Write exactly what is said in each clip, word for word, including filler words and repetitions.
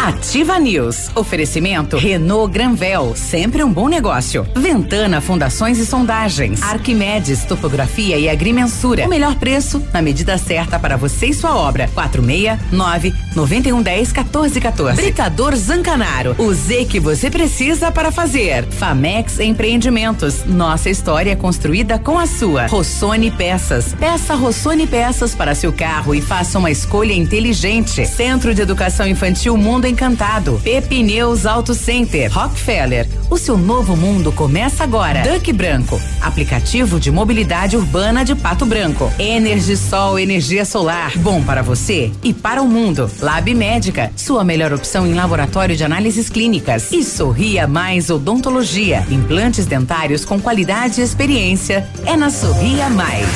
Ativa News. Oferecimento Renault Granvel, sempre um bom negócio. Ventana Fundações e Sondagens. Arquimedes Topografia e Agrimensura. O melhor preço na medida certa para você e sua obra. quatro seis nove, nove um um zero, um quatro um quatro. Britador Zancanaro. O Z que você precisa para fazer. Famex Empreendimentos. Nossa história é construída com a sua. Rossoni Peças. Peça Rossoni Peças para seu carro e faça uma escolha inteligente. Centro de Educação Infantil Mundo Encantado. Pepineus Auto Center. Rockefeller. O seu novo mundo começa agora. Duck Branco. Aplicativo de mobilidade urbana de Pato Branco. Energisol, energia solar. Bom para você e para o mundo. Lab Médica. Sua melhor opção em laboratório de análises clínicas. E Sorria Mais Odontologia. Implantes dentários com qualidade e experiência. É na Sorria Mais.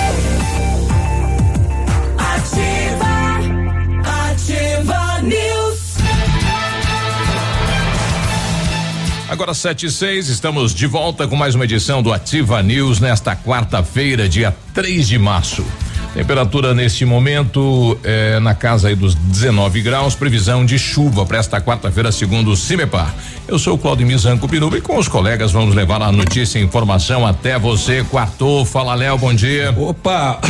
Agora sete e seis, estamos de volta com mais uma edição do Ativa News nesta quarta-feira, dia três de março. Temperatura neste momento é na casa aí dos dezenove graus, previsão de chuva para esta quarta-feira, segundo o Cimepar. Eu sou o Claudemir Zanco Pinuba e com os colegas vamos levar a notícia e informação até você. Quartou, fala Léo, bom dia. Opa!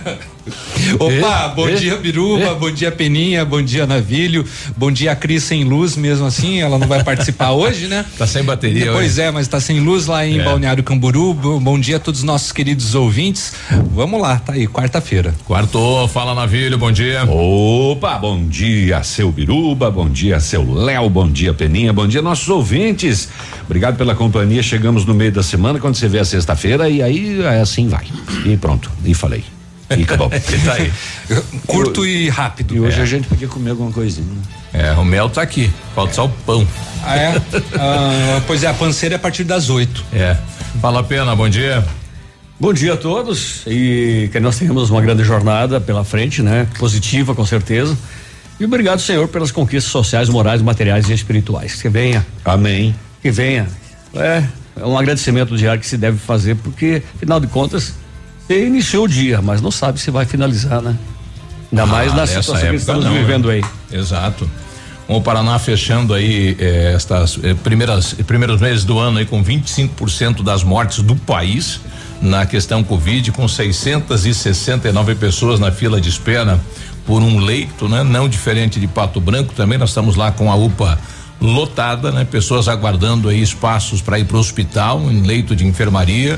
Opa, e? bom e? dia Biruba, e? bom dia Peninha, bom dia Navilho, bom dia Cris sem luz mesmo assim, ela não vai participar hoje, né? Tá sem bateria. Pois hoje. é, mas tá sem luz lá em é. Balneário Camboriú. Bom dia a todos os nossos queridos ouvintes. Vamos lá, tá aí, quarta-feira. Quartou, fala Navilho, bom dia. Opa, bom dia seu Biruba, bom dia seu Léo, bom dia Peninha, bom dia nossos ouvintes. Obrigado pela companhia, chegamos no meio da semana, quando você vê a sexta-feira e aí é assim vai. E pronto, e falei. E acabou. Tá aí. Curto e, e rápido. E hoje é. a gente podia comer alguma coisinha. É, o mel tá aqui, falta é. só o pão. Ah, é? ah, pois é, a panceira é a partir das oito. É. Fala Pena, bom dia. Bom dia a todos e que nós tenhamos uma grande jornada pela frente, né? Positiva, com certeza. E obrigado, Senhor, pelas conquistas sociais, morais, materiais e espirituais. Que venha. Amém. Que venha. É, é um agradecimento diário que se deve fazer, porque, afinal de contas, você iniciou o dia, mas não sabe se vai finalizar, né? Ainda ah, mais na situação que estamos não, vivendo aí. Exato. Com o Paraná fechando aí eh, estas eh, primeiras primeiros meses do ano aí com vinte e cinco por cento das mortes do país na questão Covid, com seiscentas e sessenta e nove pessoas na fila de espera por um leito, né? Não diferente de Pato Branco, também nós estamos lá com a U P A lotada, né? Pessoas aguardando aí espaços para ir para o hospital, em leito de enfermaria.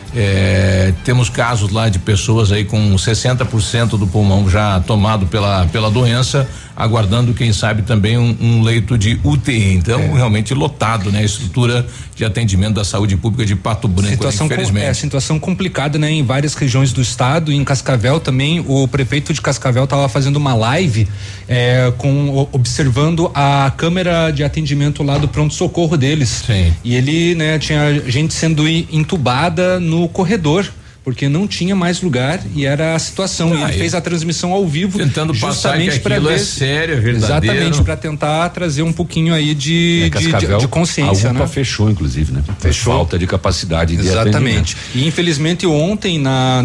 É, temos casos lá de pessoas aí com sessenta por cento do pulmão já tomado pela pela doença, aguardando quem sabe também um, um leito de U T I. Então é. realmente lotado, né? A estrutura de atendimento da saúde pública de Pato Branco, situação infelizmente. Com, é situação complicada, né? Em várias regiões do estado, em Cascavel também, o prefeito de Cascavel estava fazendo uma live é, com observando a câmera de atendimento lá do pronto-socorro deles. Sim. E ele, né, tinha gente sendo entubada no corredor, porque não tinha mais lugar e era a situação. Ah, e ele fez a transmissão ao vivo, tentando justamente para ver. É sério, é verdadeiro. Exatamente, para tentar trazer um pouquinho aí de, é, de, de, de consciência. A U P A, né? Fechou, inclusive, né? Fechou. Falta de capacidade de Exatamente. E infelizmente ontem na,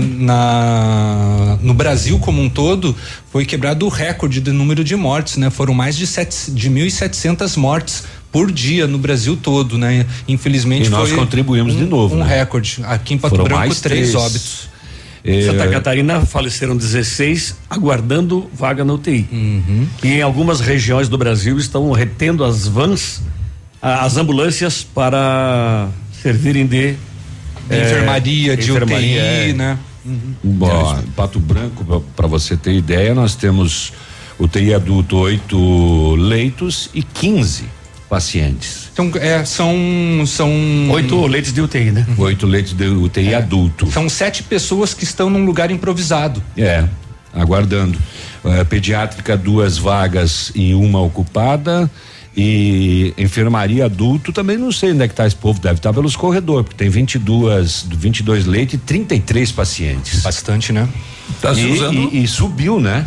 na no Brasil como um todo foi quebrado o recorde de número de mortes, né? Foram mais de sete, de mil e setecentas mortes por dia no Brasil todo, né? Infelizmente e nós foi contribuímos um, de novo, um né? recorde. Aqui em Pato Foram Branco mais três, três óbitos. Em Santa Catarina faleceram dezesseis aguardando vaga na U T I. Uhum. E em algumas regiões do Brasil estão retendo as vans, as ambulâncias para servirem de é, enfermaria, de enfermaria, U T I, é. né? Uhum. Bom, em Pato Branco, para você ter ideia, nós temos U T I adulto oito leitos e quinze pacientes. Então, é, são são oito leitos de U T I, né? Oito leitos de U T I é. adulto. São sete pessoas que estão num lugar improvisado. É, aguardando. Uh, pediátrica, duas vagas e uma ocupada. E enfermaria adulto, também não sei onde é que tá esse povo, deve estar pelos corredores, porque tem vinte e dois, vinte e dois leitos e trinta e três pacientes. Bastante, né? Tá e, usando... e, e subiu, né?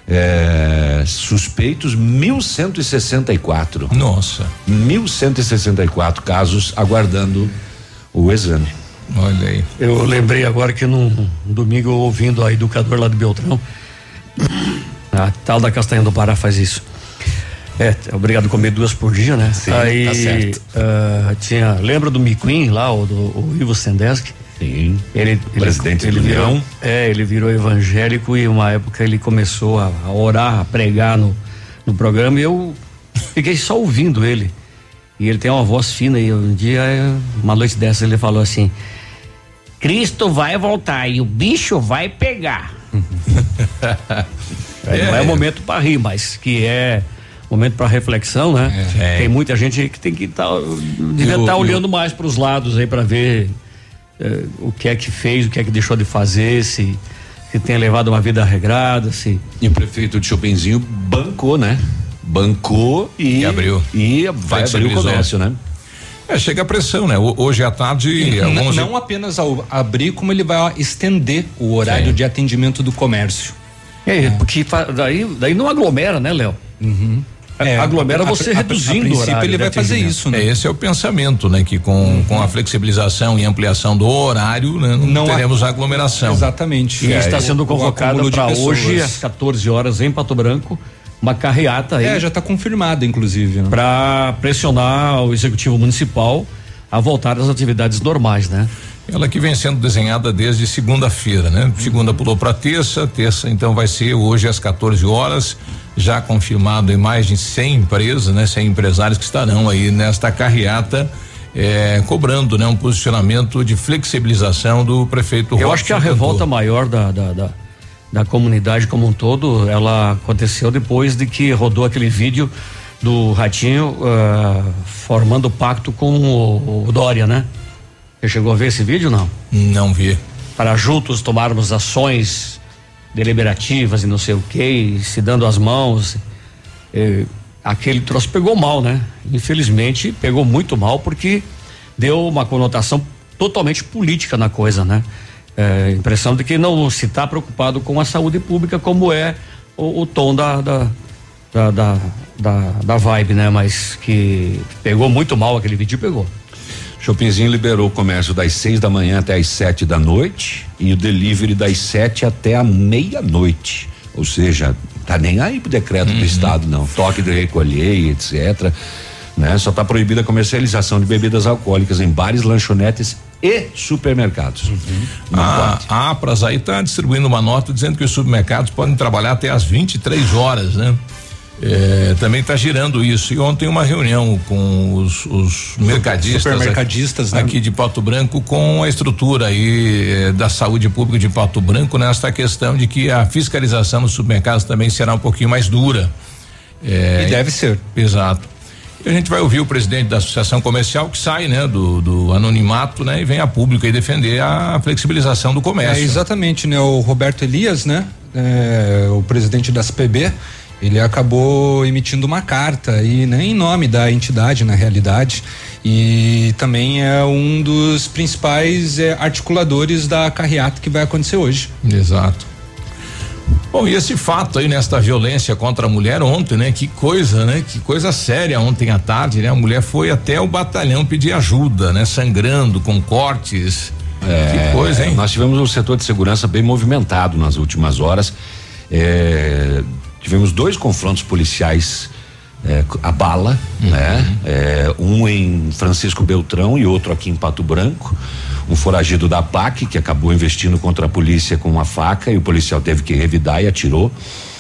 É, suspeitos mil cento e sessenta e quatro. Nossa. mil cento e sessenta e quatro casos aguardando o exame. Olha aí. Eu lembrei agora que num domingo, ouvindo a educadora lá de Beltrão, a tal da Castanha do Pará faz isso. É, obrigado a comer duas por dia, né? Sim, aí, tá certo. Uh, tinha, lembra do McQueen lá, o do o Ivo Sendeski? Sim. Ele, presidente ele, do ele virou, União. É, ele virou evangélico e uma época ele começou a, a orar, a pregar no, no programa e eu fiquei só ouvindo ele. E ele tem uma voz fina e um dia, uma noite dessa, ele falou assim: Cristo vai voltar e o bicho vai pegar. é, não é, é momento para rir, mas que é momento para reflexão, né? É. Tem muita gente que tem que estar, tá, devia estar tá olhando eu... mais para os lados aí para ver uh, o que é que fez, o que é que deixou de fazer, se, se tem levado uma vida regrada, se. E o prefeito de Chopinzinho bancou, né? Bancou e, e abriu. E vai abrir o comércio, né? É, chega a pressão, né? Hoje à tarde. Alguns... Não apenas ao abrir, como ele vai estender o horário Sim. de atendimento do comércio. É, é. porque daí, daí não aglomera, né, Léo? Uhum. É, aglomera você a, a, reduzindo a, a o horário. Ele vai fazer isso, né? É, esse é o pensamento, né? Que com, uhum. com a flexibilização e ampliação do horário, né, não, não teremos há... aglomeração. Exatamente. E é, está sendo convocada para hoje às quatorze horas em Pato Branco uma carreata aí. É, já está confirmada, inclusive. Né? Para pressionar o executivo municipal a voltar às atividades normais, né? Ela que vem sendo desenhada desde segunda-feira, né? Segunda pulou para terça, terça então vai ser hoje às quatorze horas, já confirmado em mais de cem empresas, né? cem empresários que estarão aí nesta carreata, eh, cobrando, né? Um posicionamento de flexibilização do prefeito. Eu acho que a revolta maior da, da, da da comunidade como um todo, ela aconteceu depois de que rodou aquele vídeo do Ratinho uh, formando pacto com o, o Dória, né? Você chegou a ver esse vídeo, não? Não vi. Para juntos tomarmos ações deliberativas e não sei o que, se dando as mãos. E, aquele troço pegou mal, né? Infelizmente pegou muito mal porque deu uma conotação totalmente política na coisa, né? É, impressão de que não se está preocupado com a saúde pública, como é o, o tom da da, da, da, da, da vibe, né? Mas que pegou muito mal aquele vídeo, pegou. Chopinzinho liberou o comércio das seis da manhã até as sete da noite e o delivery das sete até a meia-noite. Ou seja, tá nem aí pro decreto uhum. do estado, não. Toque de recolher e etcétera. Né? Só tá proibida a comercialização de bebidas alcoólicas em bares, lanchonetes e supermercados. Uhum. A, a Apras aí está distribuindo uma nota dizendo que os supermercados podem trabalhar até às vinte e três horas, né? É, também está girando isso. E ontem uma reunião com os, os mercadistas, supermercadistas aqui, né? aqui de Pato Branco, com a estrutura aí é, da saúde pública de Pato Branco, nesta questão de que a fiscalização nos supermercados também será um pouquinho mais dura. É, e deve ser. Exato. E a gente vai ouvir o presidente da Associação Comercial que sai, né, do, do anonimato, né, e vem a público aí defender a flexibilização do comércio. É, exatamente, né, o Roberto Elias, né, é, o presidente da S P B, ele acabou emitindo uma carta aí, né, em nome da entidade, na realidade, e também é um dos principais é, articuladores da carreata que vai acontecer hoje. Exato. Bom, e esse fato aí, nesta violência contra a mulher ontem, né? Que coisa, né? Que coisa séria ontem à tarde, né? A mulher foi até o batalhão pedir ajuda, né? Sangrando, com cortes. É, que coisa, hein? Nós tivemos um setor de segurança bem movimentado nas últimas horas. É, tivemos dois confrontos policiais é, a bala, uhum. né? É, um em Francisco Beltrão e outro aqui em Pato Branco. Um foragido da P A C que acabou investindo contra a polícia com uma faca e o policial teve que revidar e atirou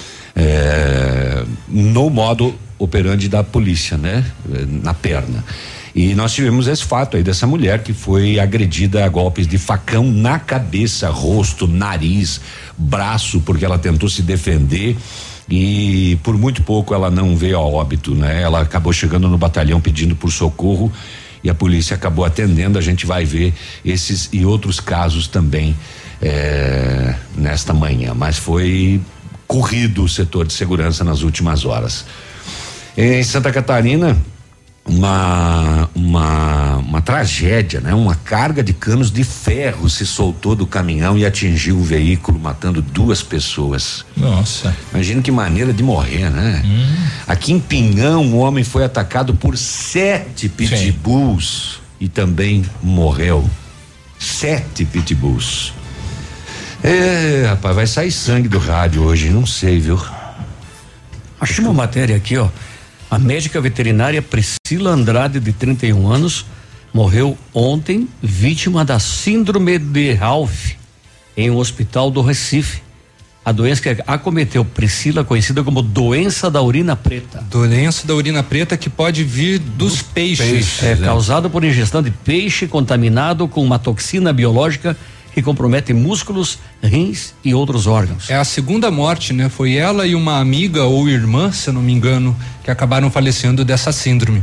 é, no modo operandi da polícia, né? Na perna. E nós tivemos esse fato aí dessa mulher que foi agredida a golpes de facão na cabeça, rosto, nariz, braço, porque ela tentou se defender e por muito pouco ela não veio a óbito, né? Ela acabou chegando no batalhão pedindo por socorro e a polícia acabou atendendo. A gente vai ver esses e outros casos também é, nesta manhã, mas foi corrido o setor de segurança nas últimas horas. Em Santa Catarina, uma uma uma tragédia, né? Uma carga de canos de ferro se soltou do caminhão e atingiu o veículo, matando duas pessoas. Nossa. Imagina que maneira de morrer, né? Hum. Aqui em Pinhão, um homem foi atacado por sete pitbulls e também morreu. Sete pitbulls. É, rapaz, vai sair sangue do rádio hoje, não sei, viu? Achei uma matéria aqui, ó. A médica veterinária Priscila Andrade, de trinta e um anos, morreu ontem, vítima da síndrome de Ralph, em um hospital do Recife. A doença que acometeu Priscila, conhecida como doença da urina preta. Doença da urina preta que pode vir dos do peixes. peixes. É, é causada por ingestão de peixe contaminado com uma toxina biológica que compromete músculos, rins e outros órgãos. É a segunda morte, né? Foi ela e uma amiga ou irmã, se eu não me engano, que acabaram falecendo dessa síndrome.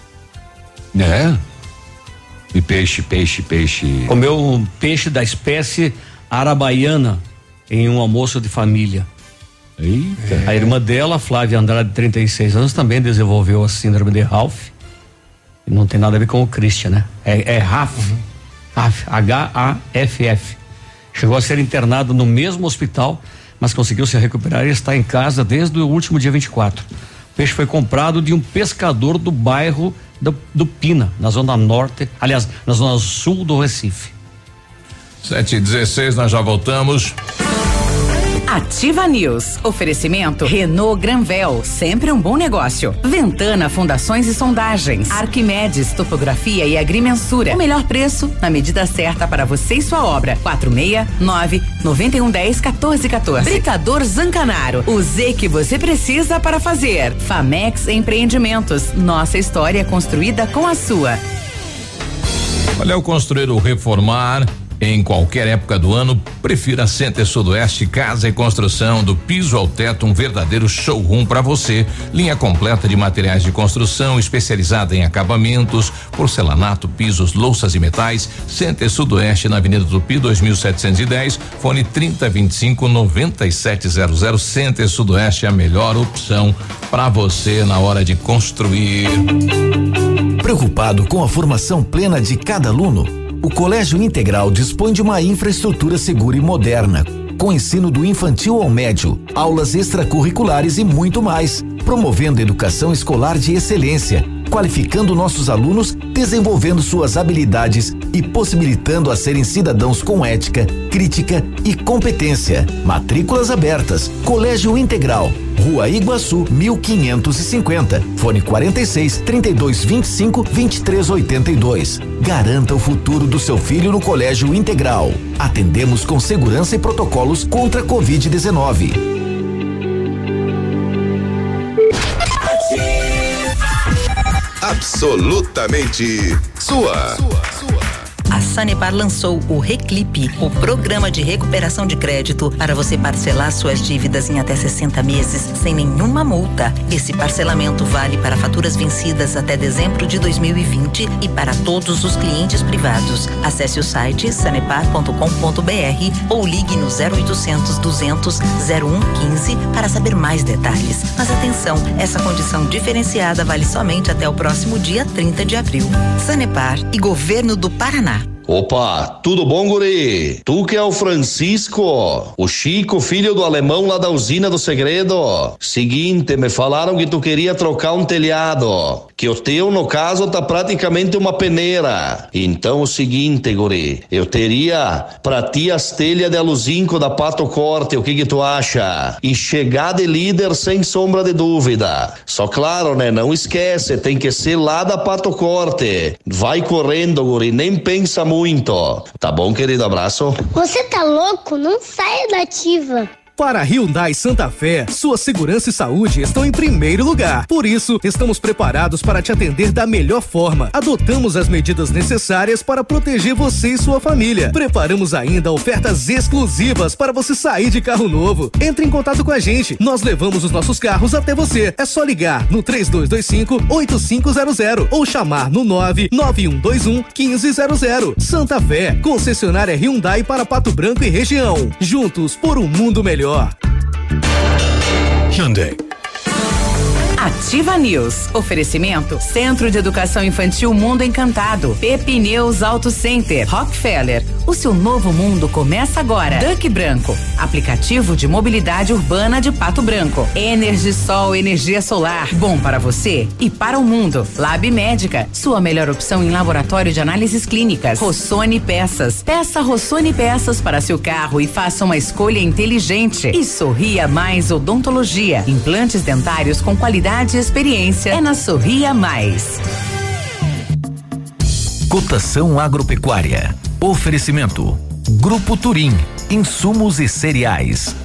É. E peixe, peixe, peixe. Comeu um peixe da espécie arabaiana em um almoço de família. Eita. É. A irmã dela, Flávia Andrade, de trinta e seis anos, também desenvolveu a síndrome de Ralph. E não tem nada a ver com o Christian, né? É, é Ralph. Uhum. H A F F. Chegou a ser internado no mesmo hospital, mas conseguiu se recuperar e está em casa desde o último dia vinte e quatro. O peixe foi comprado de um pescador do bairro do, do Pina, na zona norte, aliás, na zona sul do Recife. sete e dezesseis, nós já voltamos. Ativa News. Oferecimento Renault Granvel, sempre um bom negócio. Ventana Fundações e Sondagens. Arquimedes Topografia e Agrimensura. O melhor preço na medida certa para você e sua obra. quatro seis nove, nove um um zero, um quatro um quatro. Britador Zancanaro. O Z que você precisa para fazer. Famex Empreendimentos. Nossa história construída com a sua. Olha, ao construir ou reformar em qualquer época do ano, prefira Center Sudoeste Casa e Construção, do piso ao teto, um verdadeiro showroom para você. Linha completa de materiais de construção, especializada em acabamentos, porcelanato, pisos, louças e metais. Center Sudoeste, na Avenida Tupi, dois mil setecentos e dez, fone trinta, vinte e cinco, noventa e sete zero zero. Center Sudoeste é a melhor opção para você na hora de construir. Preocupado com a formação plena de cada aluno? O Colégio Integral dispõe de uma infraestrutura segura e moderna, com ensino do infantil ao médio, aulas extracurriculares e muito mais, promovendo educação escolar de excelência, qualificando nossos alunos, desenvolvendo suas habilidades e possibilitando a serem cidadãos com ética, crítica e competência. Matrículas abertas. Colégio Integral, Rua Iguaçu, mil quinhentos e cinquenta, fone quarenta e seis, trinta e dois, vinte e cinco, vinte e três, oitenta e dois. Garanta o futuro do seu filho no Colégio Integral. Atendemos com segurança e protocolos contra a covid dezenove. Absolutamente sua. A Sanepar lançou o Reclipe, o programa de recuperação de crédito para você parcelar suas dívidas em até sessenta meses sem nenhuma multa. Esse parcelamento vale para faturas vencidas até dezembro de dois mil e vinte e para todos os clientes privados. Acesse o site sanepar ponto com ponto br ou ligue no zero oitocentos, duzentos, zero um quinze para saber mais detalhes. Mas atenção, essa condição diferenciada vale somente até o próximo dia trinta de abril. Sanepar e Governo do Paraná. Opa, tudo bom, guri? Tu que é o Francisco, o Chico, filho do alemão lá da usina do segredo. Seguinte, me falaram que tu queria trocar um telhado, que o teu, no caso, tá praticamente uma peneira. Então, o seguinte, guri, eu teria pra ti as telhas de aluzinco da Pato Corte, o que que tu acha? E chegar de líder sem sombra de dúvida. Só claro, né, não esquece, tem que ser lá da Pato Corte. Vai correndo, guri, nem pensa muito. Muito. Tá bom, querido? Abraço. Você tá louco? Não saia da Ativa. Para a Hyundai Santa Fé, sua segurança e saúde estão em primeiro lugar. Por isso, estamos preparados para te atender da melhor forma. Adotamos as medidas necessárias para proteger você e sua família. Preparamos ainda ofertas exclusivas para você sair de carro novo. Entre em contato com a gente. Nós levamos os nossos carros até você. É só ligar no três dois dois cinco, oito cinco zero zero ou chamar no nove nove um dois um, um cinco zero zero. Santa Fé, concessionária Hyundai para Pato Branco e região. Juntos por um mundo melhor. Hyundai. Ativa News. Oferecimento Centro de Educação Infantil Mundo Encantado. Pepineus Auto Center. Rockefeller. O seu novo mundo começa agora. Duck Branco. Aplicativo de mobilidade urbana de Pato Branco. Energisol, energia solar. Bom para você e para o mundo. Lab Médica. Sua melhor opção em laboratório de análises clínicas. Rossoni Peças. Peça Rossoni Peças para seu carro e faça uma escolha inteligente. E Sorria Mais Odontologia. Implantes dentários com qualidade e experiência é na Sorria Mais. Cotação agropecuária. Oferecimento. Grupo Turim. Insumos e cereais.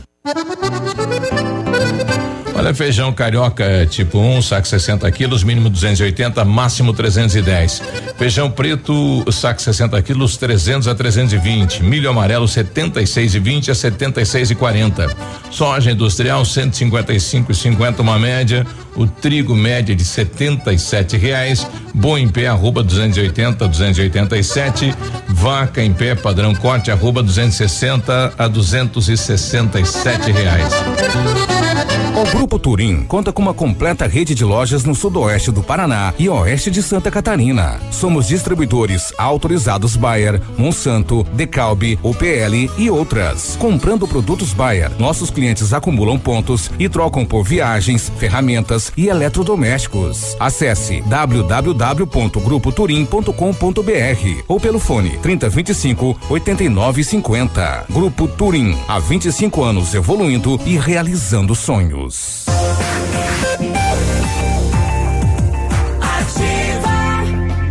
Olha, feijão carioca tipo um, saco sessenta quilos, mínimo duzentos e oitenta, máximo trezentos e dez. Feijão preto, saco sessenta quilos, trezentos a trezentos e vinte. Milho amarelo, setenta e seis e vinte a setenta e seis e quarenta. Soja industrial, cento e cinquenta e cinco e cinquenta, uma média. O trigo média de setenta e sete reais. Boi em pé, arroba duzentos e oitenta, duzentos e oitenta e sete. Vaca em pé, padrão corte, arroba duzentos e sessenta a duzentos e sessenta e sete reais. O Grupo Turim conta com uma completa rede de lojas no sudoeste do Paraná e oeste de Santa Catarina. Somos distribuidores autorizados Bayer, Monsanto, Decalbe, O P L e outras. Comprando produtos Bayer, nossos clientes acumulam pontos e trocam por viagens, ferramentas e eletrodomésticos. Acesse w w w ponto grupo turim ponto com ponto b r ou pelo fone trinta, vinte e cinco, oitenta e nove, cinquenta. Grupo Turim, há vinte e cinco anos evoluindo e realizando sonhos. Ativa,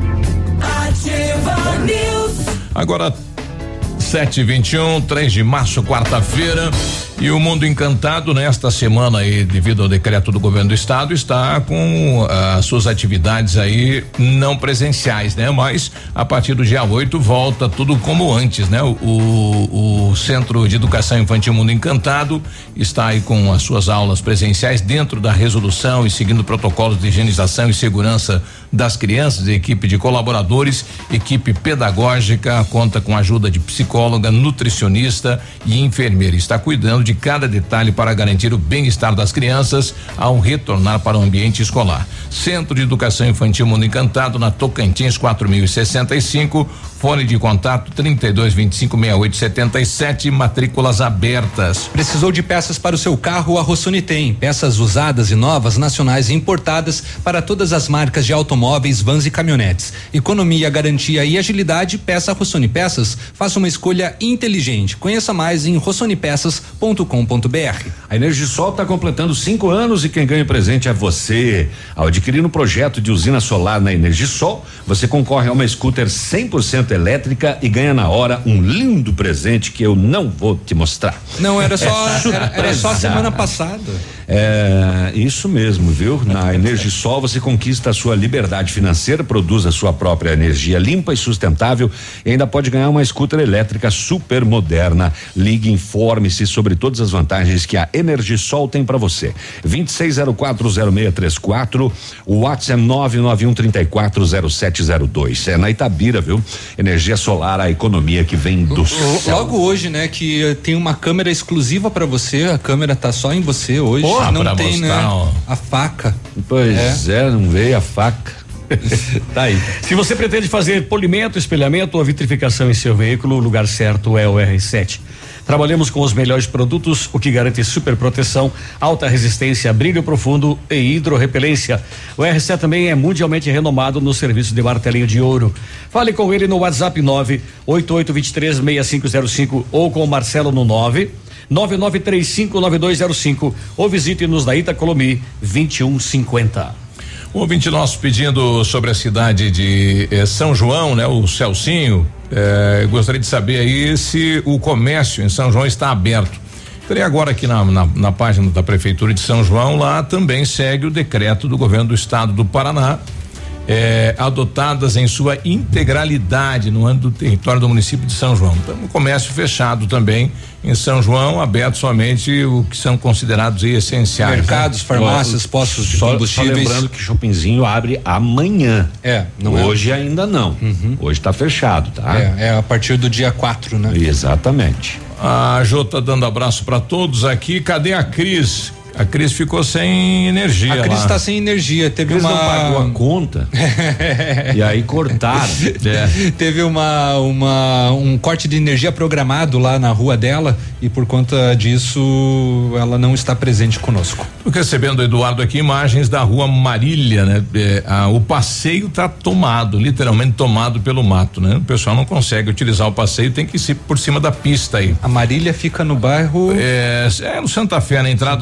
Ativa News. Agora sete e vinte e um, três de março, quarta-feira. E o Mundo Encantado, nesta semana aí, devido ao decreto do governo do estado, está com as suas atividades aí não presenciais, né? Mas a partir do dia oito volta tudo como antes, né? O, o, o Centro de Educação Infantil Mundo Encantado está aí com as suas aulas presenciais dentro da resolução e seguindo protocolos de higienização e segurança das crianças, equipe de colaboradores, equipe pedagógica, conta com ajuda de psicóloga, nutricionista e enfermeira. Está cuidando de cada detalhe para garantir o bem-estar das crianças ao retornar para o ambiente escolar. Centro de Educação Infantil Mundo Encantado, na Tocantins quatro mil e sessenta e cinco, fone de contato trinta e dois, vinte e cinco, sessenta e oito, setenta e sete, matrículas abertas. Precisou de peças para o seu carro? A Rossoni tem peças usadas e novas, nacionais e importadas para todas as marcas de automóveis, vans e caminhonetes. Economia, garantia e agilidade. Peça a Rossoni Peças. Faça uma escolha inteligente. Conheça mais em rossoni peças ponto com ponto b r. A Energisol está completando cinco anos e quem ganha presente é você. Ao adquirir um projeto de usina solar na Energisol, você concorre a uma scooter cem por cento elétrica e ganha na hora um lindo presente que eu não vou te mostrar. Não, era só é era, era só semana passada. É, isso mesmo, viu? Na Energisol você conquista a sua liberdade financeira, produz a sua própria energia limpa e sustentável e ainda pode ganhar uma scooter elétrica super moderna. Ligue, informe-se sobre todas as vantagens que a Energisol tem para você. vinte e seis zero quatro, zero seis três quatro, o WhatsApp é nove nove um três quatro zero sete zero dois. É na Itabira, viu? Energia solar, a economia que vem do céu. Logo hoje, né, que tem uma câmera exclusiva para você, a câmera tá só em você hoje. Porra, não tem, mostrar, né? ó. A faca. Pois é, é não veio a faca. Tá aí. Se você pretende fazer polimento, espelhamento ou vitrificação em seu veículo, o lugar certo é o R sete. Trabalhamos com os melhores produtos, o que garante super proteção, alta resistência, brilho profundo e hidrorrepelência. O R sete também é mundialmente renomado no serviço de martelinho de ouro. Fale com ele no WhatsApp nove oito oito dois três seis cinco zero cinco ou com o Marcelo no nove nove nove três cinco nove dois zero cinco ou visite-nos na Itacolomi vinte e um cinquenta. O ouvinte nosso pedindo sobre a cidade de eh, São João, né? O Celcinho, eh, gostaria de saber aí se o comércio em São João está aberto. Entrei agora aqui na, na, na página da Prefeitura de São João, lá também segue o decreto do governo do estado do Paraná, eh, adotadas em sua integralidade no âmbito do território do município de São João. Então, o comércio fechado também em São João, aberto somente o que são considerados essenciais. Mercados, né? Farmácias, postos de só, combustíveis. Só lembrando que Shoppingzinho abre amanhã. É, não hoje é. ainda não. Uhum. Hoje está fechado, tá? É, é a partir do dia quatro, né? Exatamente. A Jô tá dando abraço para todos aqui. Cadê a Cris? A Cris ficou sem energia. A Cris lá. está sem energia. Teve Cris uma. não pagou a conta. E aí cortaram. É. Teve uma, uma um corte de energia programado lá na rua dela e por conta disso ela não está presente conosco. Tô recebendo, Eduardo, aqui imagens da rua Marília, né? É, a, o passeio tá tomado, literalmente tomado pelo mato, né? O pessoal não consegue utilizar o passeio, tem que ir por cima da pista aí. A Marília fica no bairro. É, é no Santa Fé, na entrada Santa do Santa Fé.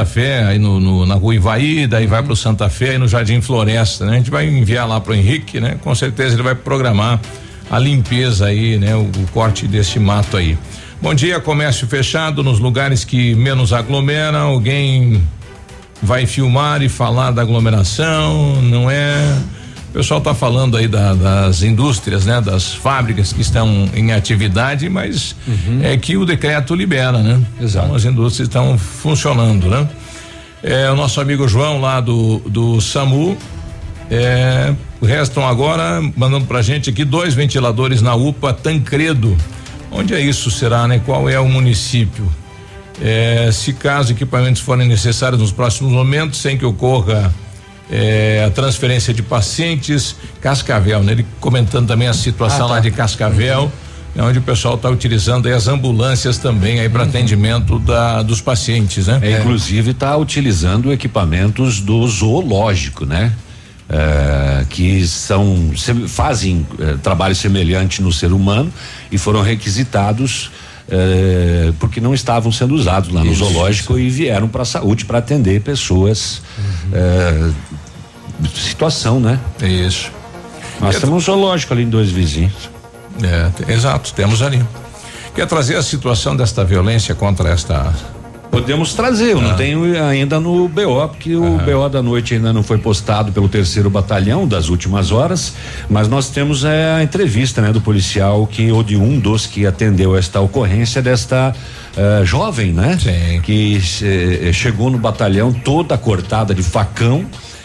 Fé, aí no, no na Rua Ivaí, daí vai pro Santa Fé e no Jardim Floresta, né? A gente vai enviar lá pro Henrique, né? Com certeza ele vai programar a limpeza aí, né? O, o corte desse mato aí. Bom dia, comércio fechado nos lugares que menos aglomera, alguém vai filmar e falar da aglomeração, não é? O pessoal tá falando aí da, das indústrias, né? Das fábricas que estão em atividade, mas uhum. é que o decreto libera, né? Exato. Então as indústrias estão funcionando, né? É, o nosso amigo João lá do, do SAMU, é, restam agora, mandando pra gente aqui, dois ventiladores na U P A Tancredo. Onde é isso, será, né? Qual é o município? É, se caso equipamentos forem necessários nos próximos momentos, sem que ocorra É, a transferência de pacientes, Cascavel, né? Ele comentando também a situação ah, tá. lá de Cascavel, uhum. onde o pessoal está utilizando aí as ambulâncias também aí para uhum. atendimento da, dos pacientes, né? É, inclusive está utilizando equipamentos do zoológico, né? É, que são fazem é, trabalho semelhante no ser humano e foram requisitados É, porque não estavam sendo usados lá no isso, zoológico isso. e vieram para a saúde para atender pessoas uhum. é, situação, né? Isso. Nós Quer temos um zoológico ali em Dois Vizinhos. É, exato, temos ali. Quer trazer a situação desta violência contra esta? Podemos trazer, eu ah. não tenho ainda no B O, porque o ah. B O da noite ainda não foi postado pelo terceiro batalhão das últimas horas, mas nós temos é, a entrevista, né, do policial que, ou de um dos que atendeu esta ocorrência desta uh, jovem, né? Sim. Que eh, chegou no batalhão toda cortada de facão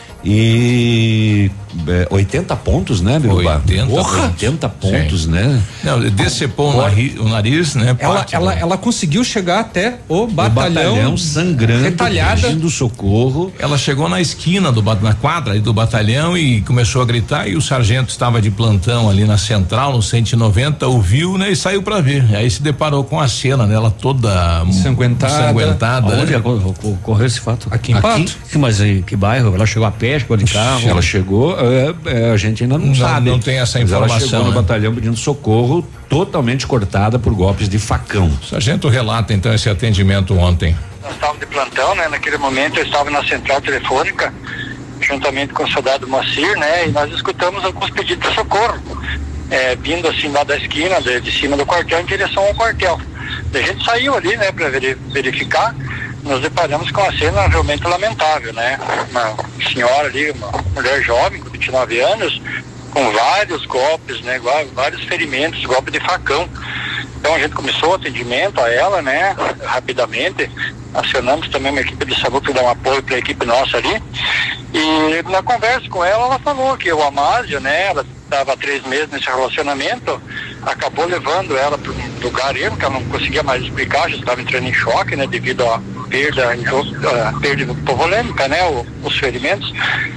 e é, oitenta pontos, né, Biruba? oitenta, oitenta pontos, Sim. né? Não, decepou o nariz, o nariz, né? Ela, parte, ela, né? ela conseguiu chegar até o batalhão, o batalhão sangrando, retalhada, pedindo socorro. Ela chegou na esquina do na quadra do batalhão e começou a gritar, e o sargento estava de plantão ali na central, no cento e noventa, ouviu, né, e saiu para ver. Aí se deparou com a cena, né, ela toda ensanguentada. ensanguentada. Onde ocorreu esse fato? Aqui em Pato. Sim, mas em que bairro? Ela chegou a pé, chegou de carro? Ela chegou, é, é, a gente ainda não, não sabe. Não tem essa mas informação. Ela chegou no né? batalhão pedindo socorro, totalmente cortada por golpes de facão. O sargento relata então esse atendimento ontem. Nós estávamos de plantão, né? Naquele momento eu estava na central telefônica, juntamente com o soldado Moacir, né? E nós escutamos alguns pedidos de socorro, é, vindo assim lá da esquina, de, de cima do quartel, em direção ao quartel. A gente saiu ali, né, para verificar. Nós deparamos com uma cena realmente lamentável, né? Uma senhora ali, uma mulher jovem, com vinte e nove anos, com vários golpes, né? Vários ferimentos, golpe de facão. Então a gente começou o atendimento a ela, né? Rapidamente, acionamos também uma equipe de SAMU para dar um apoio para a equipe nossa ali. E na conversa com ela, ela falou que o Amásio, né? Ela estava há três meses nesse relacionamento, acabou levando ela para um lugar ermo, que ela não conseguia mais explicar, já estava entrando em choque, né? Devido à perda, a perda hipovolêmica, né? O, os ferimentos.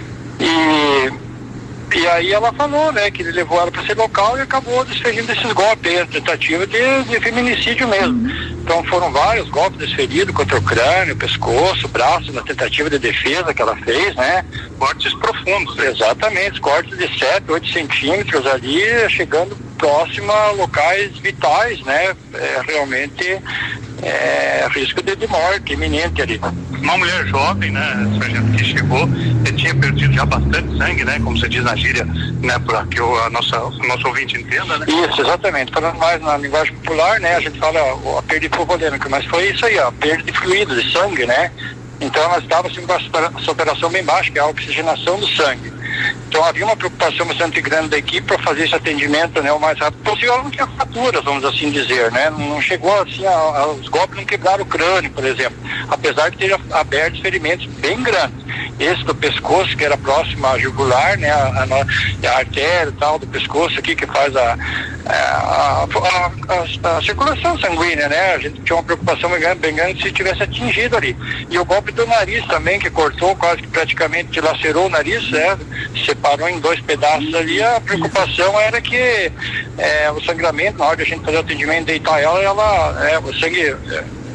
E, e aí ela falou, né? Que ele levou ela para esse local e acabou desferindo esses golpes, a tentativa de, de feminicídio mesmo. Então foram vários golpes desferidos contra o crânio, pescoço, braço, na tentativa de defesa que ela fez, né? Cortes profundos. Exatamente, cortes de sete, oito centímetros ali, chegando próximo a locais vitais, né? É, realmente é, risco de, de morte iminente ali. Uma mulher jovem, né, sargento, que chegou e tinha perdido já bastante sangue, né, como você diz na gíria, né, para que o, a nossa, o nosso ouvinte entenda, né? Isso, exatamente. Falando mais na linguagem popular, né, a gente fala a perda hipovolêmica, mas foi isso aí, a perda de fluido, de sangue, né? Então ela estava assim, com essa operação bem baixa, que é a oxigenação do sangue. Então havia uma preocupação bastante grande da equipe para fazer esse atendimento, né, o mais rápido possível. Ela não tinha fraturas, vamos assim dizer, né? Não chegou assim, a, a, os golpes não quebraram o crânio, por exemplo, apesar de ter aberto ferimentos bem grandes. Esse do pescoço, que era próximo à jugular, né, a, a, a artéria e tal do pescoço aqui, que faz a, a, a, a, a circulação sanguínea, né? A gente tinha uma preocupação bem grande, bem grande se tivesse atingido ali. E o golpe do nariz também, que cortou, quase que praticamente lacerou o nariz, né? Separou em dois pedaços ali. A preocupação era que é, o sangramento, na hora de a gente fazer o atendimento, deitar ela, ela é, o sangue é,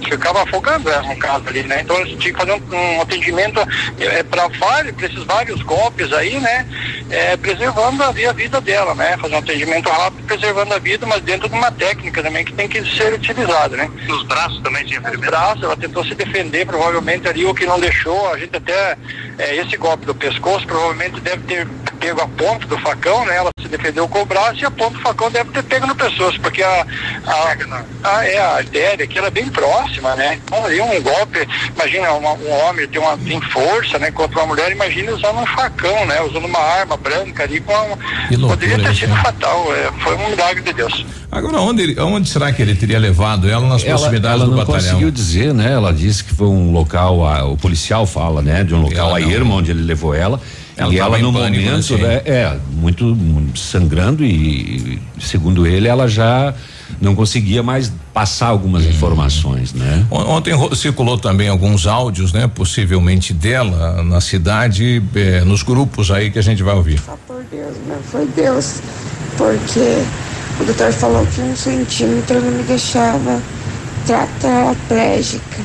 ficava afogando ela no caso ali, né? Então eles tinham que fazer um, um atendimento é, para vários, para esses vários golpes aí, né? É, preservando a, a vida dela, né? Fazer um atendimento rápido, preservando a vida, mas dentro de uma técnica também que tem que ser utilizada, né? Nos braços também tinha ferimento? Nos braços, ela tentou se defender, provavelmente ali o que não deixou, a gente até, é, esse golpe do pescoço provavelmente deve ter pego a ponta do facão, né? Ela se defendeu com o braço e a ponta do facão deve ter pego no pescoço, porque a, a, a, é, a artéria aqui ela é bem próxima, né? Então ali um golpe, imagina uma, um homem tem, uma, tem força, né? Contra uma mulher, imagina usando um facão, né? Usando uma arma branca ali, com uma, poderia ter sido fatal, é, foi um milagre de Deus. Agora, onde, ele, onde será que ele teria levado ela nas ela, proximidades ela do não batalhão? Conseguiu dizer, né? Ela disse que foi um local, a, o policial fala, né? De um local a erma onde ele levou ela. Ela e ela no pânico, momento, assim. né, é, muito, muito sangrando e, segundo ele, ela já não conseguia mais passar algumas hum. informações, né? Ontem circulou também alguns áudios, né? Possivelmente dela na cidade, eh, nos grupos aí que a gente vai ouvir. Só por Deus, né? Foi Deus, porque o doutor falou que um centímetro não me deixava tetraplégica.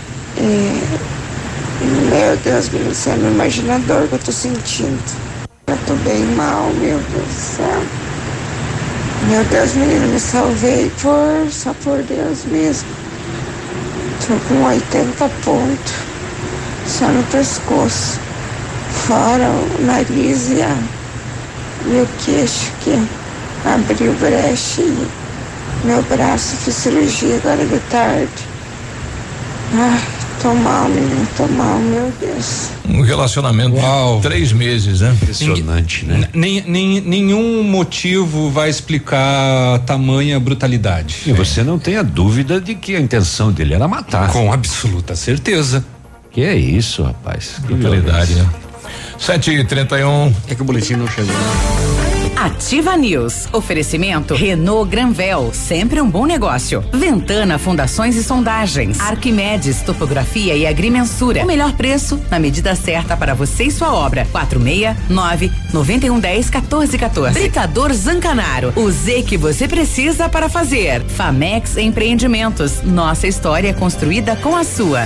É, meu Deus, menino, você não imagina a dor que eu tô sentindo. Eu tô bem mal, meu Deus do céu. Meu Deus, menino, me salvei por, só por Deus mesmo. Tô com oitenta pontos, só no pescoço. Fora o nariz e a, meu queixo que abriu brecha e meu braço, fiz cirurgia agora de tarde. Ai, tô mal, menino, tô mal, meu Deus. Um relacionamento Uau. de três meses, né? Impressionante, né? Nem, nem, nenhum motivo vai explicar tamanha brutalidade. E você não tem a dúvida de que a intenção dele era matar. Com absoluta certeza. Que é isso, rapaz? Que brutalidade, né? sete e trinta e um. É que o boletim não chegou. Ativa News. Oferecimento Renault Granvel, sempre um bom negócio. Ventana Fundações e Sondagens. Arquimedes Topografia e Agrimensura. O melhor preço na medida certa para você e sua obra. quatro seis nove, nove um um zero, um quatro um quatro. Britador Zancanaro. O Z que você precisa para fazer. Famex Empreendimentos. Nossa história construída com a sua.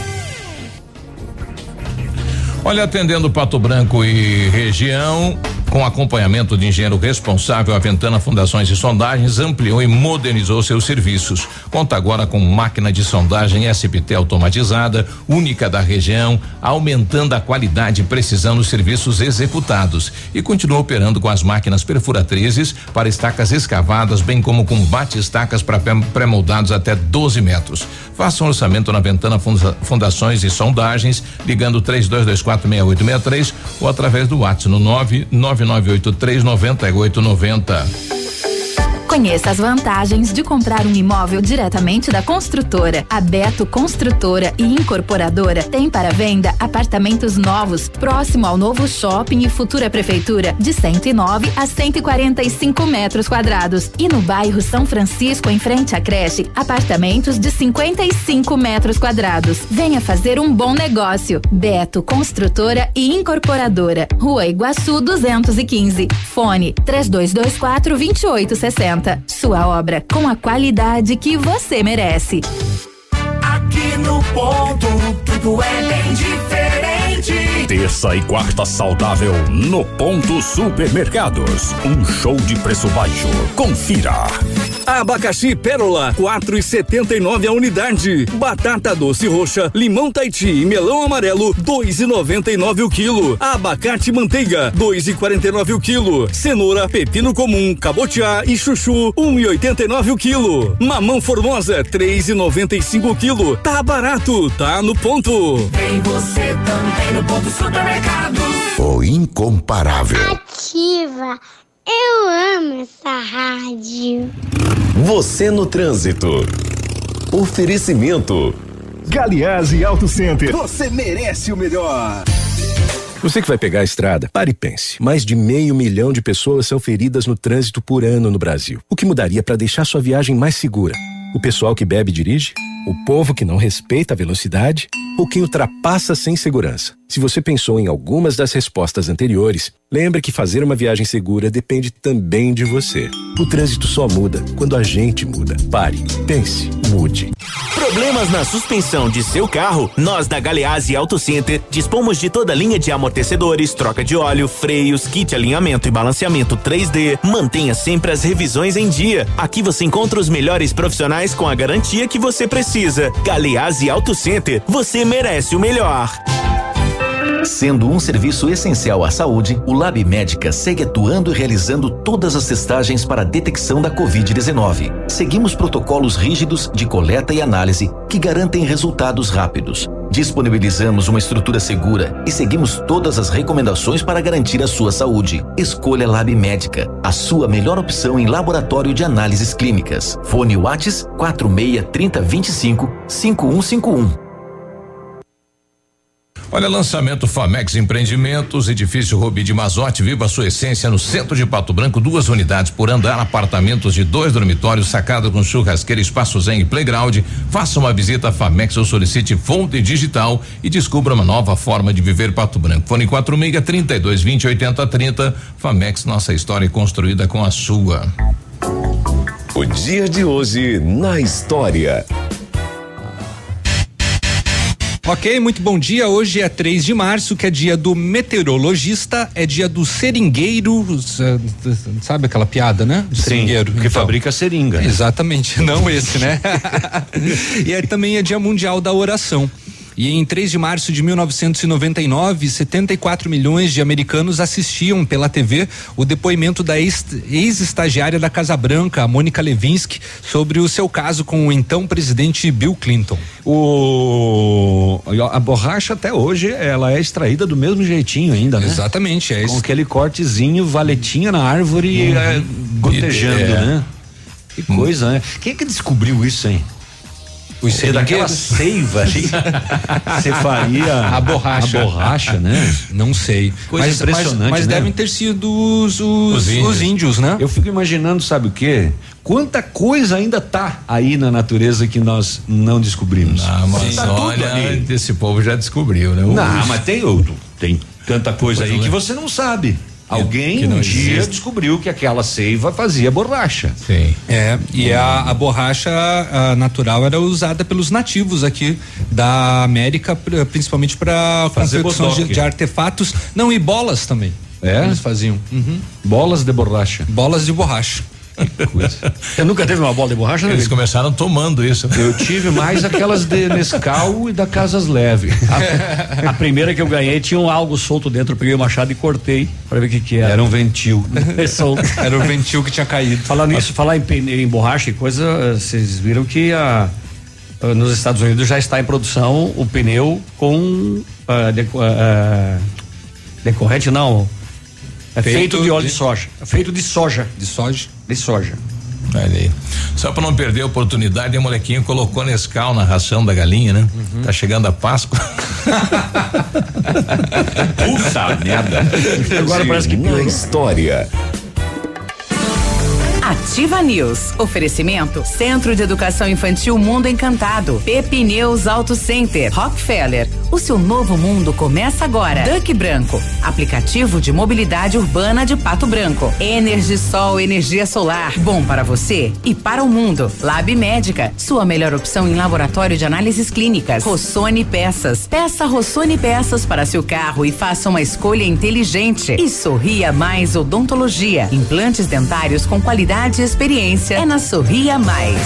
Olha, atendendo Pato Branco e região, com acompanhamento de engenheiro responsável, a Ventana Fundações e Sondagens ampliou e modernizou seus serviços. Conta agora com máquina de sondagem S P T automatizada, única da região, aumentando a qualidade e precisão dos serviços executados. E continua operando com as máquinas perfuratrizes para estacas escavadas, bem como com bate-estacas para pré-moldados até doze metros. Faça um orçamento na Ventana Fundações e Sondagens, ligando três dois dois quatro seis oito seis três ou através do WhatsApp no nove nove nove oito três nove oito nove zero. Conheça as vantagens de comprar um imóvel diretamente da construtora. A Beto Construtora e Incorporadora tem para venda apartamentos novos, próximo ao novo shopping e futura prefeitura, de cento e nove a cento e quarenta e cinco metros quadrados. E no bairro São Francisco, em frente à creche, apartamentos de cinquenta e cinco metros quadrados. Venha fazer um bom negócio. Beto Construtora e Incorporadora. Rua Iguaçu duzentos e quinze. Fone três dois dois quatro, dois oito seis zero. Sua obra com a qualidade que você merece. Aqui no ponto, tudo é bem diferente. Terça e quarta saudável no Ponto Supermercados. Um show de preço baixo. Confira. Abacaxi Pérola, quatro e setenta e nove a unidade. Batata doce roxa, limão Tahiti e melão amarelo, dois e noventa e nove o quilo. Abacate manteiga, dois e quarenta e nove o quilo. Cenoura, pepino comum, cabotiá e chuchu, um e oitenta e nove o quilo. Mamão formosa, três e noventa e cinco o quilo. Tá barato, tá no ponto. Tem você também no Ponto Supermercado. O incomparável. Ativa. Eu amo essa rádio. Você no trânsito. Oferecimento. Galiase Auto Center. Você merece o melhor. Você que vai pegar a estrada, pare e pense. Mais de meio milhão de pessoas são feridas no trânsito por ano no Brasil. O que mudaria para deixar sua viagem mais segura? O pessoal que bebe e dirige? O povo que não respeita a velocidade ou quem ultrapassa sem segurança? Se você pensou em algumas das respostas anteriores, lembre que fazer uma viagem segura depende também de você. O trânsito só muda quando a gente muda. Pare, pense, mude. Problemas na suspensão de seu carro? Nós da Galeazzi Auto Center dispomos de toda a linha de amortecedores, troca de óleo, freios, kit alinhamento e balanceamento três D. Mantenha sempre as revisões em dia. Aqui você encontra os melhores profissionais com a garantia que você precisa. Galeazzi Auto Center, você merece o melhor. Sendo um serviço essencial à saúde, o Lab Médica segue atuando e realizando todas as testagens para a detecção da covid dezenove. Seguimos protocolos rígidos de coleta e análise que garantem resultados rápidos. Disponibilizamos uma estrutura segura e seguimos todas as recomendações para garantir a sua saúde. Escolha Lab Médica, a sua melhor opção em laboratório de análises clínicas. Fone Whats quatro seis três zero dois cinco cinco um cinco um. Olha, lançamento Famex Empreendimentos, edifício Robi de Mazotti, viva a sua essência no centro de Pato Branco, duas unidades por andar, apartamentos de dois dormitórios, sacada com churrasqueira, espaço zen e playground. Faça uma visita a Famex ou solicite fonte digital e descubra uma nova forma de viver Pato Branco. Fone quatro seis trinta e dois vinte oitenta trinta. Famex, nossa história construída com a sua. O dia de hoje na história. Ok, muito bom dia. Hoje é três de março, que é dia do meteorologista, é dia do seringueiro, sabe aquela piada, né? Do Sim, seringueiro. que então, fabrica seringa. Né? Exatamente, não esse, né? E é, também é dia mundial da oração. E em três de março de mil novecentos e noventa e nove, setenta e quatro milhões de americanos assistiam pela T V o depoimento da ex-estagiária da Casa Branca, a Mônica Lewinsky, sobre o seu caso com o então presidente Bill Clinton. O a borracha até hoje ela é extraída do mesmo jeitinho ainda, né? Exatamente, é com isso. Aquele cortezinho, valetinha na árvore, uhum. é, gotejando, é. né? Que coisa, né? Quem é que descobriu isso, hein? Os é daquela seiva ali. Você faria a borracha. A borracha, né? Não sei. Coisa mas, impressionante, mas, mas né? devem ter sido os, os, os, índios. os índios, né? Eu fico imaginando, sabe o quê? Quanta coisa ainda tá aí na natureza que nós não descobrimos. Não, mas tá olha, esse povo já descobriu, né? Não, mas tem outro. Tem tanta coisa aí que você não sabe. Alguém que não um dia existe. descobriu que aquela seiva fazia borracha. Sim. É, e a, a borracha a natural era usada pelos nativos aqui da América, principalmente para confecção de, de artefatos. Não, e bolas também. É? Eles faziam. Uhum. Bolas de borracha. Bolas de borracha. Que coisa. Você nunca teve uma bola de borracha? Eles né? começaram tomando isso. Eu tive mais aquelas de Nescau e da Casas Leve. A, a primeira que eu ganhei tinha um algo solto dentro, eu peguei o machado e cortei para ver o que que era. Era um ventil. Era o ventil que tinha caído. Falando nisso, falar em, em borracha e coisa, vocês viram que a, nos Estados Unidos já está em produção o pneu com uh, deco, uh, decorrente não, é feito, feito de óleo de, de soja, é feito de soja, de soja, de soja. Olha aí. Só para não perder a oportunidade, o molequinho colocou Nescau na ração da galinha, né? Uhum. Tá chegando a Páscoa. Puta merda. Agora Sim, parece que piorou. História. Ativa News. Oferecimento Centro de Educação Infantil Mundo Encantado. Pepineus Auto Center. Rockefeller. O seu novo mundo começa agora. Duck Branco. Aplicativo de mobilidade urbana de Pato Branco. Energisol, energia solar. Bom para você e para o mundo. Lab Médica. Sua melhor opção em laboratório de análises clínicas. Rossoni Peças. Peça Rossoni Peças para seu carro e faça uma escolha inteligente. E Sorria Mais Odontologia. Implantes dentários com qualidade e experiência é na Sorria Mais.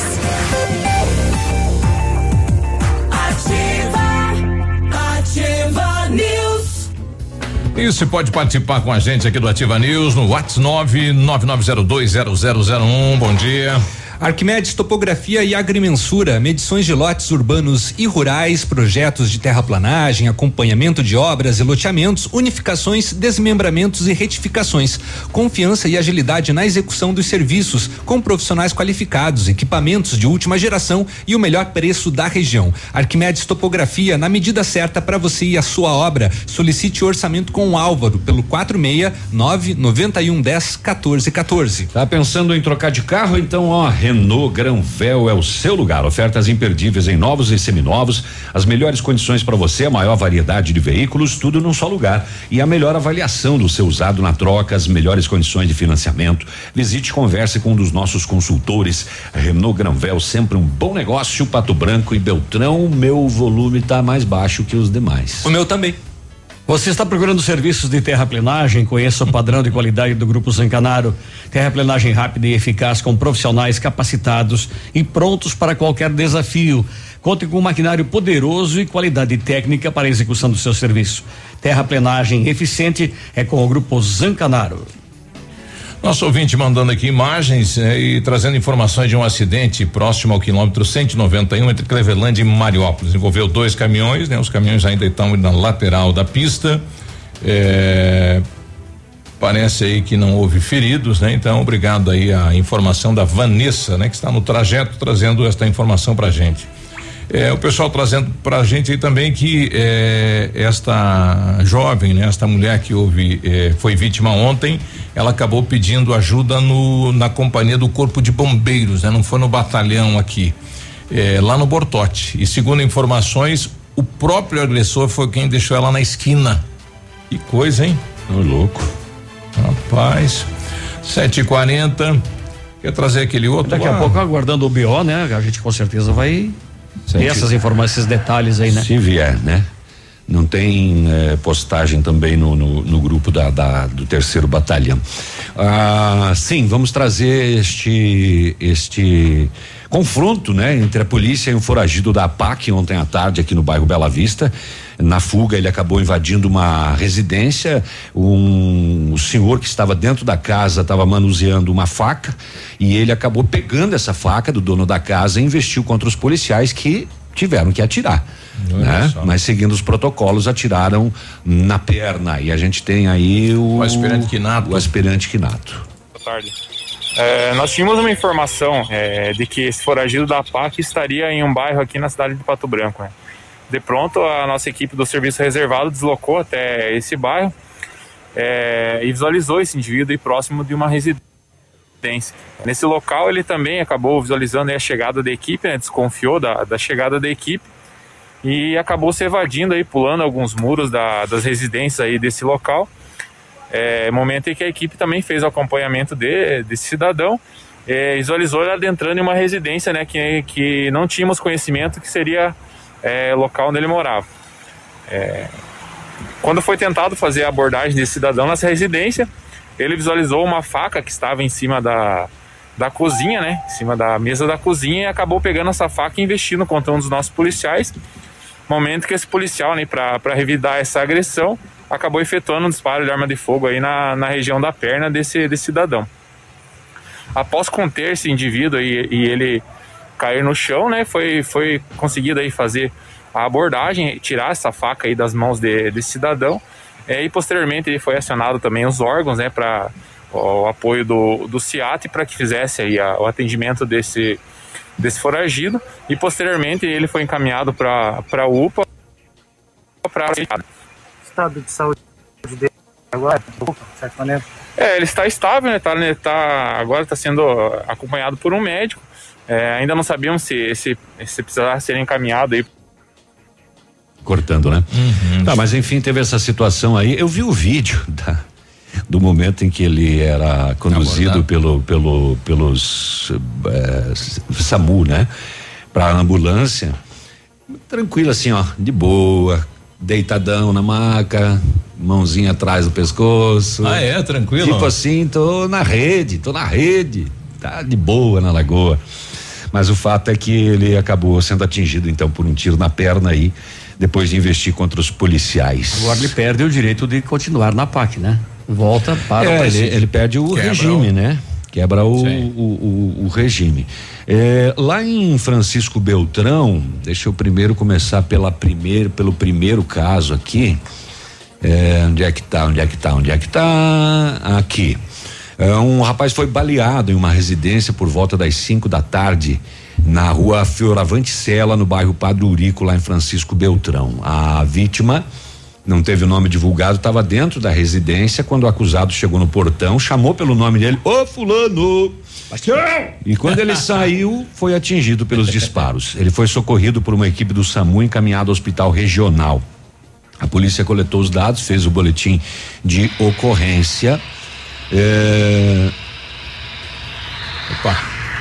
Ativa, Ativa News. E você pode participar com a gente aqui do Ativa News no WhatsApp nove nove nove zero dois zero zero zero um. Bom dia. Arquimedes Topografia e Agrimensura, medições de lotes urbanos e rurais, projetos de terraplanagem, acompanhamento de obras e loteamentos, unificações, desmembramentos e retificações. Confiança e agilidade na execução dos serviços, com profissionais qualificados, equipamentos de última geração e o melhor preço da região. Arquimedes Topografia, na medida certa para você e a sua obra. Solicite orçamento com o Álvaro pelo quatro seis nove nove um um zero um quatro um quatro. Tá pensando em trocar de carro? Então, ó, Renault Granvel é o seu lugar. Ofertas imperdíveis em novos e seminovos, as melhores condições para você, a maior variedade de veículos, tudo num só lugar. E a melhor avaliação do seu usado na troca, as melhores condições de financiamento. Visite e converse com um dos nossos consultores. Renault Granvel, sempre um bom negócio. Pato Branco e Beltrão, meu volume tá mais baixo que os demais. O meu também. Você está procurando serviços de terraplenagem? Conheça o padrão de qualidade do Grupo Zancanaro. Terraplenagem rápida e eficaz com profissionais capacitados e prontos para qualquer desafio. Conte com um maquinário poderoso e qualidade técnica para a execução do seu serviço. Terraplenagem eficiente é com o Grupo Zancanaro. Nosso ouvinte mandando aqui imagens eh, e trazendo informações de um acidente próximo ao quilômetro cento e noventa e um entre Clevelândia e Mariópolis. Envolveu dois caminhões, né? Os caminhões ainda estão na lateral da pista. Eh, parece aí que não houve feridos, né? Então, obrigado aí a informação da Vanessa, né? Que está no trajeto trazendo esta informação pra gente. É, o pessoal trazendo pra gente aí também que é, esta jovem, né, esta mulher que houve, é, foi vítima ontem, ela acabou pedindo ajuda no, na companhia do Corpo de Bombeiros, né? Não foi no batalhão aqui, é, lá no Bortote. E segundo informações, o próprio agressor foi quem deixou ela na esquina. Que coisa, hein? Ô, louco. Rapaz, sete e quarenta. Quer trazer aquele outro? Daqui lá? a pouco, aguardando o B O, né? A gente com certeza vai ter essas informações, esses detalhes aí, né? Se vier, né? Não tem eh, postagem também no, no, no grupo da, da, do terceiro batalhão. Ah, sim, vamos trazer este este confronto, né? Entre a polícia e um foragido da A P A C ontem à tarde aqui no bairro Bela Vista. Na fuga ele acabou invadindo uma residência, um, um senhor que estava dentro da casa estava manuseando uma faca e ele acabou pegando essa faca do dono da casa e investiu contra os policiais que tiveram que atirar, né? Mas seguindo os protocolos atiraram na perna e a gente tem aí o, o aspirante Quinato. O aspirante Quinato. Boa tarde. É, nós tínhamos uma informação é, de que esse foragido da A P A C estaria em um bairro aqui na cidade de Pato Branco, né? De pronto, a nossa equipe do serviço reservado deslocou até esse bairro é, e visualizou esse indivíduo aí próximo de uma residência. Nesse local, ele também acabou visualizando aí a chegada da equipe, né? Desconfiou da, da chegada da equipe e acabou se evadindo aí, pulando alguns muros da, das residências aí desse local. É, momento em que a equipe também fez o acompanhamento de, desse cidadão, é, visualizou ele adentrando em uma residência, né? Que, que não tínhamos conhecimento que seria É, local onde ele morava. É, quando foi tentado fazer a abordagem desse cidadão nessa residência, ele visualizou uma faca que estava em cima da, da cozinha, né? Em cima da mesa da cozinha, e acabou pegando essa faca e investindo contra um dos nossos policiais. Momento que esse policial, né, para revidar essa agressão, acabou efetuando um disparo de arma de fogo aí na, na região da perna desse, desse cidadão. Após conter esse indivíduo aí, e ele cair no chão, né? Foi, foi conseguido aí fazer a abordagem, tirar essa faca aí das mãos de, desse cidadão, é, e posteriormente ele foi acionado também os órgãos, né? Para o apoio do, do CIAT para que fizesse aí a, o atendimento desse, desse foragido, e posteriormente ele foi encaminhado para para U P A para estado de saúde dele agora, de certa maneira. É, ele está estável, né? Tá, né, tá, agora está sendo acompanhado por um médico. É, ainda não sabíamos se, se, se precisar ser encaminhado aí. Cortando, né? Uhum. Tá, mas enfim, teve essa situação aí. Eu vi o vídeo da, do momento em que ele era conduzido pelo, pelo, pelos é, SAMU, né? Pra ambulância. Tranquilo assim, ó, de boa, deitadão na maca, mãozinha atrás do pescoço. Ah, é? Tranquilo? Tipo assim, tô na rede, tô na rede. Tá de boa na lagoa. Mas o fato é que ele acabou sendo atingido então por um tiro na perna aí, depois de investir contra os policiais. Agora ele perde o direito de continuar na P A C, né? Volta para é, o ele, ele perde o Quebra regime, o... né? Quebra o, o, o, o regime. É, lá em Francisco Beltrão, deixa eu primeiro começar pela primeiro, pelo primeiro caso aqui. É, onde é que tá? Onde é que tá? Onde é que tá? Aqui. Um rapaz foi baleado em uma residência por volta das cinco da tarde na rua Fioravante Sela, no bairro Padre Urico, lá em Francisco Beltrão. A vítima, não teve o nome divulgado, estava dentro da residência quando o acusado chegou no portão, chamou pelo nome dele, ô fulano! E quando ele saiu, foi atingido pelos disparos. Ele foi socorrido por uma equipe do SAMU e encaminhado ao hospital regional. A polícia coletou os dados, fez o boletim de ocorrência. É... Opa.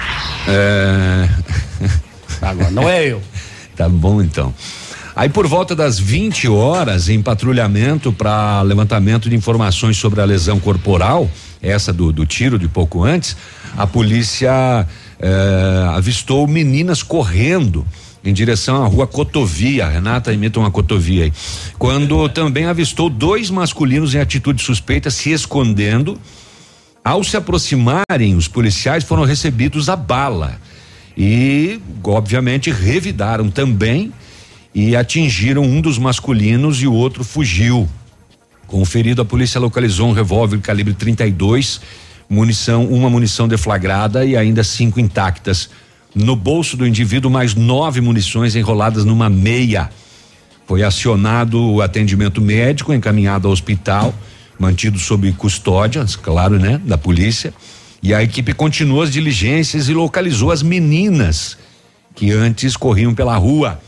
É... Agora não é eu. Tá bom então. Aí por volta das vinte horas, em patrulhamento para levantamento de informações sobre a lesão corporal, essa do, do tiro de pouco antes, a polícia eh, avistou meninas correndo em direção à rua Cotovia. A Renata imita uma cotovia aí. Quando também avistou dois masculinos em atitude suspeita se escondendo. Ao se aproximarem, os policiais foram recebidos a bala e, obviamente, revidaram também e atingiram um dos masculinos e o outro fugiu. Com o ferido, a polícia localizou um revólver calibre trinta e dois, munição, uma munição deflagrada e ainda cinco intactas. No bolso do indivíduo, mais nove munições enroladas numa meia. Foi acionado o atendimento médico, encaminhado ao hospital, mantido sob custódia, claro, né, da polícia. E a equipe continuou as diligências e localizou as meninas que antes corriam pela rua.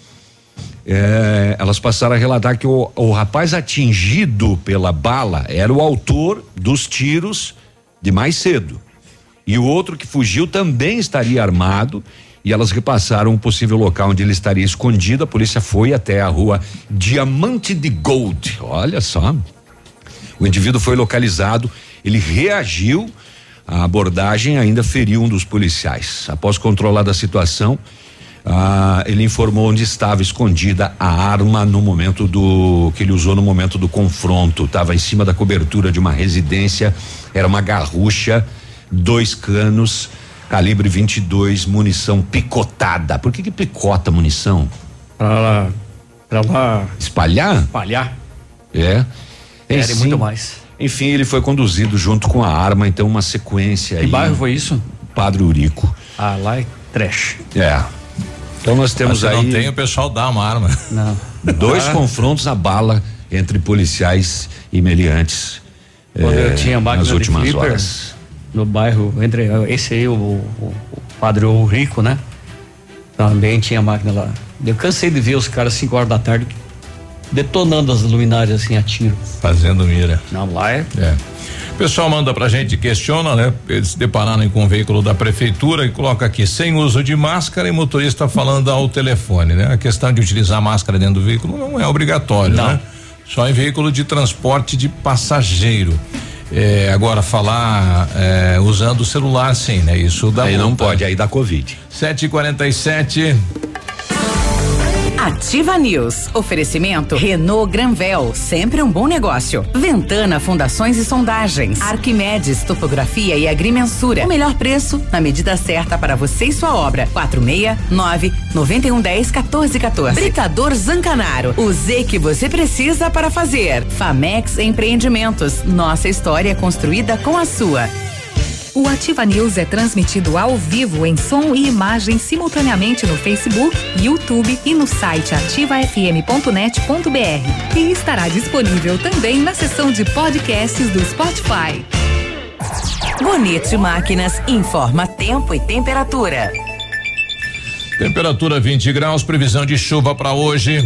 É, elas passaram a relatar que o, o rapaz atingido pela bala era o autor dos tiros de mais cedo. E o outro que fugiu também estaria armado, e elas repassaram o possível local onde ele estaria escondido. A polícia foi até a rua Diamante de Gold. Olha só. O indivíduo foi localizado, ele reagiu à abordagem, ainda feriu um dos policiais. Após controlar a situação, ah, ele informou onde estava escondida a arma no momento do que ele usou no momento do confronto. Estava em cima da cobertura de uma residência, era uma garrucha, dois canos, calibre vinte e dois, munição picotada. Por que que picota munição? Pra, pra lá espalhar? Espalhar. É. É, muito mais. Enfim, ele foi conduzido junto com a arma, então uma sequência que aí. Que bairro foi isso? Padre Urico. Ah, lá é trash. É. Então nós temos Mas aí. Não tem, o pessoal dá uma arma. Não. Dois ah. confrontos a bala entre policiais e meliantes. Quando é, eu tinha máquina nas últimas de flipper, horas. No bairro, entre esse aí, o, o, o Padre Urico, né? Também tinha máquina lá. Eu cansei de ver os caras cinco horas da tarde detonando as luminárias assim a tiro. Fazendo mira. Não, lá é. É. O pessoal manda pra gente, questiona, né? Eles se depararam com um veículo da prefeitura e coloca aqui, sem uso de máscara e motorista falando ao telefone, né? A questão de utilizar máscara dentro do veículo não é obrigatório, não. Né? Só em veículo de transporte de passageiro. É, agora falar é, usando o celular, sim, né? Isso dá. Aí multa. não pode, aí dá Covid. sete e quarenta e sete. Ativa News. Oferecimento Renault Granvel, sempre um bom negócio. Ventana Fundações e Sondagens. Arquimedes Topografia e Agrimensura. O melhor preço na medida certa para você e sua obra. quatro seis nove nove um um zero um quatro um quatro. Britador Zancanaro. O Z que você precisa para fazer. Famex Empreendimentos. Nossa história construída com a sua. O Ativa News é transmitido ao vivo em som e imagem simultaneamente no Facebook, YouTube e no site ativa f m ponto net ponto b r. E estará disponível também na seção de podcasts do Spotify. Bonito Máquinas informa tempo e temperatura. Temperatura vinte graus, previsão de chuva para hoje.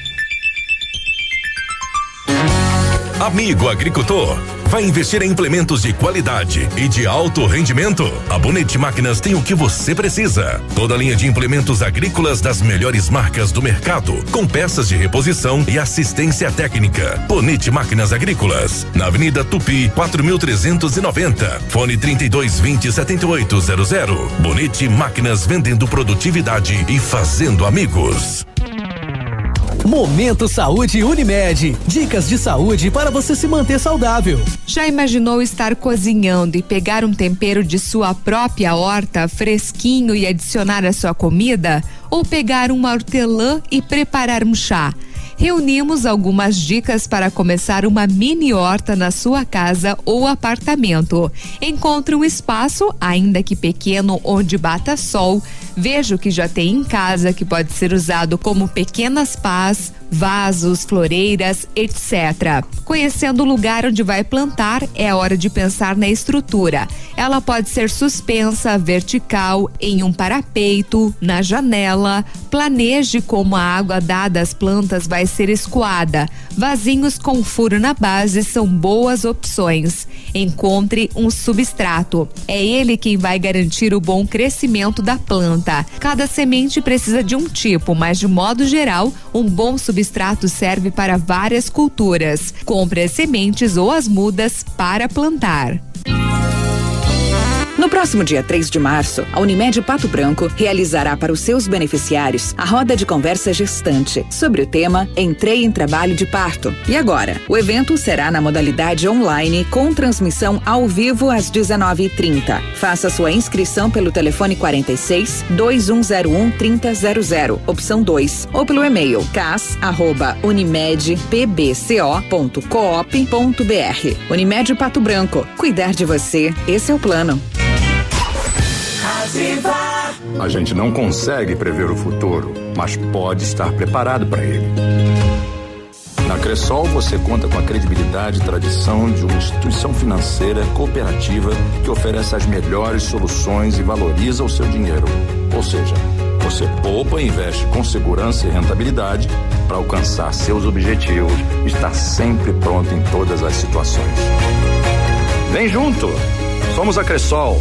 Amigo agricultor, vai investir em implementos de qualidade e de alto rendimento? A Bonete Máquinas tem o que você precisa. Toda a linha de implementos agrícolas das melhores marcas do mercado, com peças de reposição e assistência técnica. Bonete Máquinas Agrícolas, na Avenida Tupi, quatro mil trezentos e noventa. Fone trinta e dois vinte, setenta e oito zero zero. Bonete Máquinas, vendendo produtividade e fazendo amigos. Momento Saúde Unimed. Dicas de saúde para você se manter saudável. Já imaginou estar cozinhando e pegar um tempero de sua própria horta fresquinho e adicionar à sua comida? Ou pegar uma hortelã e preparar um chá? Reunimos algumas dicas para começar uma mini horta na sua casa ou apartamento. Encontre um espaço, ainda que pequeno, onde bata sol. Veja o que já tem em casa que pode ser usado como pequenas pás, vasos, floreiras, etcétera. Conhecendo o lugar onde vai plantar, é hora de pensar na estrutura. Ela pode ser suspensa, vertical, em um parapeito, na janela. Planeje como a água dada às plantas vai ser escoada. Vasinhos com furo na base são boas opções. Encontre um substrato. É ele quem vai garantir o bom crescimento da planta. Cada semente precisa de um tipo, mas de modo geral, um bom substrato serve para várias culturas. Compre as sementes ou as mudas para plantar. No próximo dia três de março, a Unimed Pato Branco realizará para os seus beneficiários a roda de conversa gestante sobre o tema Entrei em Trabalho de Parto. E agora, o evento será na modalidade online com transmissão ao vivo às dezenove e trinta. Faça sua inscrição pelo telefone quarenta e seis, dois um zero um, trinta zero zero, opção dois, ou pelo e-mail cas arroba unimed p b c o ponto coop ponto b r. Unimed Pato Branco. Cuidar de você, esse é o plano. A gente não consegue prever o futuro, mas pode estar preparado para ele. Na Cressol você conta com a credibilidade e tradição de uma instituição financeira cooperativa que oferece as melhores soluções e valoriza o seu dinheiro. Ou seja, você poupa e investe com segurança e rentabilidade para alcançar seus objetivos e estar sempre pronto em todas as situações. Vem junto! Somos a Cressol.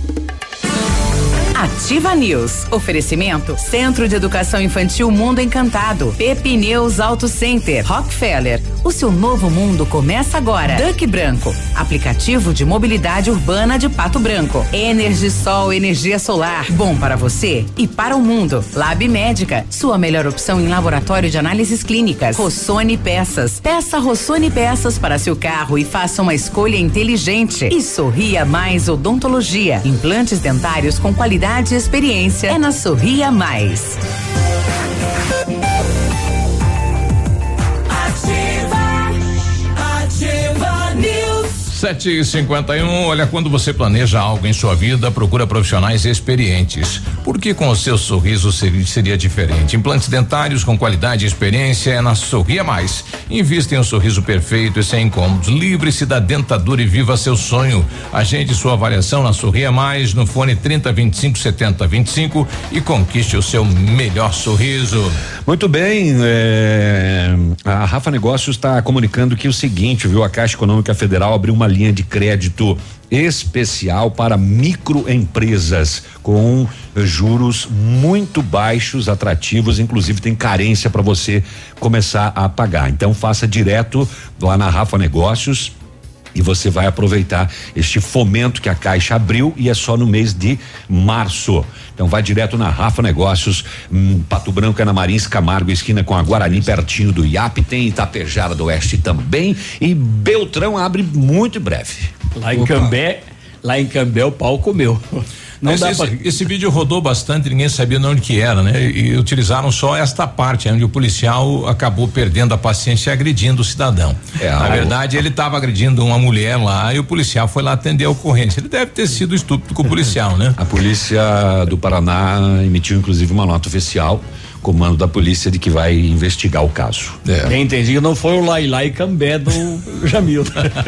Ativa News. Oferecimento Centro de Educação Infantil Mundo Encantado. Pepineus Auto Center. Rockefeller. O seu novo mundo começa agora. Duck Branco. Aplicativo de mobilidade urbana de Pato Branco. Energisol, energia solar. Bom para você e para o mundo. Lab Médica. Sua melhor opção em laboratório de análises clínicas. Rossoni Peças. Peça Rossoni Peças para seu carro e faça uma escolha inteligente. E Sorria Mais Odontologia. Implantes dentários com qualidade e experiência é na Sorria Mais. Ativa, Ativa News. sete e cinquenta e um, olha, quando você planeja algo em sua vida, procura profissionais experientes. Porque com o seu sorriso seria, seria diferente. Implantes dentários com qualidade e experiência é na Sorria Mais. Invista em um sorriso perfeito e sem incômodos. Livre-se da dentadura e viva seu sonho. Agende sua avaliação na Sorria Mais no fone trinta, vinte e cinco, setenta, vinte e cinco e conquiste o seu melhor sorriso. Muito bem, é, a Rafa Negócios está comunicando que o seguinte, viu? A Caixa Econômica Federal abriu uma linha de crédito especial para microempresas com juros muito baixos, atrativos, inclusive tem carência para você começar a pagar. Então faça direto lá na Rafa Negócios e você vai aproveitar este fomento que a Caixa abriu e é só no mês de março. Então vai direto na Rafa Negócios, hum, Pato Branco é na Marins Camargo, esquina com a Guarani, pertinho do I A P, tem Itapejara do Oeste também e Beltrão abre muito em breve. Lá em Cambé, lá em Cambé o pau comeu. Não esse, dá esse, pra... esse vídeo rodou bastante, ninguém sabia de onde que era, né? E, e utilizaram só esta parte, onde o policial acabou perdendo a paciência e agredindo o cidadão. É, Na verdade, ele estava agredindo uma mulher lá e o policial foi lá atender a ocorrência. Ele deve ter sido estúpido com o policial, né? A polícia do Paraná emitiu inclusive uma nota oficial, comando da polícia, de que vai investigar o caso. É. Quem entendi, não foi o Lailá e Cambé do Jamil.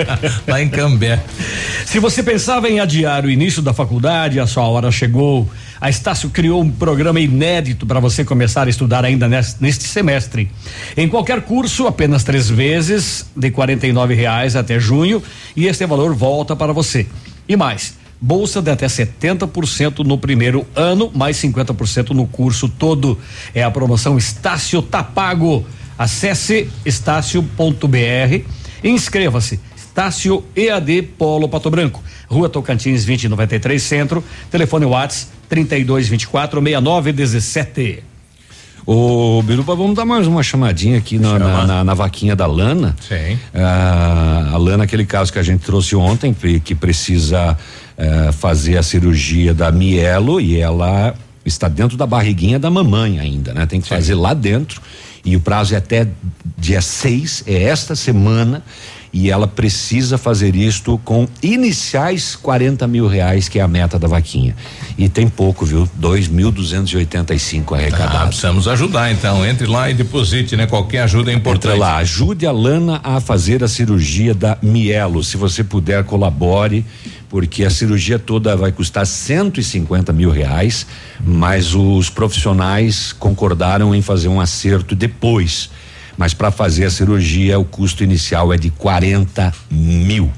Lá em Cambé. Se você pensava em adiar o início da faculdade, a sua hora chegou. A Estácio criou um programa inédito para você começar a estudar ainda neste, neste semestre. Em qualquer curso, apenas três vezes, de quarenta e nove reais até junho, e este valor volta para você. E mais, bolsa de até setenta por cento no primeiro ano, mais cinquenta por cento no curso todo. É a promoção Estácio Tá Pago. Acesse estácio ponto b r e inscreva-se. Estácio E A D Polo Pato Branco, Rua Tocantins vinte e noventa e três Centro, telefone WhatsApp trinta e dois, vinte e quatro, sessenta e nove dezessete. Ô, Biruba, vamos dar mais uma chamadinha aqui na, na, na, na vaquinha da Lana. Sim. Ah, a Lana, aquele caso que a gente trouxe ontem, que precisa ah, fazer a cirurgia da mielo e ela está dentro da barriguinha da mamãe ainda, né? Tem que Sim. fazer lá dentro e o prazo é até dia seis, é esta semana. e ela precisa fazer isto com iniciais quarenta mil reais, que é a meta da vaquinha. E tem pouco, viu? dois mil duzentos e oitenta e cinco arrecadados. Ah, precisamos ajudar, então. Entre lá e deposite, né? Qualquer ajuda é importante. Entre lá, ajude a Lana a fazer a cirurgia da Mielo. Se você puder, colabore, porque a cirurgia toda vai custar cento e cinquenta mil reais, mas os profissionais concordaram em fazer um acerto depois. Mas para fazer a cirurgia, o custo inicial é de quarenta mil.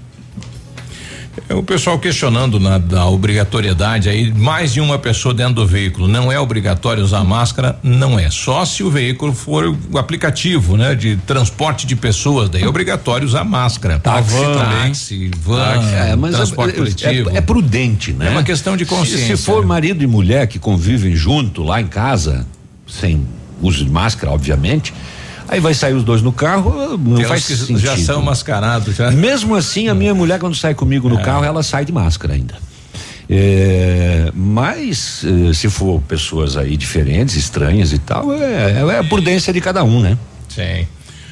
O pessoal questionando na, da obrigatoriedade aí, mais de uma pessoa dentro do veículo. Não é obrigatório usar máscara? Não é. Só se o veículo for o aplicativo, né? De transporte de pessoas, daí é obrigatório usar máscara. Táxi van, também. Táxi, van, é, mas transporte é, coletivo. É, é prudente, né? É uma questão de consciência. Se, se for marido e mulher que convivem junto lá em casa, sem uso de máscara, obviamente, aí vai sair os dois no carro, não Tem faz que sentido. Já são mascarados, já. Mesmo assim, a minha mulher, quando sai comigo no É. carro, ela sai de máscara ainda. É, mas eh, se for pessoas aí diferentes, estranhas e tal, é, é a prudência de cada um, né? Sim.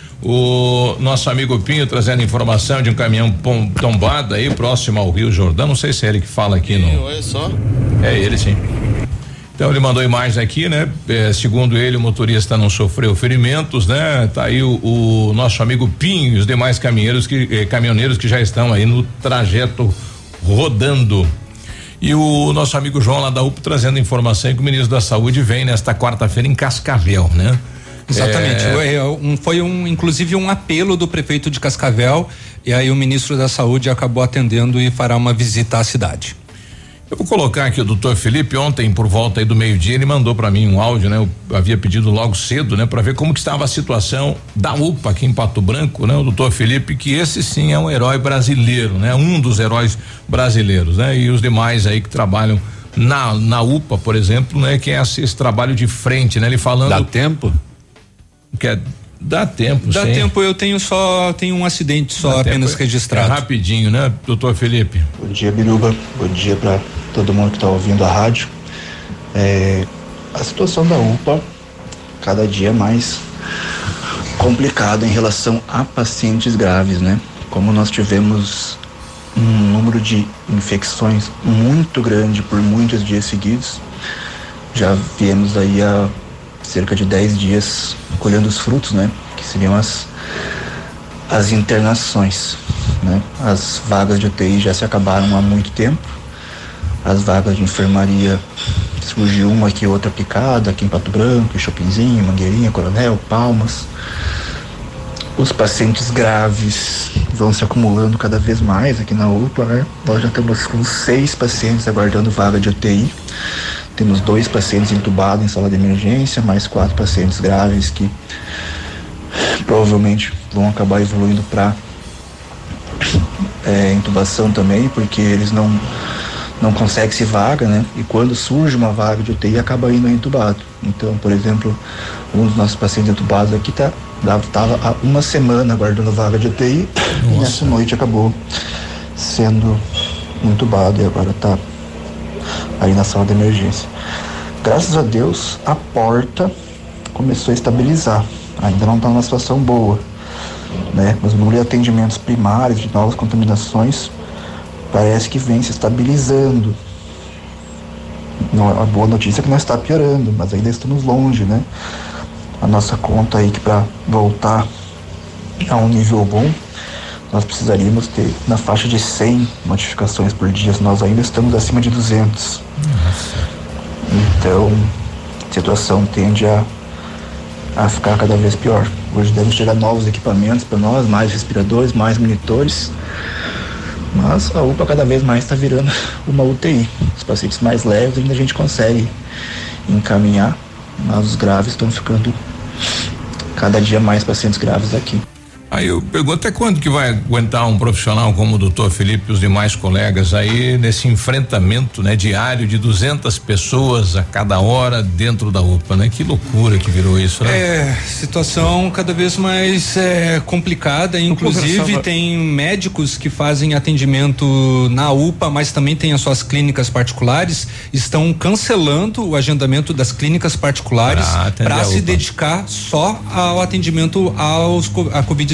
O nosso amigo Pinho trazendo informação de um caminhão pom- tombado aí próximo ao Rio Jordão. Não sei se é ele que fala aqui, não. Olha só. É ele, sim. Então ele mandou imagens aqui, né? É, segundo ele, o motorista não sofreu ferimentos, né? Tá aí o, o nosso amigo Pinho e os demais caminhoneiros que eh, caminhoneiros que já estão aí no trajeto rodando. E o nosso amigo João lá da U P trazendo informação que o ministro da Saúde vem nesta quarta-feira em Cascavel, né? Exatamente. É, É, um, foi um, inclusive um apelo do prefeito de Cascavel, e aí o ministro da Saúde acabou atendendo e fará uma visita à cidade. Eu vou colocar aqui o doutor Felipe, ontem por volta aí do meio-dia ele mandou para mim um áudio, né? Eu havia pedido logo cedo, né? Para ver como que estava a situação da U P A aqui em Pato Branco, né? O doutor Felipe, que esse sim é um herói brasileiro, né? Um dos heróis brasileiros, né? E os demais aí que trabalham na, na U P A, por exemplo, né? Que é esse, esse trabalho de frente, né? Ele falando. Dá tempo? Que é, dá tempo, Dá sim. tempo, eu tenho só, tenho um acidente só Dá apenas tempo, registrado. É rapidinho, né, doutor Felipe? Bom dia, Biruba. Bom dia para todo mundo que está ouvindo a rádio. É, a situação da U P A cada dia mais complicada em relação a pacientes graves, né? Como nós tivemos um número de infecções muito grande por muitos dias seguidos, já viemos aí há cerca de dez dias colhendo os frutos, né? Que seriam as as internações, né? As vagas de U T I já se acabaram há muito tempo. As vagas de enfermaria surgiu uma aqui, outra picada, aqui em Pato Branco, Chopinzinho, Mangueirinha, Coronel, Palmas. Os pacientes graves vão se acumulando cada vez mais aqui na U P A, né? Nós já estamos com seis pacientes aguardando vaga de U T I. Temos dois pacientes entubados em sala de emergência, mais quatro pacientes graves que provavelmente vão acabar evoluindo para é, intubação também, porque eles não não conseguem se vaga, né? E quando surge uma vaga de U T I, acaba indo entubado. Então, por exemplo, um dos nossos pacientes entubados aqui tá estava há uma semana aguardando vaga de U T I. Nossa. E nessa noite acabou sendo entubado e agora está aí na sala de emergência. Graças a Deus, a porta começou a estabilizar. Ainda não está numa situação boa, né? Mas o número de atendimentos primários de novas contaminações parece que vem se estabilizando. Não, a boa notícia é que não está piorando, mas ainda estamos longe, né? A nossa conta aí que para voltar a um nível bom, nós precisaríamos ter na faixa de cem notificações por dia. Nós ainda estamos acima de duzentos. Nossa. Então, a situação tende a, a ficar cada vez pior. Hoje devem chegar novos equipamentos para nós, mais respiradores, mais monitores. Mas a U P A cada vez mais está virando uma U T I. Os pacientes mais leves ainda a gente consegue encaminhar, mas os graves estão ficando cada dia mais pacientes graves aqui. Aí eu pergunto até quando que vai aguentar um profissional como o doutor Felipe e os demais colegas aí nesse enfrentamento, né, diário de duzentas pessoas a cada hora dentro da U P A, né? Que loucura que virou isso, né? É, situação cada vez mais é, complicada, inclusive tem médicos que fazem atendimento na U P A, mas também tem as suas clínicas particulares, estão cancelando o agendamento das clínicas particulares para se dedicar só ao atendimento aos a covid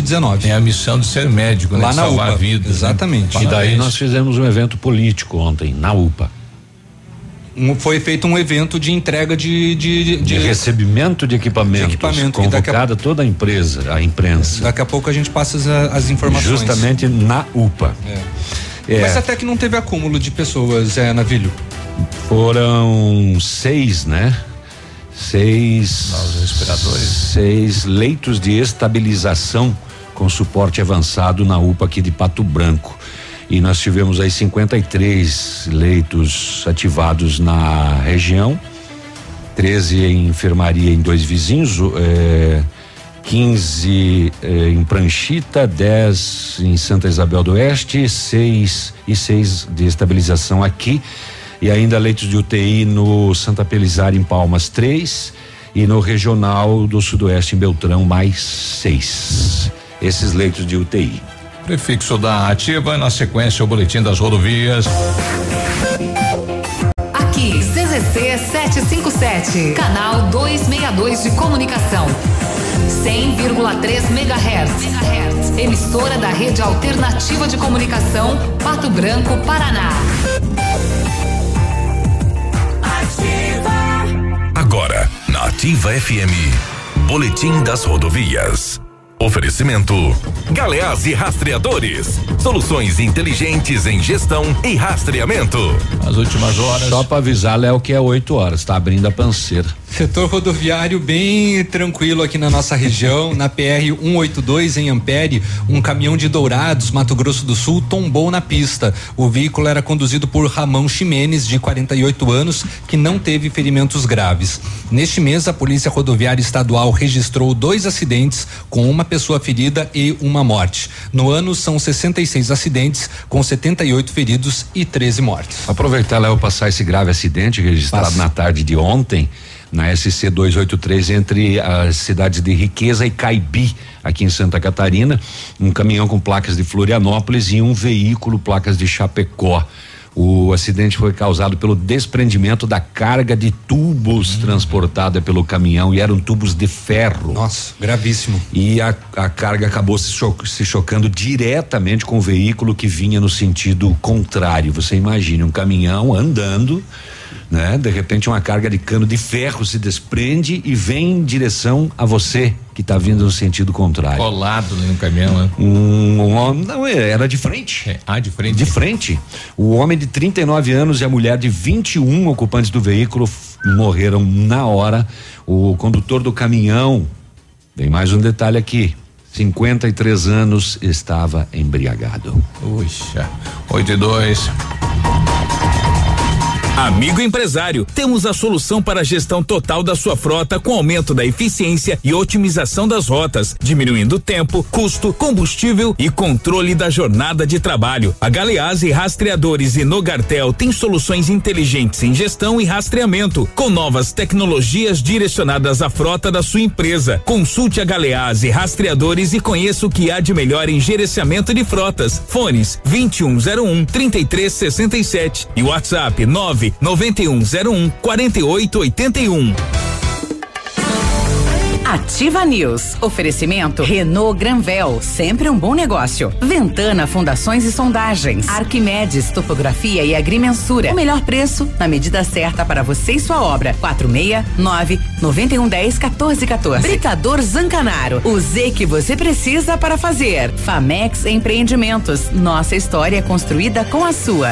dezenove. É a missão de ser médico, né? Lá de na salvar U P A. vidas. Exatamente. Né? E daí nós fizemos um evento político ontem, na U P A. Um, foi feito um evento de entrega de de, de, de recebimento de equipamentos, de equipamento convocada a, toda a imprensa, a imprensa. Daqui a pouco a gente passa as, as informações. Justamente na U P A. É. É. Mas até que não teve acúmulo de pessoas, é, Navilho? Foram seis, né? Seis novos respiradores. Seis leitos de estabilização com suporte avançado na U P A aqui de Pato Branco. E nós tivemos aí cinquenta e três leitos ativados na região, treze em enfermaria em dois vizinhos, é, quinze é, em Pranchita, dez em Santa Isabel do Oeste, seis e seis de estabilização aqui, e ainda leitos de U T I no Santa Pelizar em Palmas, três, e no Regional do Sudoeste em Beltrão, mais seis. Esses leitos de U T I. Prefixo da Ativa, na sequência o boletim das rodovias. Aqui, C Z C setecentos e cinquenta e sete, canal duzentos e sessenta e dois de comunicação. cem vírgula três megahertz. Emissora da Rede Alternativa de Comunicação, Pato Branco, Paraná. Ativa. Agora, na Ativa F M, boletim das rodovias. Oferecimento Galeazzi Rastreadores, soluções inteligentes em gestão e rastreamento. As últimas horas. Só para avisar, Léo, que é oito horas, tá abrindo a panceira. Setor rodoviário bem tranquilo aqui na nossa região, na P R cento e oitenta e dois em Ampere, um caminhão de Dourados, Mato Grosso do Sul, tombou na pista. O veículo era conduzido por Ramão Ximenes, de quarenta e oito anos, que não teve ferimentos graves. Neste mês, a Polícia Rodoviária Estadual registrou dois acidentes, com uma pessoa ferida e uma morte. No ano, são sessenta e seis acidentes, com setenta e oito feridos e treze mortes. Aproveitar, Léo, passar esse grave acidente registrado Passa. na tarde de ontem, na S C duzentos e oitenta e três, entre as cidades de Riqueza e Caibi, aqui em Santa Catarina, um caminhão com placas de Florianópolis e um veículo placas de Chapecó. O acidente foi causado pelo desprendimento da carga de tubos hum. transportada pelo caminhão, e eram tubos de ferro. Nossa, gravíssimo. E a, a carga acabou se, cho se chocando diretamente com o veículo que vinha no sentido contrário. Você imagina um caminhão andando, né? De repente uma carga de cano de ferro se desprende e vem em direção a você que está vindo no sentido contrário. Colado no caminhão, né? Um, um, não, era de frente. É, ah, de frente. De frente. O homem de trinta e nove anos e a mulher de vinte e um ocupantes do veículo morreram na hora. O condutor do caminhão, tem mais um detalhe aqui, cinquenta e três anos, estava embriagado. Puxa, oito e dois. Amigo empresário, temos a solução para a gestão total da sua frota com aumento da eficiência e otimização das rotas, diminuindo tempo, custo, combustível e controle da jornada de trabalho. A Galeazzi Rastreadores e Nogartel tem soluções inteligentes em gestão e rastreamento, com novas tecnologias direcionadas à frota da sua empresa. Consulte a Galeazzi Rastreadores e conheça o que há de melhor em gerenciamento de frotas. Fones vinte e um zero um, trinta e três sessenta e sete e WhatsApp nove noventa e um zero um, quarenta e oito oitenta e um. Ativa News. Oferecimento Renault Granvel, sempre um bom negócio. Ventana Fundações e Sondagens. Arquimedes Topografia e Agrimensura. O melhor preço na medida certa para você e sua obra. quatro seis nove, nove um um zero, um quatro um quatro. Britador Zancanaro. O Z que você precisa para fazer. Famex Empreendimentos. Nossa história construída com a sua.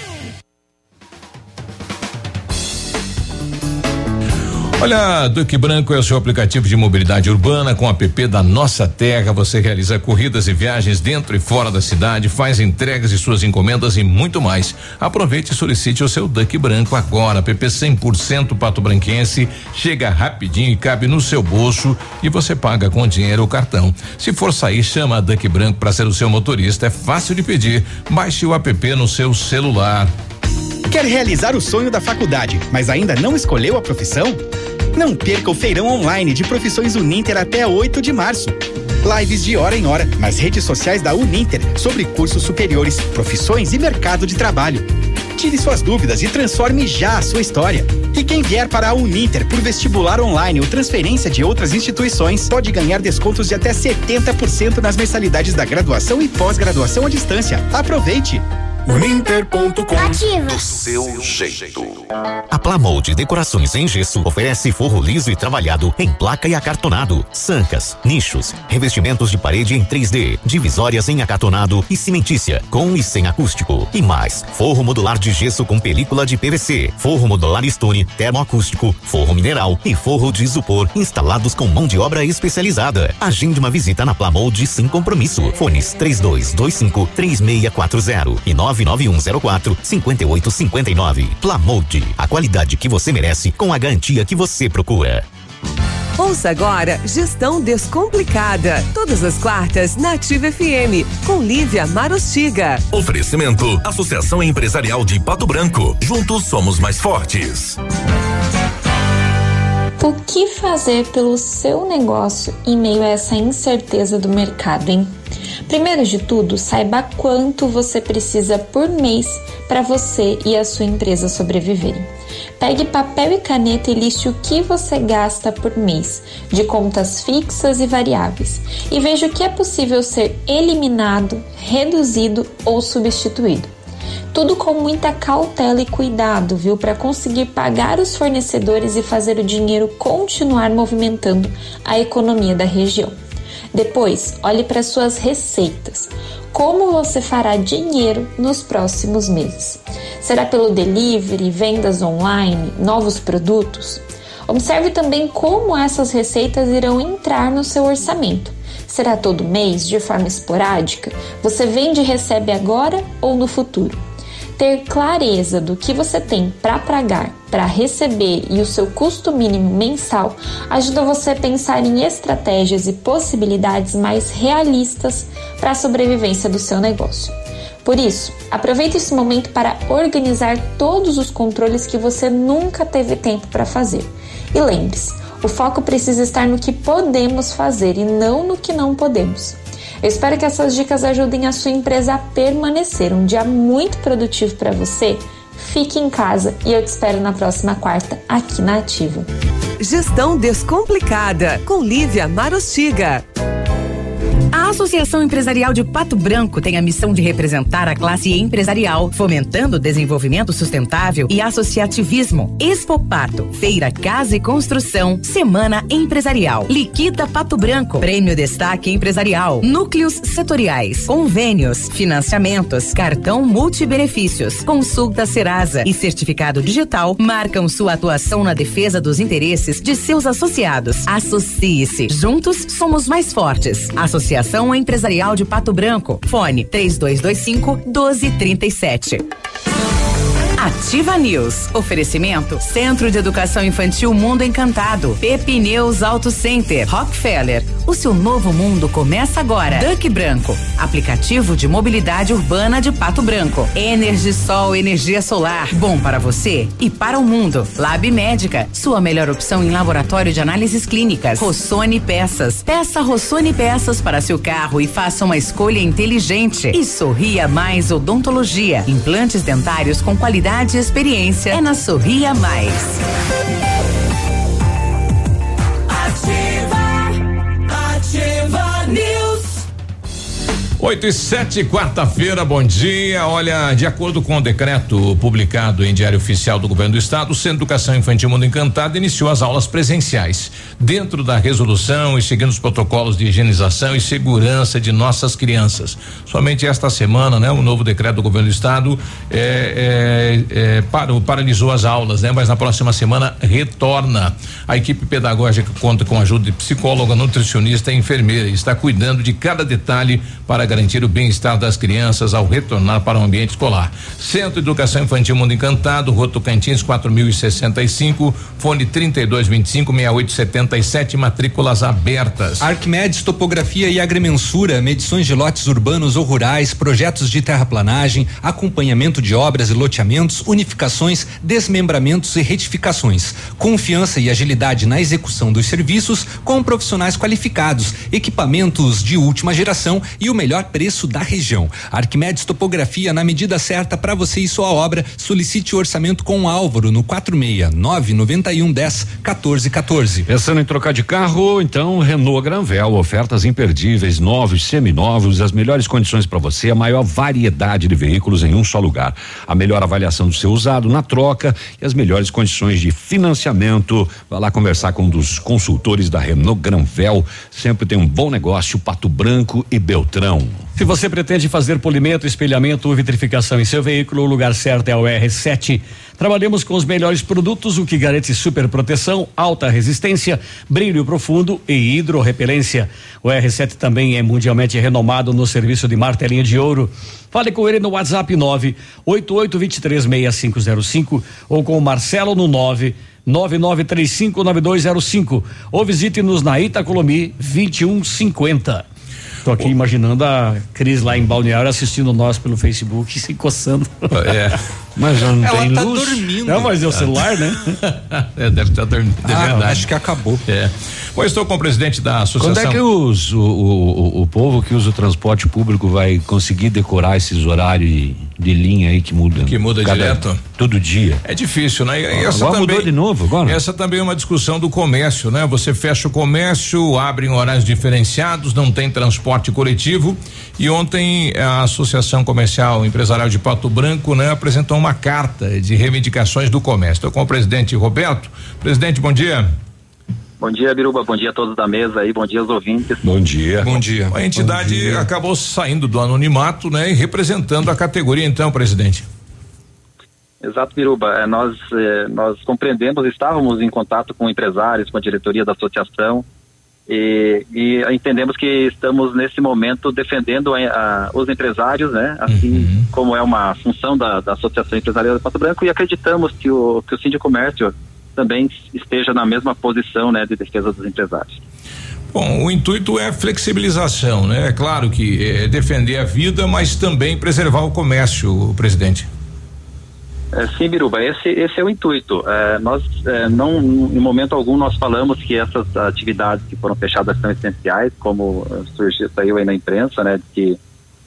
Olha, Duque Branco é o seu aplicativo de mobilidade urbana. Com o app da Nossa Terra, você realiza corridas e viagens dentro e fora da cidade, faz entregas de suas encomendas e muito mais. Aproveite e solicite o seu Duque Branco agora. App cem por cento pato-branquense, chega rapidinho e cabe no seu bolso, e você paga com dinheiro ou cartão. Se for sair, chama a Duque Branco para ser o seu motorista. É fácil de pedir. Baixe o app no seu celular. Quer realizar o sonho da faculdade, mas ainda não escolheu a profissão? Não perca o feirão online de profissões Uninter até oito de março. Lives de hora em hora nas redes sociais da Uninter sobre cursos superiores, profissões e mercado de trabalho. Tire suas dúvidas e transforme já a sua história. E quem vier para a Uninter por vestibular online ou transferência de outras instituições pode ganhar descontos de até setenta por cento nas mensalidades da graduação e pós-graduação à distância. Aproveite! Uninter ponto com. Ativa. Do seu jeito. A Plamold Decorações em Gesso oferece forro liso e trabalhado em placa e acartonado, sancas, nichos, revestimentos de parede em três D, divisórias em acartonado e cimentícia, com e sem acústico. E mais, forro modular de gesso com película de P V C, forro modular Stone, termoacústico, forro mineral e forro de isopor instalados com mão de obra especializada. Agende uma visita na Plamold sem compromisso. Fones três dois dois cinco, três seis quatro zero e nove nove um zero quatro, cinco oito cinco nove. Plamold, a qualidade que você merece com a garantia que você procura. Ouça agora Gestão Descomplicada, todas as quartas na Ativa F M, com Lívia Marostiga. Oferecimento, Associação Empresarial de Pato Branco. Juntos somos mais fortes. O que fazer pelo seu negócio em meio a essa incerteza do mercado, hein? Primeiro de tudo, saiba quanto você precisa por mês para você e a sua empresa sobreviverem. Pegue papel e caneta e liste o que você gasta por mês, de contas fixas e variáveis, e veja o que é possível ser eliminado, reduzido ou substituído. Tudo com muita cautela e cuidado, viu? Para conseguir pagar os fornecedores e fazer o dinheiro continuar movimentando a economia da região. Depois, olhe para suas receitas. Como você fará dinheiro nos próximos meses? Será pelo delivery, vendas online, novos produtos? Observe também como essas receitas irão entrar no seu orçamento. Será todo mês, de forma esporádica? Você vende e recebe agora ou no futuro? Ter clareza do que você tem para pagar, para receber e o seu custo mínimo mensal ajuda você a pensar em estratégias e possibilidades mais realistas para a sobrevivência do seu negócio. Por isso, aproveite esse momento para organizar todos os controles que você nunca teve tempo para fazer. E lembre-se, o foco precisa estar no que podemos fazer e não no que não podemos. Eu espero que essas dicas ajudem a sua empresa a permanecer. Um dia muito produtivo para você. Fique em casa e eu te espero na próxima quarta aqui na Ativa. Gestão Descomplicada, com Lívia Marostiga. A Associação Empresarial de Pato Branco tem a missão de representar a classe empresarial, fomentando o desenvolvimento sustentável e associativismo. Expo Pato, Feira Casa e Construção, Semana Empresarial, Liquida Pato Branco, Prêmio Destaque Empresarial, Núcleos Setoriais, Convênios, Financiamentos, Cartão Multibenefícios, Consulta Serasa e Certificado Digital marcam sua atuação na defesa dos interesses de seus associados. Associe-se. Juntos somos mais fortes. Associação Empresarial de Pato Branco. Fone três dois dois cinco, um dois três sete. Ativa News. Oferecimento Centro de Educação Infantil Mundo Encantado. Pepineus Auto Center. Rockefeller. O seu novo mundo começa agora. Duck Branco. Aplicativo de mobilidade urbana de Pato Branco. Energisol energia solar. Bom para você e para o mundo. Lab Médica. Sua melhor opção em laboratório de análises clínicas. Rossoni Peças. Peça Rossoni Peças para seu carro e faça uma escolha inteligente. E Sorria Mais Odontologia. Implantes dentários com qualidade e experiência é na Sorria Mais. Ativa, Ativa News. oito e sete, quarta-feira, bom dia. Olha, de acordo com o decreto publicado em Diário Oficial do Governo do Estado, o Centro de Educação Infantil Mundo Encantado iniciou as aulas presenciais, dentro da resolução e seguindo os protocolos de higienização e segurança de nossas crianças. Somente esta semana, né, o novo decreto do Governo do Estado é, é, é, parou, paralisou as aulas, né, mas na próxima semana retorna. A equipe pedagógica conta com a ajuda de psicóloga, nutricionista e enfermeira e está cuidando de cada detalhe para garantir o bem-estar das crianças ao retornar para o ambiente escolar. Centro de Educação Infantil Mundo Encantado, Rua Tocantins quatro mil e sessenta e cinco, fone trinta e dois vinte e cinco, sessenta e oito setenta e sete, matrículas abertas. Arquimedes Topografia e Agrimensura, medições de lotes urbanos ou rurais, projetos de terraplanagem, acompanhamento de obras e loteamentos, unificações, desmembramentos e retificações. Confiança e agilidade na execução dos serviços com profissionais qualificados, equipamentos de última geração e o melhor melhor preço da região. Arquimedes Topografia na medida certa para você e sua obra. Solicite o orçamento com o Álvaro no quatro seis nove nove um dez quatorze quatorze. Pensando em trocar de carro? Então Renault Granvel, ofertas imperdíveis, novos, seminovos, as melhores condições para você, a maior variedade de veículos em um só lugar, a melhor avaliação do seu usado na troca e as melhores condições de financiamento. Vá lá conversar com um dos consultores da Renault Granvel, sempre tem um bom negócio, Pato Branco e Beltrão. Se você pretende fazer polimento, espelhamento ou vitrificação em seu veículo, o lugar certo é o R sete. Trabalhamos com os melhores produtos, o que garante super proteção, alta resistência, brilho profundo e hidrorrepelência. O R sete também é mundialmente renomado no serviço de martelinha de ouro. Fale com ele no WhatsApp nove oito oito dois três seis cinco zero cinco ou com o Marcelo no nove nove nove três cinco nove dois zero cinco ou visite-nos na Itacolomi vinte e um cinquenta. Tô aqui oh. imaginando a Cris lá em Balneário assistindo nós pelo Facebook, se coçando. É. Mas não Ela tem tá luz. dormindo. Não, mas é o celular, né? É, deve estar dormindo. É ah, verdade. Acho que acabou. É. Bom, estou com o presidente da associação. Quando é que os, o, o, o povo que usa o transporte público vai conseguir decorar esses horários de, de linha aí que mudam? Que muda cada, direto? Todo dia. É difícil, né? E Ah, essa agora também, mudou de novo agora? Essa também é uma discussão do comércio, né? Você fecha o comércio, abre em horários diferenciados, não tem transporte coletivo. E ontem a Associação Comercial Empresarial de Pato Branco, né, apresentou uma carta de reivindicações do comércio. Estou com o presidente Roberto. Presidente, bom dia. Bom dia, Biruba. Bom dia a todos da mesa aí. Bom dia aos ouvintes. Bom dia. Bom dia. A entidade dia. acabou saindo do anonimato, né, e representando a categoria, então, presidente. Exato, Biruba. É, nós, é, nós compreendemos, estávamos em contato com empresários, com a diretoria da associação. E, e entendemos que estamos nesse momento defendendo a, a, os empresários, né? Assim uhum. como é uma função da, da Associação Empresarial de Pato Branco, e acreditamos que o que o Sindicomércio também esteja na mesma posição, né, de defesa dos empresários. Bom, o intuito é flexibilização, né? É claro que é defender a vida, mas também preservar o comércio, presidente. É, sim, Biruba, esse, esse é o intuito. É, nós, é, não, em momento algum, nós falamos que essas atividades que foram fechadas são essenciais, como surgiu, saiu aí na imprensa, né, de que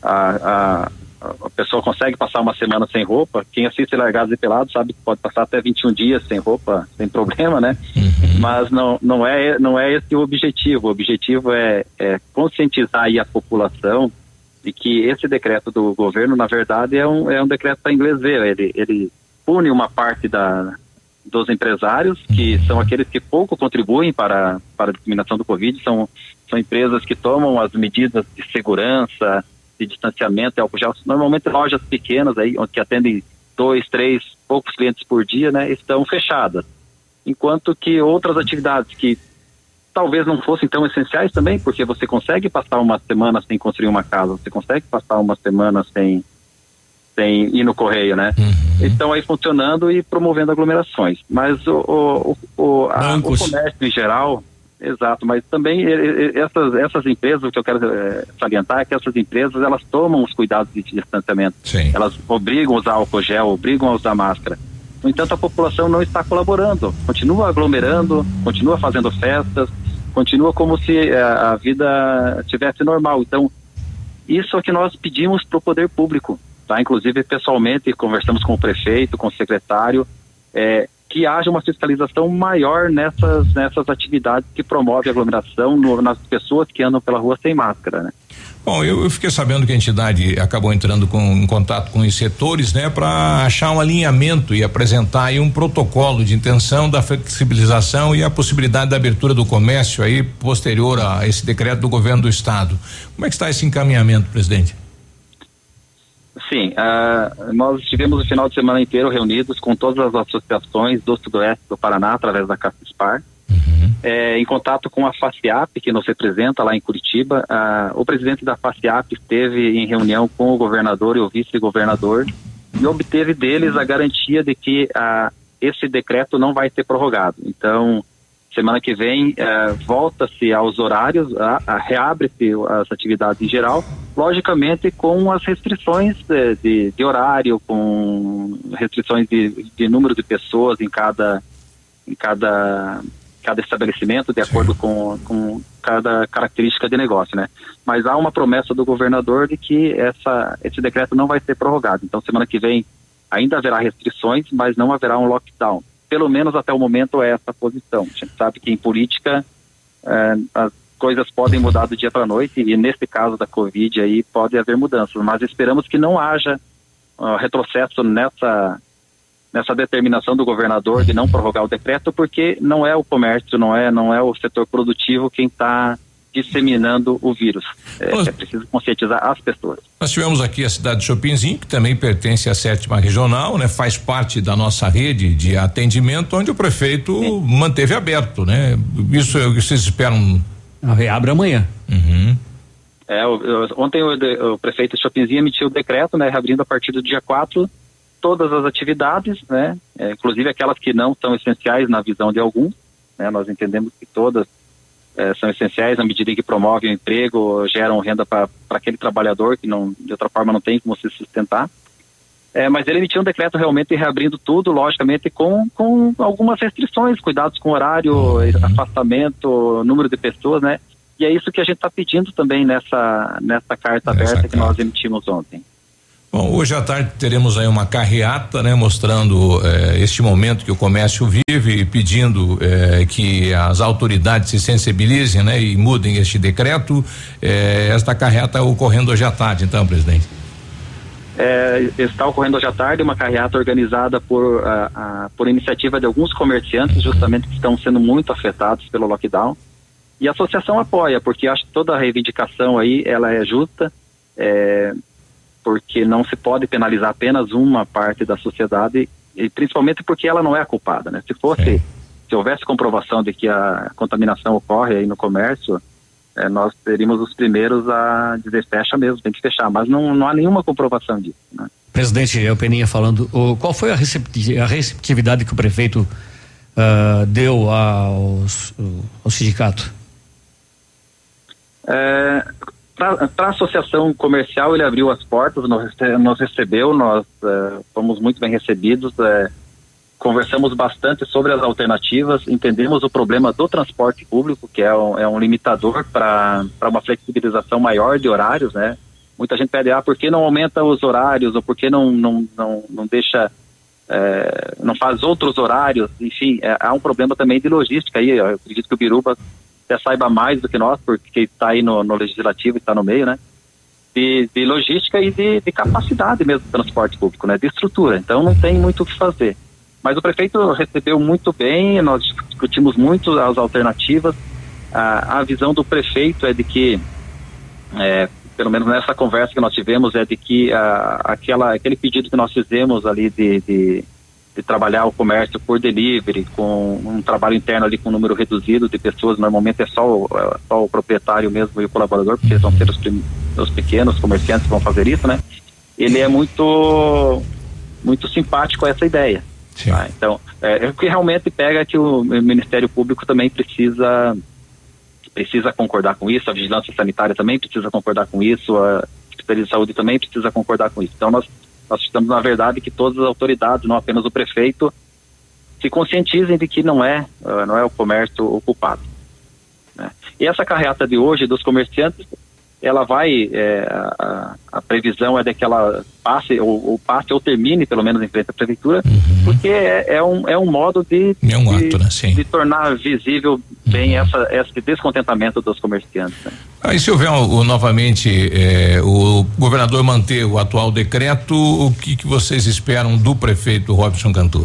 a, a, a pessoa consegue passar uma semana sem roupa. Quem assiste Largados e Pelados sabe que pode passar até vinte e um dias sem roupa, sem problema, né? Uhum. Mas não, não, é, não é esse o objetivo. O objetivo é, é conscientizar aí a população de que esse decreto do governo, na verdade, é um, é um decreto para inglês ver. Ele, ele pune uma parte da, dos empresários, que são aqueles que pouco contribuem para, para a disseminação do Covid, são, são empresas que tomam as medidas de segurança, de distanciamento, álcool gel, normalmente lojas pequenas aí, que atendem dois, três, poucos clientes por dia, né, estão fechadas. Enquanto que outras atividades que talvez não fossem tão essenciais também, porque você consegue passar uma semana sem construir uma casa, você consegue passar uma semana sem, sem ir no correio, né? Uhum. Estão aí funcionando e promovendo aglomerações. Mas o, o, o, a, o comércio em geral, exato, mas também essas, essas empresas, o que eu quero é, salientar é que essas empresas, elas tomam os cuidados de distanciamento. Sim. Elas obrigam a usar álcool gel, obrigam a usar máscara. No entanto, a população não está colaborando, continua aglomerando, continua fazendo festas, continua como se a, a vida tivesse normal. Então, isso é o que nós pedimos para o poder público, tá? Inclusive, pessoalmente, conversamos com o prefeito, com o secretário, é, que haja uma fiscalização maior nessas, nessas atividades que promovem aglomeração no, nas pessoas que andam pela rua sem máscara, né? Bom, eu, eu fiquei sabendo que a entidade acabou entrando com, em contato com os setores, né, para achar um alinhamento e apresentar aí um protocolo de intenção da flexibilização e a possibilidade da abertura do comércio aí posterior a esse decreto do governo do estado. Como é que está esse encaminhamento, presidente? Sim, uh, nós estivemos o final de semana inteiro reunidos com todas as associações do Sudoeste do Paraná, através da CAFESPAR, uhum. é, em contato com a FACIAP, que nos representa lá em Curitiba. Uh, o presidente da FACIAP esteve em reunião com o governador e o vice-governador e obteve deles a garantia de que uh, esse decreto não vai ser prorrogado. Então, semana que vem uh, volta-se aos horários, uh, uh, reabre-se as atividades em geral, logicamente com as restrições de, de, de horário, com restrições de, de número de pessoas em cada, em cada, cada estabelecimento de acordo com, com cada característica de negócio, né? Mas há uma promessa do governador de que essa, esse decreto não vai ser prorrogado. Então, semana que vem ainda haverá restrições, mas não haverá um lockdown. Pelo menos até o momento é essa a posição. A gente sabe que em política eh, as coisas podem mudar do dia para a noite e nesse caso da Covid aí pode haver mudanças, mas esperamos que não haja uh, retrocesso nessa nessa determinação do governador de não prorrogar o decreto, porque não é o comércio, não é, não é o setor produtivo quem está disseminando o vírus. É, é preciso conscientizar as pessoas. Nós tivemos aqui a cidade de Chopinzinho, que também pertence à sétima regional, né? Faz parte da nossa rede de atendimento, onde o prefeito Sim. manteve aberto, né? Isso é o que vocês esperam? Reabre amanhã. Uhum. É, o, o, ontem o, o prefeito de Chopinzinho emitiu o decreto, né? Reabrindo a partir do dia quatro todas as atividades, né? É, inclusive aquelas que não são essenciais na visão de alguns, né? Nós entendemos que todas é, são essenciais na medida em que promovem o emprego, geram renda para aquele trabalhador que não, de outra forma não tem como se sustentar. É, mas ele emitiu um decreto realmente reabrindo tudo, logicamente com, com algumas restrições, cuidados com horário, afastamento, número de pessoas, né? E é isso que a gente está pedindo também nessa, nessa carta aberta Essa que carta. nós emitimos ontem. Bom, hoje à tarde teremos aí uma carreata, né, mostrando eh, este momento que o comércio vive, pedindo eh, que as autoridades se sensibilizem, né, e mudem este decreto. Eh, esta carreata ocorrendo hoje à tarde, então, presidente. É, está ocorrendo hoje à tarde uma carreata organizada por a, a, por iniciativa de alguns comerciantes, justamente que estão sendo muito afetados pelo lockdown. E a associação apoia, porque acho que toda a reivindicação aí ela é justa. É, porque não se pode penalizar apenas uma parte da sociedade, e principalmente porque ela não é a culpada, né? Se fosse, é. se houvesse comprovação de que a contaminação ocorre aí no comércio, eh, nós seríamos os primeiros a dizer fecha mesmo, tem que fechar, mas não, não há nenhuma comprovação disso, né? Presidente, é o Peninha falando, o, qual foi a, recepti- a receptividade que o prefeito uh, deu aos, ao sindicato? É... Para a associação comercial, ele abriu as portas, nos, nos recebeu, nós uh, fomos muito bem recebidos, uh, conversamos bastante sobre as alternativas, entendemos o problema do transporte público, que é um, é um limitador para uma flexibilização maior de horários, né? Muita gente pede, ah, por que não aumenta os horários, ou por que não, não, não, não deixa, é, não faz outros horários, enfim, é, há um problema também de logística aí, eu acredito que o Biruba até saiba mais do que nós, porque está aí no, no legislativo e está no meio, né? De, de logística e de, de capacidade mesmo do transporte público, né? De estrutura, então não tem muito o que fazer. Mas o prefeito recebeu muito bem, nós discutimos muito as alternativas, a, a visão do prefeito é de que, é, pelo menos nessa conversa que nós tivemos, é de que a, aquela, aquele pedido que nós fizemos ali de, de de trabalhar o comércio por delivery, com um trabalho interno ali com um número reduzido de pessoas, normalmente é só o, só o proprietário mesmo e o colaborador, porque eles vão ser os, prim, os pequenos comerciantes que vão fazer isso, né? Ele é muito muito simpático a essa ideia. Tá? Então, é, o que realmente pega é que o Ministério Público também precisa precisa concordar com isso, a Vigilância Sanitária também precisa concordar com isso, a Secretaria de Saúde também precisa concordar com isso. Então, nós Nós estamos, na verdade, que todas as autoridades, não apenas o prefeito, se conscientizem de que não é, uh, não é o comércio o culpado, né? E essa carreata de hoje dos comerciantes, ela vai, é, a, a previsão é de que ela passe, ou, ou passe ou termine, pelo menos em frente à prefeitura, uhum. porque é, é, um, é um modo de, é um de, ato, né? Sim. de tornar visível bem uhum. essa, esse descontentamento dos comerciantes, né? Aí se houver o, o, novamente eh, o governador manter o atual decreto, o que, que vocês esperam do prefeito Robson Cantu?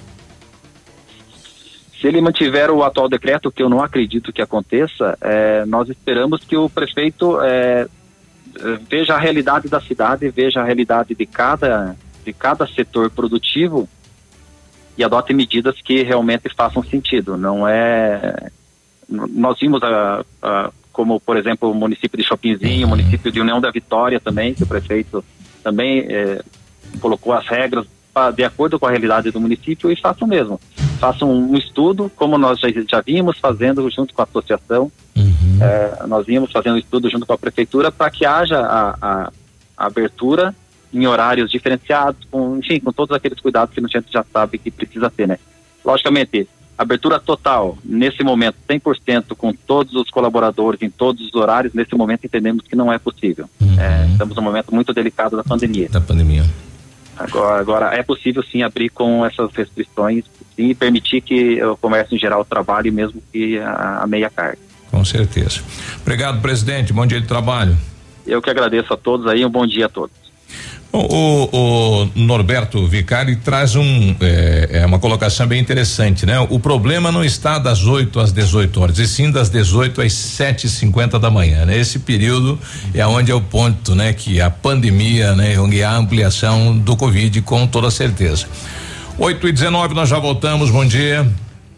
Se ele mantiver o atual decreto, que eu não acredito que aconteça, eh, nós esperamos que o prefeito eh, veja a realidade da cidade, veja a realidade de cada, de cada setor produtivo e adote medidas que realmente façam sentido. Não é... Nós vimos a, a como, por exemplo, o município de Chopinzinho, o município de União da Vitória também, que o prefeito também eh, colocou as regras pra, de acordo com a realidade do município, e façam mesmo. Façam um estudo, como nós já, já vínhamos fazendo junto com a associação, uhum. eh, nós vínhamos fazendo um estudo junto com a prefeitura para que haja a, a, a abertura em horários diferenciados, com, enfim, com todos aqueles cuidados que a gente já sabe que precisa ter, né? Logicamente, Abertura total, nesse momento, cem por cento com todos os colaboradores em todos os horários, nesse momento entendemos que não é possível. Uhum. É, estamos num momento muito delicado da pandemia. Da pandemia. Agora, agora é possível sim abrir com essas restrições, sim, e permitir que o comércio em geral trabalhe mesmo que a, a meia carga. Com certeza. Obrigado, presidente. Bom dia de trabalho. Eu que agradeço a todos aí, um bom dia a todos. O, o, o Norberto Vicari traz um, é, é uma colocação bem interessante, né? O problema não está das oito às dezoito horas, e sim das dezoito às sete e cinquenta da manhã, né? Esse período é onde é o ponto, né? Que a pandemia, né? Onde há ampliação do Covid, com toda certeza. oito e dezenove, nós já voltamos, bom dia.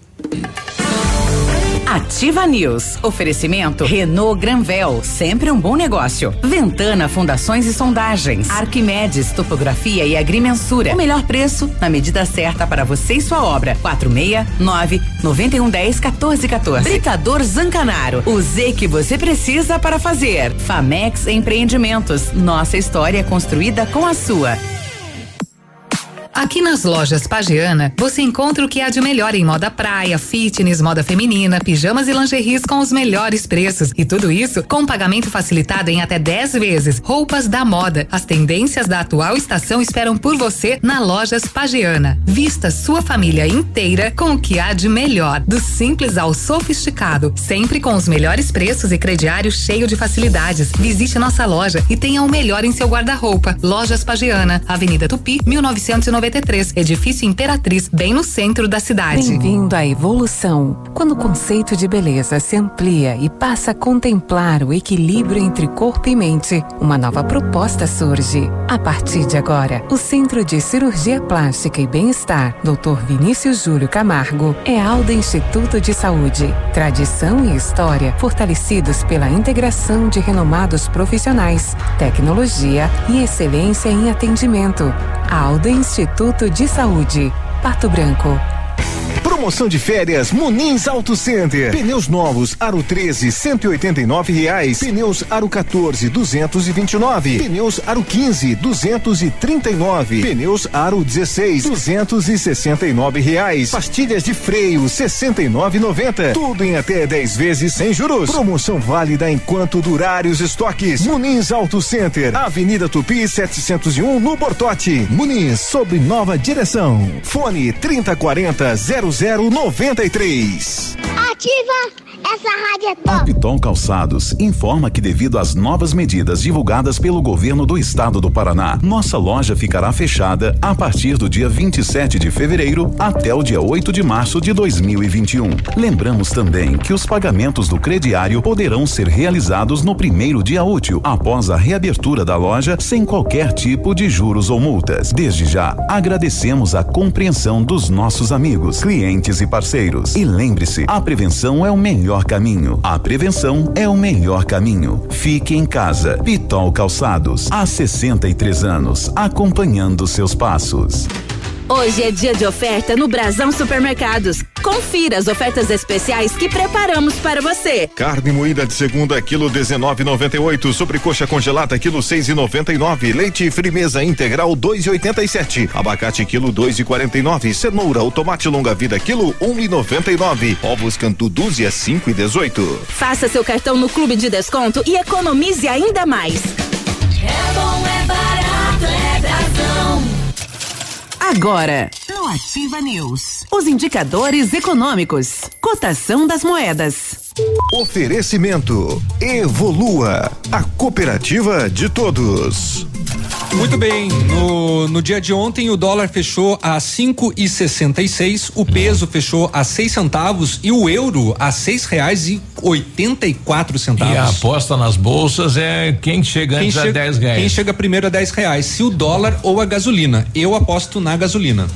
Ativa News. Oferecimento Renault Granvel, sempre um bom negócio. Ventana Fundações e Sondagens. Arquimedes Topografia e Agrimensura. O melhor preço na medida certa para você e sua obra. quatro seis nove, nove um um zero, um quatro um quatro. Britador Zancanaro. O Z que você precisa para fazer. Famex Empreendimentos. Nossa história construída com a sua. Aqui nas lojas Pagiana, você encontra o que há de melhor em moda praia, fitness, moda feminina, pijamas e lingeries com os melhores preços. E tudo isso com pagamento facilitado em até dez vezes. Roupas da moda. As tendências da atual estação esperam por você na Lojas Pagiana. Vista sua família inteira com o que há de melhor. Do simples ao sofisticado. Sempre com os melhores preços e crediário cheio de facilidades. Visite nossa loja e tenha o melhor em seu guarda-roupa. Lojas Pagiana, Avenida Tupi, mil novecentos e noventa e três, Edifício Imperatriz, bem no centro da cidade. Bem-vindo à evolução. Quando o conceito de beleza se amplia e passa a contemplar o equilíbrio entre corpo e mente, uma nova proposta surge. A partir de agora, o Centro de Cirurgia Plástica e Bem-Estar, doutor Vinícius Júlio Camargo, é Alda Instituto de Saúde. Tradição e história fortalecidos pela integração de renomados profissionais, tecnologia e excelência em atendimento. Alda Instituto de Saúde, Pato Branco. Promoção de férias Munins Auto Center. Pneus novos Aro treze, cento e oitenta e nove reais. Pneus Aro quatorze, duzentos e vinte e nove. Pneus Aro quinze, duzentos e trinta e nove. Pneus Aro dezesseis, duzentos e sessenta e nove reais. Pastilhas de freio, sessenta e nove e noventa. Tudo em até dez vezes sem juros. Promoção válida enquanto durarem os estoques. Munins Auto Center, Avenida Tupi setecentos e um, no Bortote. Munins, sob nova direção. Fone trinta quarenta, zero zero noventa e três. Ativa! Essa rádio é top! A Piton Calçados informa que, devido às novas medidas divulgadas pelo governo do estado do Paraná, nossa loja ficará fechada a partir do dia vinte e sete de fevereiro até o dia oito de março de dois mil e vinte e um. Lembramos também que os pagamentos do crediário poderão ser realizados no primeiro dia útil após a reabertura da loja, sem qualquer tipo de juros ou multas. Desde já, agradecemos a compreensão dos nossos amigos, clientes e parceiros. E lembre-se, a prevenção é o melhor caminho. A prevenção é o melhor caminho. Fique em casa. Pitol Calçados, há sessenta e três anos, acompanhando seus passos. Hoje é dia de oferta no Brasão Supermercados. Confira as ofertas especiais que preparamos para você. Carne moída de segunda, quilo dezenove e noventa e oito. Sobrecoxa congelada, quilo seis e noventa e nove. Leite Frimeza integral, dois e oitenta e sete. Abacate, quilo dois e quarenta e nove. Cenoura ou tomate longa vida, quilo um e noventa e nove. Ovos Cantu dúzia, cinco e dezoito. Faça seu cartão no Clube de Desconto e economize ainda mais. É bom, é barato, é Brasão. Agora, no Ativa News, os indicadores econômicos, cotação das moedas. Oferecimento Evolua, a cooperativa de todos. Muito bem, no, no dia de ontem o dólar fechou a cinco e sessenta e seis, o peso fechou a seis centavos e o euro a seis reais e oitenta e quatro centavos. E a aposta nas bolsas é quem chega antes a dez reais. Quem chega primeiro a dez reais, se o dólar ou a gasolina. Eu aposto na gasolina.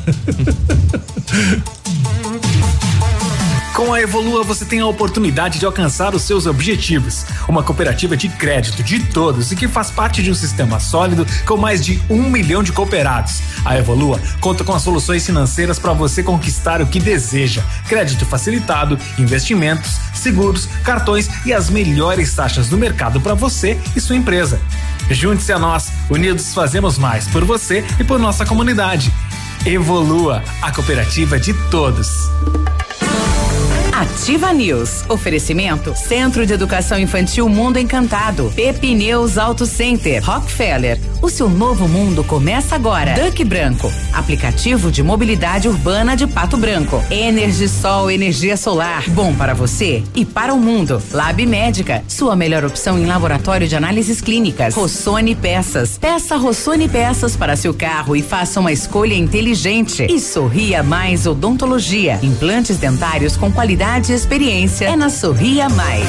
Com a Evolua você tem a oportunidade de alcançar os seus objetivos. Uma cooperativa de crédito de todos e que faz parte de um sistema sólido com mais de um milhão de cooperados. A Evolua conta com as soluções financeiras para você conquistar o que deseja: crédito facilitado, investimentos, seguros, cartões e as melhores taxas do mercado para você e sua empresa. Junte-se a nós, unidos fazemos mais por você e por nossa comunidade. Evolua, a cooperativa de todos. Ativa News. Oferecimento Centro de Educação Infantil Mundo Encantado. Pepineus Auto Center. Rockefeller. O seu novo mundo começa agora. Duck Branco. Aplicativo de mobilidade urbana de Pato Branco. Energisol, energia solar. Bom para você e para o mundo. Lab Médica. Sua melhor opção em laboratório de análises clínicas. Rossoni Peças. Peça Rossoni Peças para seu carro e faça uma escolha inteligente. E Sorria Mais Odontologia. Implantes dentários com qualidade e experiência. É na Sorria Mais.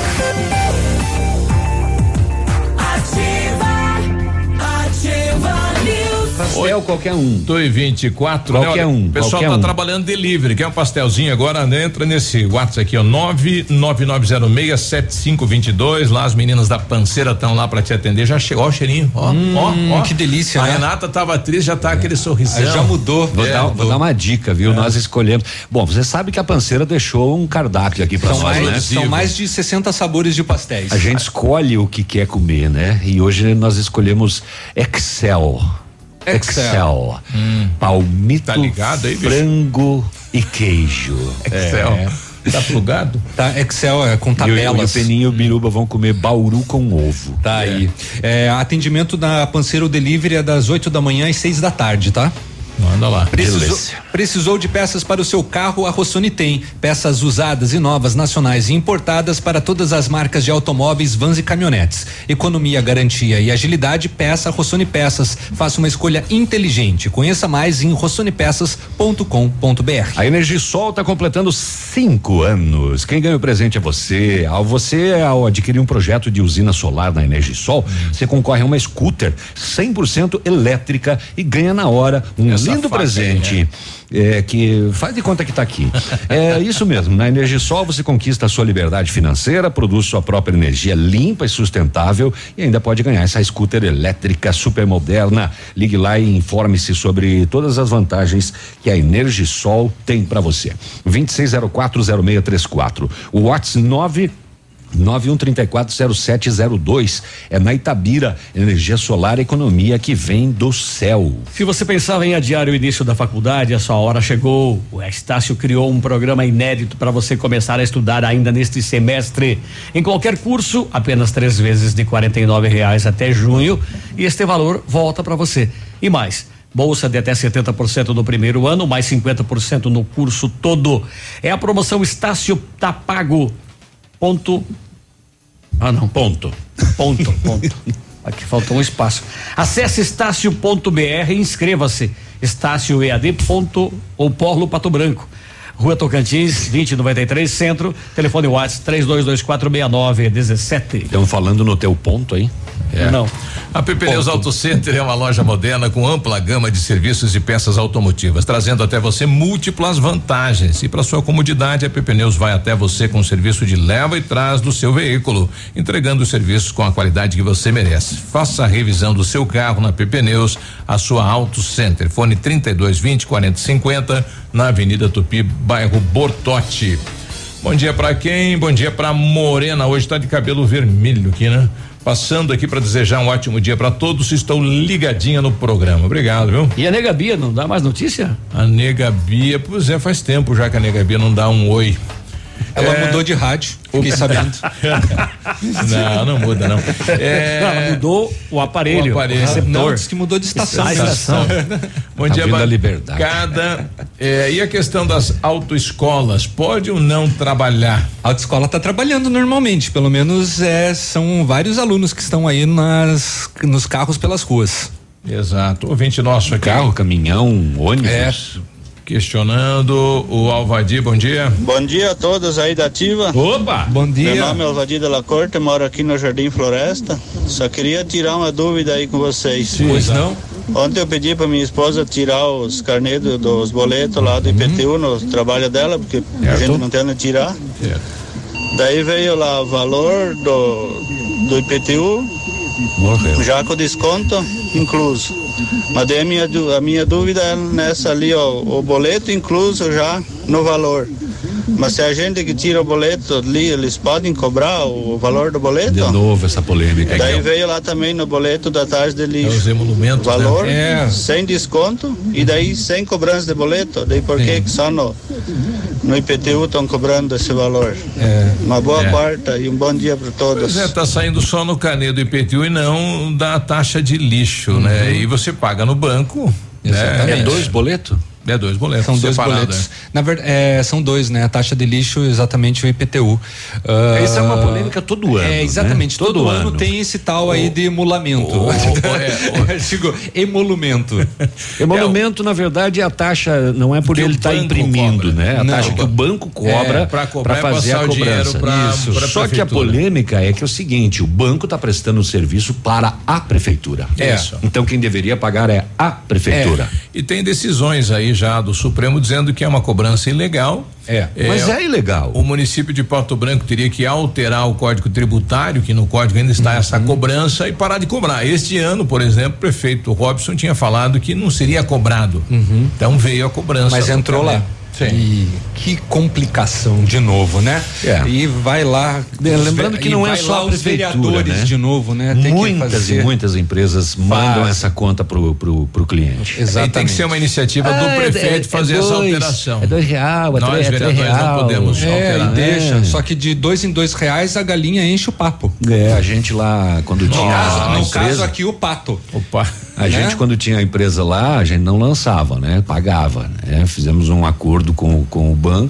Pastel qualquer um. oito e vinte e quatro, Qualquer né? um. O pessoal qualquer tá um. trabalhando delivery. Quer um pastelzinho agora? Entra nesse WhatsApp aqui, ó. nove nove nove zero seis sete cinco dois dois. Lá as meninas da Panceira estão lá pra te atender. Já chegou, ó, o cheirinho. Ó, hum, ó, ó. Que delícia, A né? Renata tava triste, já tá aquele sorrisão. Já mudou. Vou, É, dar, vou mudou. dar uma dica, viu? É. Nós escolhemos. Bom, você sabe que a Panceira deixou um cardápio aqui pra São nós, mais, né? são mais de sessenta sabores de pastéis. A gente escolhe o que quer comer, né? E hoje nós escolhemos Excel. Excel. Excel. Hum. Palmito, Tá ligado aí, bicho? frango e queijo. Excel. É. Tá plugado? Tá, Excel é com E o, tabelas. e o Peninho e o Biruba vão comer bauru com ovo. Tá aí. É, atendimento da Panceiro Delivery é das oito da manhã às seis da tarde, tá? Manda lá. Precisou, Delícia. precisou de peças para o seu carro? A Rossoni tem. Peças usadas e novas, nacionais e importadas para todas as marcas de automóveis, vans e caminhonetes. Economia, garantia e agilidade, peça Rossoni Peças. Faça uma escolha inteligente. Conheça mais em rossoni peças ponto com ponto b r. A Energisol está completando cinco anos. Quem ganha o presente é você. Ao você, ao adquirir um projeto de usina solar na Energisol, hum. você concorre a uma scooter cem por cento elétrica e ganha na hora um Essa lindo faca presente. aí, né? É, que faz de conta que está aqui. É isso mesmo. Na Energisol você conquista a sua liberdade financeira, produz sua própria energia limpa e sustentável e ainda pode ganhar essa scooter elétrica super moderna. Ligue lá e informe-se sobre todas as vantagens que a Energisol tem para você. vinte e seis zero quatro zero seis três quatro. O WhatsApp nove nove um três quatro zero sete zero dois. É na Itabira, energia solar, economia que vem do céu. Se você pensava em adiar o início da faculdade, a sua hora chegou. O Estácio criou um programa inédito para você começar a estudar ainda neste semestre. Em qualquer curso, apenas três vezes de quarenta e nove reais até junho, e este valor volta para você. E mais, bolsa de até setenta por cento no primeiro ano, mais cinquenta por cento no curso todo. É a promoção Estácio Tá Pago. Ponto. Ah, não. Ponto. Ponto, ponto. Aqui faltou um espaço. Acesse estácio ponto b r e inscreva-se. Estácio E A D ponto ou Polo Pato Branco. Rua Tocantins, vinte e noventa e três, Centro. Telefone WhatsApp três dois dois quatro seis nove um sete. Estão falando no teu ponto aí? É. Não. A Pepineus Auto Center é uma loja moderna com ampla gama de serviços e peças automotivas, trazendo até você múltiplas vantagens. E para sua comodidade, a Pepineus vai até você com o serviço de leva e trás do seu veículo, entregando os serviços com a qualidade que você merece. Faça a revisão do seu carro na Pepineus, a sua Auto Center. Fone trinta e dois vinte, quarenta e cinquenta, na Avenida Tupi, bairro Bortote. Bom dia pra quem? Bom dia pra Morena. Hoje tá de cabelo vermelho aqui, né? Passando aqui para desejar um ótimo dia para todos. Estou ligadinha no programa. Obrigado, viu? E a Nega Bia não dá mais notícia? A Nega Bia, pois é, faz tempo já que a Nega Bia não dá um oi. Ela É... mudou de rádio, fiquei sabendo. Não, não muda não. É... Não, ela mudou o aparelho. O aparelho. O receptor. Não, disse que mudou de estação. A estação. Bom Tá dia, vindo a liberdade. bancada. É, e a questão das autoescolas, pode ou não trabalhar? A autoescola está trabalhando normalmente, pelo menos é, são vários alunos que estão aí nas, nos carros pelas ruas. Exato. Ouvinte nosso aqui. Carro, caminhão, ônibus. É. Questionando o Alvadir, bom dia. Bom dia a todos aí da Ativa. Opa! Bom dia. Meu nome é Alvadir de la Corte, moro aqui no Jardim Floresta. Só queria tirar uma dúvida aí com vocês. Pois não? Ontem eu pedi para minha esposa tirar os carnês do- dos boletos lá do I P T U no trabalho dela, porque a gente não tem onde tirar. Certo. Daí veio lá o valor do, do I P T U, Morreu. já com desconto incluso. Mas daí a minha, dú- a minha dúvida é nessa ali, ó, o boleto incluso já no valor. Mas se a gente que tira o boleto ali, eles podem cobrar o valor do boleto? De novo essa polêmica. Daí aqui. veio lá também no boleto da taxa de É lixo. os emolumentos, Valor né? É. sem desconto e daí sem cobrança de boleto. Daí por que que só no, no I P T U estão cobrando esse valor. É. Uma boa É. quarta e um bom dia para todos. Pois é, tá saindo só no carnê do I P T U e não da taxa de lixo, Uhum. né? E você paga no banco. Exatamente. Né? É dois boletos? É dois boletos. São dois separado, boletos. Na verdade, é, são dois, né? A taxa de lixo, exatamente o I P T U. Uh, Essa é uma polêmica todo ano. É, exatamente. Né? Todo, Todo ano, ano. tem esse tal aí de emulamento. o- Digo, emolumento. Emolumento, na verdade, a taxa não é por Que ele o estar banco imprimindo, cobra. né? A Não, taxa que o banco cobra é, pra cobrar para e fazer passar a o dinheiro cobrança. pra- Isso. pra Só que a prefeitura. polêmica é que é o seguinte: o banco está prestando o serviço para a prefeitura. É. Então quem deveria pagar é a prefeitura. E tem decisões aí já do Supremo dizendo que é uma cobrança ilegal. É. Mas é ilegal. O município de Pato Branco teria que alterar o Código Tributário, que no código ainda está essa cobrança, e parar de cobrar. Este ano, por exemplo, o prefeito Robson tinha falado que não seria cobrado. Então veio a cobrança. Mas entrou lá. Sim. E que complicação de novo, né? É. E vai lá. Lembrando que e não é vai só lá a os prefeitura, vereadores né? de novo, né? Tem Muitas que fazer. e muitas empresas mandam Faz. essa conta pro, pro, pro cliente. E tem que ser uma iniciativa do Ah, é- prefeito é fazer dois, essa alteração. é dois real, é Nós, três- é três vereadores, real. não podemos É, alterar. e deixa. É. Só que de dois em dois reais a galinha enche o papo. É, a gente lá, quando No, tinha caso, a no empresa, caso aqui, o pato. Opa. a né? gente quando tinha a empresa lá, a gente não lançava, né? Pagava, né? Fizemos um acordo com, com o banco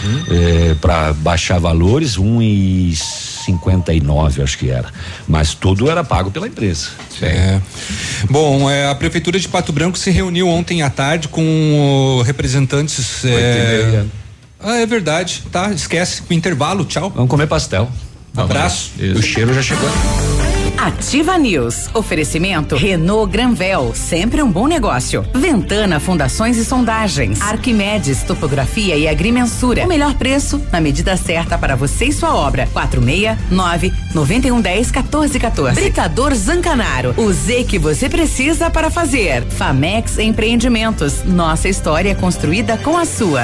para baixar valores, um e cinquenta e nove acho que era, mas tudo era pago pela empresa. É. Bom, é, a prefeitura de Pato Branco se reuniu ontem à tarde com o representantes. É, ah, é verdade, tá? Esquece o intervalo, tchau. Vamos comer pastel. Abraço. O cheiro já chegou. Ativa News. Oferecimento Renault Granvel, sempre um bom negócio. Ventana Fundações e Sondagens. Arquimedes Topografia e Agrimensura. O melhor preço na medida certa para você e sua obra. quatro seis nove nove um um zero um quatro um quatro. Britador Zancanaro. O Z que você precisa para fazer. Famex Empreendimentos. Nossa história construída com a sua.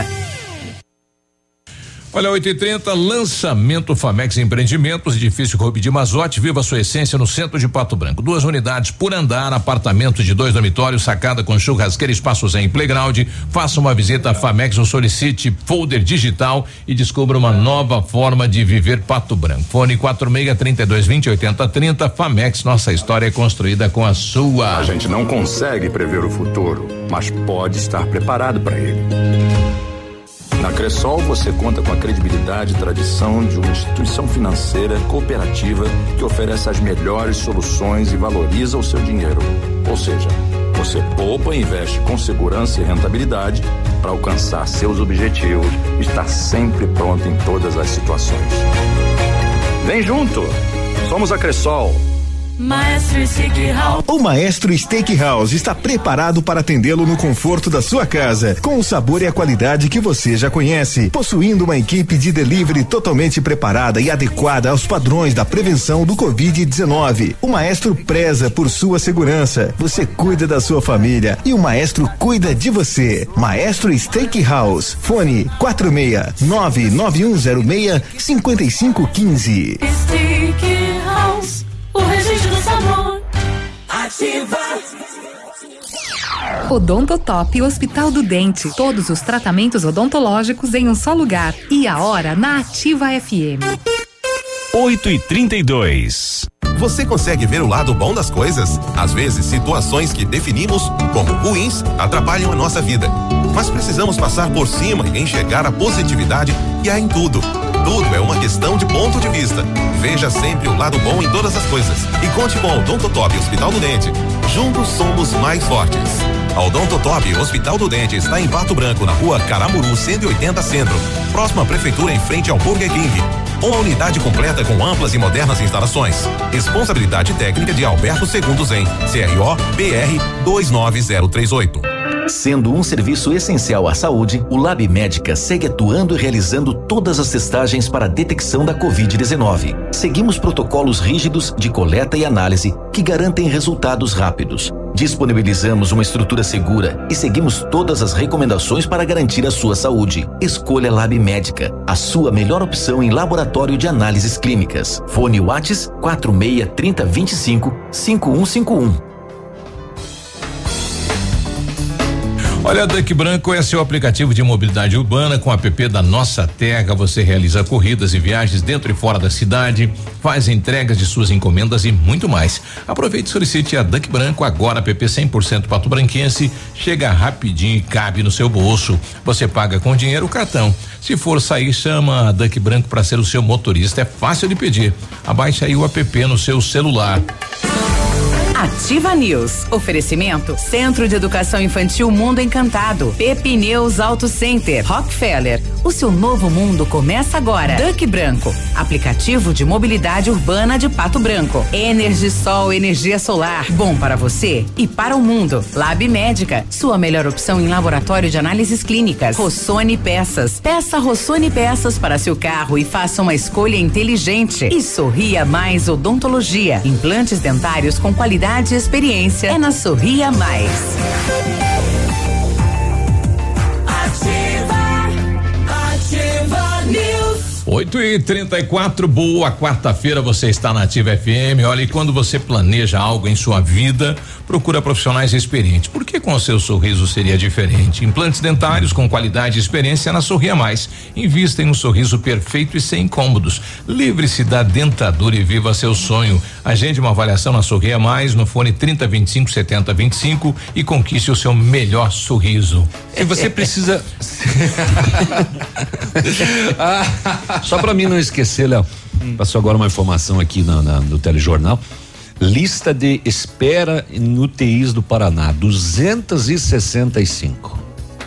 Olha, oito e trinta, lançamento Famex Empreendimentos, edifício Rubi de Mazote, viva a sua essência no centro de Pato Branco. Duas unidades por andar, apartamento de dois dormitórios, sacada com churrasqueira, espaços em playground. Faça uma visita à Famex ou solicite folder digital e descubra uma nova forma de viver Pato Branco. Fone quatro seis, trinta e dois, vinte, oitenta, trinta. Famex, nossa história é construída com a sua. A gente não consegue prever o futuro, mas pode estar preparado para ele. Na Cressol você conta com a credibilidade e tradição de uma instituição financeira cooperativa que oferece as melhores soluções e valoriza o seu dinheiro. Ou seja, você poupa e investe com segurança e rentabilidade para alcançar seus objetivos e estar sempre pronto em todas as situações. Vem junto! Somos a Cressol. Maestro Steakhouse. O Maestro Steakhouse está preparado para atendê-lo no conforto da sua casa, com o sabor e a qualidade que você já conhece, possuindo uma equipe de delivery totalmente preparada e adequada aos padrões da prevenção do covid dezenove. O Maestro preza por sua segurança, você cuida da sua família e o Maestro cuida de você. Maestro Steakhouse, fone quatro seis nove nove um zero seis cinco cinco um cinco. Steakhouse, o registro do sabor. Ativa. Odontotop Hospital do Dente. Todos os tratamentos odontológicos em um só lugar. E a hora na Ativa F M. oito e trinta e dois. Você consegue ver o lado bom das coisas? Às vezes, situações que definimos como ruins atrapalham a nossa vida. Mas precisamos passar por cima e enxergar a positividade que há em tudo. Tudo é uma questão de ponto de vista. Veja sempre o lado bom em todas as coisas. E conte com o Odontotop Hospital do Dente. Juntos somos mais fortes. A Odontotop Hospital do Dente está em Pato Branco, na rua Caramuru cento e oitenta Centro, próxima à prefeitura, em frente ao Burger King. Uma unidade completa com amplas e modernas instalações. Responsabilidade técnica de Alberto Segundo Zen, C R O B R dois nove zero três oito. Sendo um serviço essencial à saúde, o Lab Médica segue atuando e realizando todas as testagens para a detecção da covid dezenove. Seguimos protocolos rígidos de coleta e análise que garantem resultados rápidos. Disponibilizamos uma estrutura segura e seguimos todas as recomendações para garantir a sua saúde. Escolha Lab Médica, a sua melhor opção em laboratório de análises clínicas. Fone Whats quatro seis, trinta, vinte e cinco, cinco um cinco um. Olha, a Duck Branco é seu aplicativo de mobilidade urbana. Com o app da Nossa Terra, você realiza corridas e viagens dentro e fora da cidade, faz entregas de suas encomendas e muito mais. Aproveite e solicite a Duck Branco agora, app cem por cento patobranquense, chega rapidinho e cabe no seu bolso. Você paga com dinheiro ou cartão. Se for sair, chama a Duck Branco para ser o seu motorista. É fácil de pedir. Abaixe aí o app no seu celular. Ativa News. Oferecimento Centro de Educação Infantil Mundo Encantado. Pepineus Auto Center. Rockefeller. O seu novo mundo começa agora. Duck Branco. Aplicativo de mobilidade urbana de Pato Branco. Energisol, energia solar. Bom para você e para o mundo. Lab Médica. Sua melhor opção em laboratório de análises clínicas. Rossoni Peças. Peça Rossoni Peças para seu carro e faça uma escolha inteligente. E Sorria Mais Odontologia. Implantes dentários com qualidade e experiência é na Sorria Mais. Ativa, Ativa News. oito e trinta e quatro, boa quarta-feira, você está na Ativa F M. Olha, e quando você planeja algo em sua vida, procura profissionais experientes. Por que com o seu sorriso seria diferente? Implantes dentários com qualidade e experiência na Sorria Mais. Invista em um sorriso perfeito e sem incômodos. Livre-se da dentadura e viva seu sonho. Agende uma avaliação na Sorria Mais no fone trinta, vinte e cinco, setenta, vinte e cinco e conquiste o seu melhor sorriso. Se você precisa. Só para mim não esquecer, Léo, hum. passou agora uma informação aqui na, na, no telejornal. Lista de espera em U T Is do Paraná, duzentos e sessenta e cinco.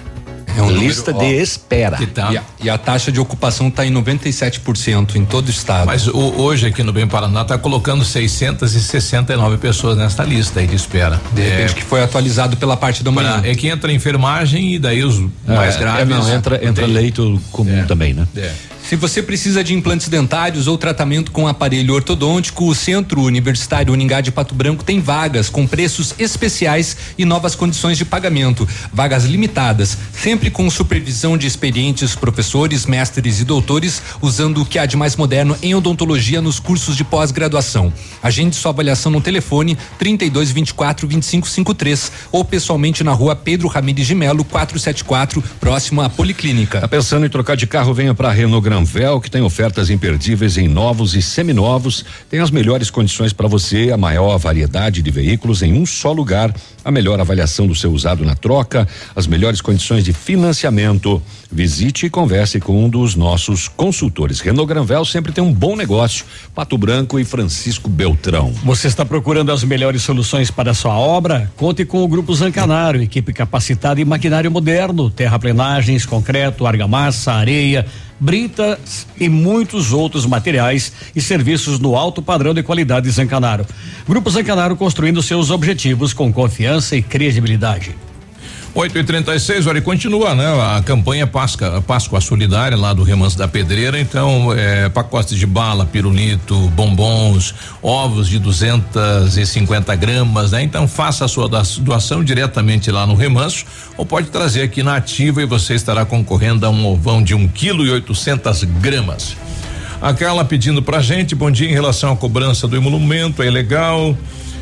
É um lista número, de ó, espera. Que tá. e, a, e a taxa de ocupação está em noventa e sete por cento em todo o estado. Mas o, hoje aqui no Bem Paraná está colocando seiscentos e sessenta e nove pessoas nesta lista aí de espera. De repente é, que foi atualizado pela parte da manhã. É que entra enfermagem e daí os é, mais graves. É, não, entra, entra leito comum é, também, né? É. Se você precisa de implantes dentários ou tratamento com aparelho ortodôntico, o Centro Universitário Uningá de Pato Branco tem vagas com preços especiais e novas condições de pagamento. Vagas limitadas, sempre com supervisão de experientes professores, mestres e doutores, usando o que há de mais moderno em odontologia nos cursos de pós-graduação. Agende sua avaliação no telefone trinta e dois, vinte e quatro, vinte e cinco cinquenta e três ou pessoalmente na rua Pedro Ramires de Melo, quatrocentos e setenta e quatro, próximo à Policlínica. Tá pensando em trocar de carro? Venha para Renault Granvel, que tem ofertas imperdíveis em novos e seminovos. Tem as melhores condições para você, a maior variedade de veículos em um só lugar, a melhor avaliação do seu usado na troca, as melhores condições de financiamento. Visite e converse com um dos nossos consultores. Renault Granvel sempre tem um bom negócio. Pato Branco e Francisco Beltrão. Você está procurando as melhores soluções para a sua obra? Conte com o Grupo Zancanaro, equipe capacitada em maquinário moderno, terraplenagens, concreto, argamassa, areia, britas e muitos outros materiais e serviços no alto padrão de qualidade Zancanaro. Grupo Zancanaro, construindo seus objetivos com confiança e credibilidade. oito e trinta e seis, olha, e continua, né? A campanha Páscoa, Páscoa Solidária lá do Remanso da Pedreira. Então, é, pacotes de bala, pirulito, bombons, ovos de duzentas e cinquenta gramas, né? Então, faça a sua doação diretamente lá no Remanso ou pode trazer aqui na Ativa e você estará concorrendo a um ovão de um quilo e oitocentas gramas. A Carla pedindo pra gente, bom dia, em relação à cobrança do emolumento, é legal.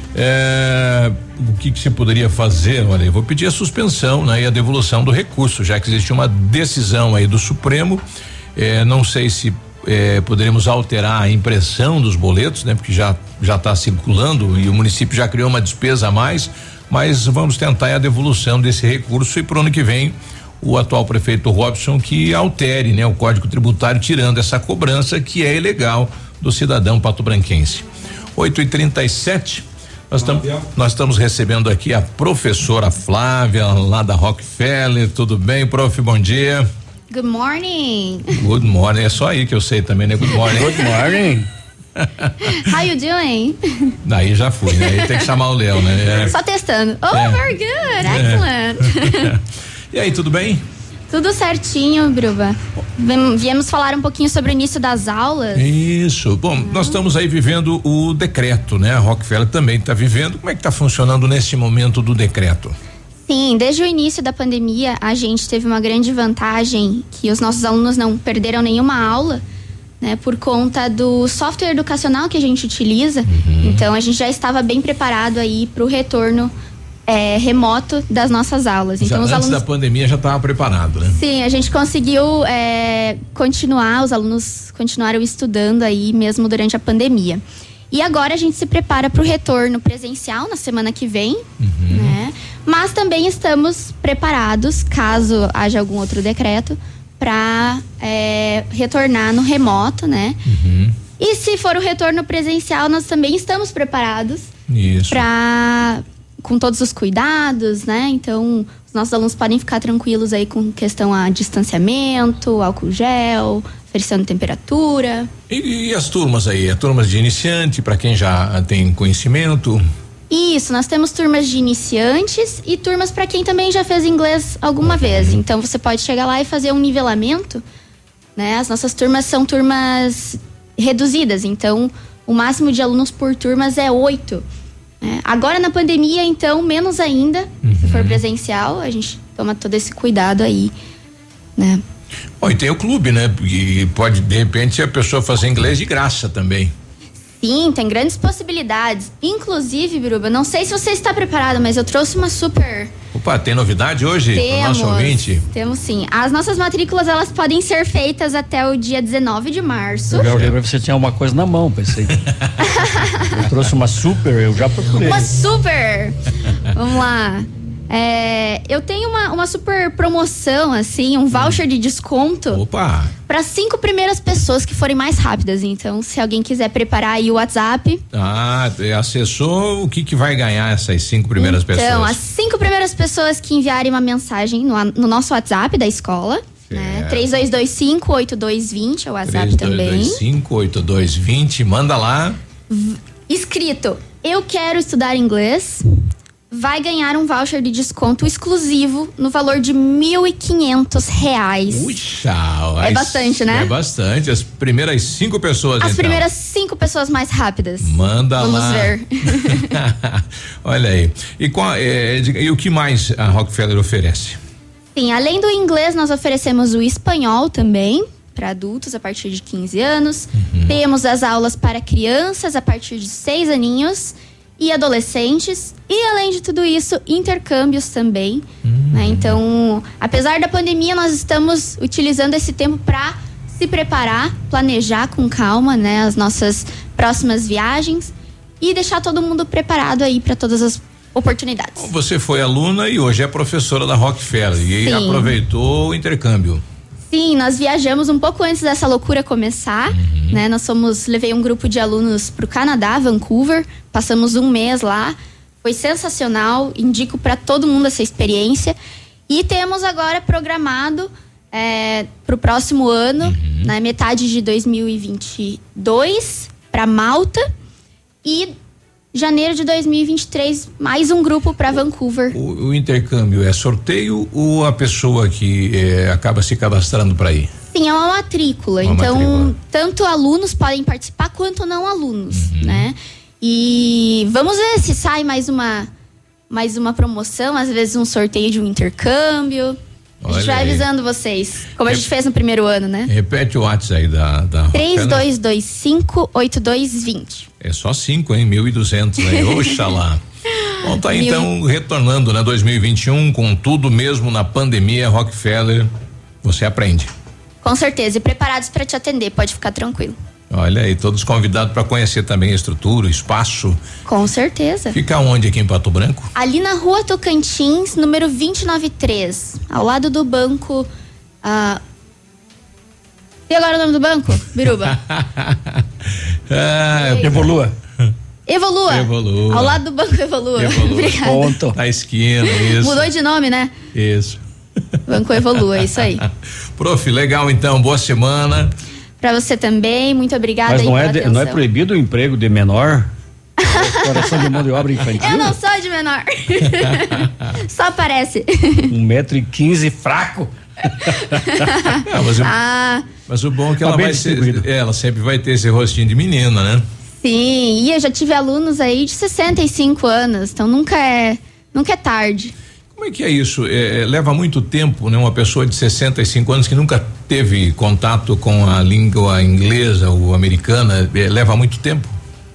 É, o que, que se poderia fazer? Olha, eu vou pedir a suspensão, né, e a devolução do recurso, já que existe uma decisão aí do Supremo. É, não sei se é, poderíamos alterar a impressão dos boletos, né, porque já já está circulando e o município já criou uma despesa a mais, mas vamos tentar a devolução desse recurso e pro ano que vem o atual prefeito Robson que altere, né, o Código Tributário, tirando essa cobrança que é ilegal do cidadão patobranquense. oito e trinta e sete. Nós, tam, nós estamos recebendo aqui a professora Flávia, lá da Rockefeller. Tudo bem, prof? Bom dia. Good morning. Good morning. É só aí que eu sei também, né? Good morning. Good morning. How you doing? Daí já fui, né? Aí tem que chamar o Léo, né? É. Só testando. Oh, é. very good. Excellent. É. E aí, tudo bem? Tudo certinho, Bruba. Viemos falar um pouquinho sobre o início das aulas. Isso. Bom, uhum. Nós estamos aí vivendo o decreto, né? A Rockefeller também está vivendo. Como é que está funcionando nesse momento do decreto? Sim, desde o início da pandemia, a gente teve uma grande vantagem que os nossos alunos não perderam nenhuma aula, né? Por conta do software educacional que a gente utiliza. Uhum. Então, a gente já estava bem preparado aí para o retorno é, remoto das nossas aulas. Já então, os antes alunos... da pandemia já estava preparado, né? Sim, a gente conseguiu é, continuar, os alunos continuaram estudando aí mesmo durante a pandemia. E agora a gente se prepara para o retorno presencial na semana que vem, uhum. né? Mas também estamos preparados, caso haja algum outro decreto, para é, retornar no remoto, né? Uhum. E se for o retorno presencial, nós também estamos preparados para, com todos os cuidados, né? Então, os nossos alunos podem ficar tranquilos aí com questão a distanciamento, álcool gel, aferição de temperatura. E, e as turmas aí? As turmas de iniciante, para quem já tem conhecimento? Isso, nós temos turmas de iniciantes e turmas para quem também já fez inglês alguma uhum. vez. Então, você pode chegar lá e fazer um nivelamento, né? As nossas turmas são turmas reduzidas, então o máximo de alunos por turmas é oito. Né? Agora na pandemia, então, menos ainda, uhum. se for presencial, a gente toma todo esse cuidado aí, né? Bom, e tem o clube, né? E pode, de repente, a pessoa fazer inglês de graça também. Sim, tem grandes possibilidades. Inclusive, Biruba, não sei se você está preparado, mas eu trouxe uma super... Opa, tem novidade hoje temos, pro nosso ouvinte? Temos sim. As nossas matrículas, elas podem ser feitas até o dia dezenove de março. Eu já olhei pra você, tinha uma coisa na mão, pensei. Eu trouxe uma super, eu já procurei. Uma super! Vamos lá. É, eu tenho uma, uma super promoção, assim, um voucher de desconto. Opa! Para cinco primeiras pessoas que forem mais rápidas. Então, se alguém quiser preparar aí o WhatsApp. Ah, acessou, o que que vai ganhar essas cinco primeiras então, pessoas? Então, as cinco primeiras pessoas que enviarem uma mensagem no, no nosso WhatsApp da escola. Né? três dois dois cinco, oito dois dois zero é o WhatsApp também. três dois dois cinco, oito dois dois zero, manda lá. Escrito, eu quero estudar inglês. Vai ganhar um voucher de desconto exclusivo no valor de mil e quinhentos reais. Puxa, é bastante, né? É bastante. As primeiras cinco pessoas, As então. primeiras cinco pessoas mais rápidas. Manda Vamos lá. Vamos ver. Olha aí. E, qual, é, e o que mais a Rockefeller oferece? Sim, além do inglês, nós oferecemos o espanhol também, para adultos a partir de quinze anos. Uhum. Temos as aulas para crianças a partir de seis aninhos. E adolescentes, e além de tudo isso, intercâmbios também, hum. né? Então, apesar da pandemia, nós estamos utilizando esse tempo para se preparar, planejar com calma, né, as nossas próximas viagens e deixar todo mundo preparado aí para todas as oportunidades. Você foi aluna e hoje é professora da Rockefeller e Sim. aproveitou o intercâmbio. Sim, nós viajamos um pouco antes dessa loucura começar, uhum. né? Nós fomos, levei um grupo de alunos para o Canadá, Vancouver, passamos um mês lá, foi sensacional, indico para todo mundo essa experiência e temos agora programado é, para o próximo ano, uhum. na metade de dois mil e vinte e dois, para Malta e janeiro de dois mil e vinte e três, mais um grupo para Vancouver. O, o intercâmbio é sorteio ou a pessoa que é, acaba se cadastrando para ir? Sim, é uma matrícula. Uma então, matrícula. Tanto alunos podem participar quanto não alunos, uhum. né? E vamos ver se sai mais uma mais uma promoção, às vezes um sorteio de um intercâmbio. A gente Olha vai avisando aí. Vocês, como Rep- a gente fez no primeiro ano, né? Repete o WhatsApp aí da... da três dois dois cinco, oito dois dois zero. É só cinco, hein? mil e duzentos, né? Oxalá. Bom, tá aí, então retornando, né? dois mil e vinte e um, com tudo mesmo na pandemia, Rockefeller, você aprende. Com certeza, e preparados para te atender, pode ficar tranquilo. Olha aí, todos convidados para conhecer também a estrutura, o espaço. Com certeza. Fica onde aqui em Pato Branco? Ali na Rua Tocantins, número vinte e nove três, ao lado do banco. Ah... E agora o nome do banco? Biruba. ah, Evolua. Evolua. Evolua. Ao lado do banco Evolua. Evolua. Obrigada. Ponto. Na esquina, isso. Mudou de nome, né? Isso. Banco Evolua, é isso aí. Prof, legal então, boa semana. Pra você também, muito obrigada. Mas aí não, pela é de, atenção. não é proibido o emprego de menor? Coração de mão de obra infantil? Eu não sou de menor. Só aparece. Um metro e quinze fraco. Não, mas, ah, o, mas o bom é que ela vai ser, ela sempre vai ter esse rostinho de menina, né? Sim, e eu já tive alunos aí de sessenta e cinco anos, então nunca é, nunca é tarde. Como é que é isso? É, leva muito tempo, né? Uma pessoa de sessenta e cinco anos que nunca teve contato com a língua inglesa ou americana, é, leva muito tempo?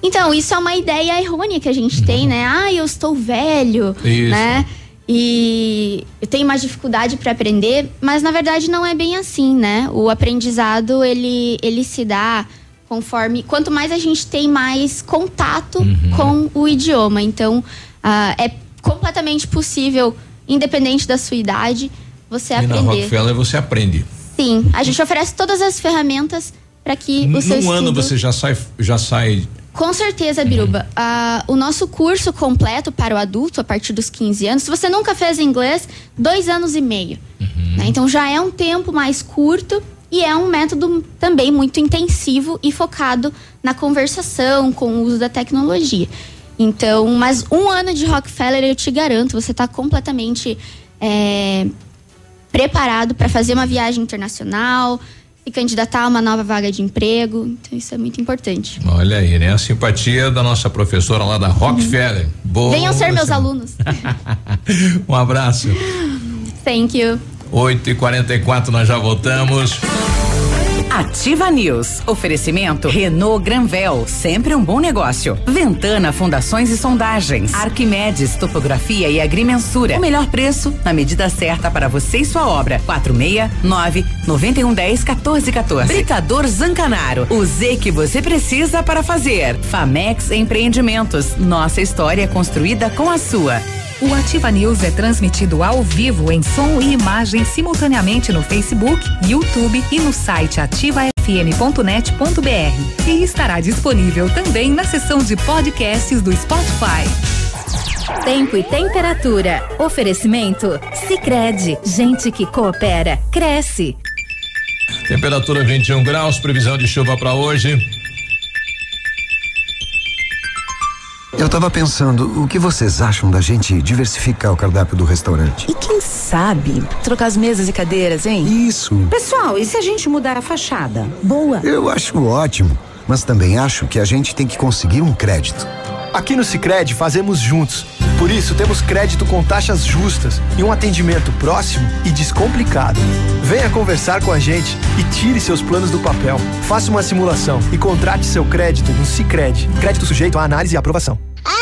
Então, isso é uma ideia errônea que a gente uhum. tem, né? Ah, eu estou velho, isso. né? E eu tenho mais dificuldade para aprender, mas na verdade não é bem assim, né? O aprendizado, ele, ele se dá conforme... Quanto mais a gente tem mais contato uhum. com o idioma. Então, uh, é completamente possível, independente da sua idade, você e aprender. Na Rockefeller você aprende. Sim, a gente oferece todas as ferramentas para que o seu Num estudo... ano você já sai... Já sai... Com certeza, Biruba. Uhum. Uh, o nosso curso completo para o adulto, a partir dos quinze anos, se você nunca fez inglês, dois anos e meio. Uhum. Né? Então já é um tempo mais curto e é um método também muito intensivo e focado na conversação, com o uso da tecnologia. Então, mas um ano de Rockefeller, eu te garanto, você está completamente é, preparado para fazer uma viagem internacional, se candidatar a uma nova vaga de emprego. Então isso é muito importante. Olha aí, né? A simpatia da nossa professora lá da Rockefeller. Uhum. Boa. Venham ser meus alunos. Um abraço. Thank you. oito e quarenta e quatro, nós já voltamos. Ativa News. Oferecimento Renault Granvel, sempre um bom negócio. Ventana Fundações e Sondagens. Arquimedes Topografia e Agrimensura. O melhor preço na medida certa para você e sua obra. quatro seis nove, nove um um zero, um quatro um quatro. Britador Zancanaro. O Z que você precisa para fazer. Famex Empreendimentos. Nossa história construída com a sua. O Ativa News é transmitido ao vivo em som e imagem simultaneamente no Facebook, YouTube e no site ativa f m ponto net ponto b r. E estará disponível também na seção de podcasts do Spotify. Tempo e temperatura. Oferecimento Sicredi. Gente que coopera, cresce. Temperatura vinte e um graus, previsão de chuva para hoje. Eu tava pensando, o que vocês acham da gente diversificar o cardápio do restaurante? E quem sabe trocar as mesas e cadeiras, hein? Isso. Pessoal, e se a gente mudar a fachada? Boa. Eu acho ótimo, mas também acho que a gente tem que conseguir um crédito. Aqui no Sicredi fazemos juntos. Por isso temos crédito com taxas justas e um atendimento próximo e descomplicado. Venha conversar com a gente e tire seus planos do papel. Faça uma simulação e contrate seu crédito no Sicredi. Crédito sujeito à análise e aprovação.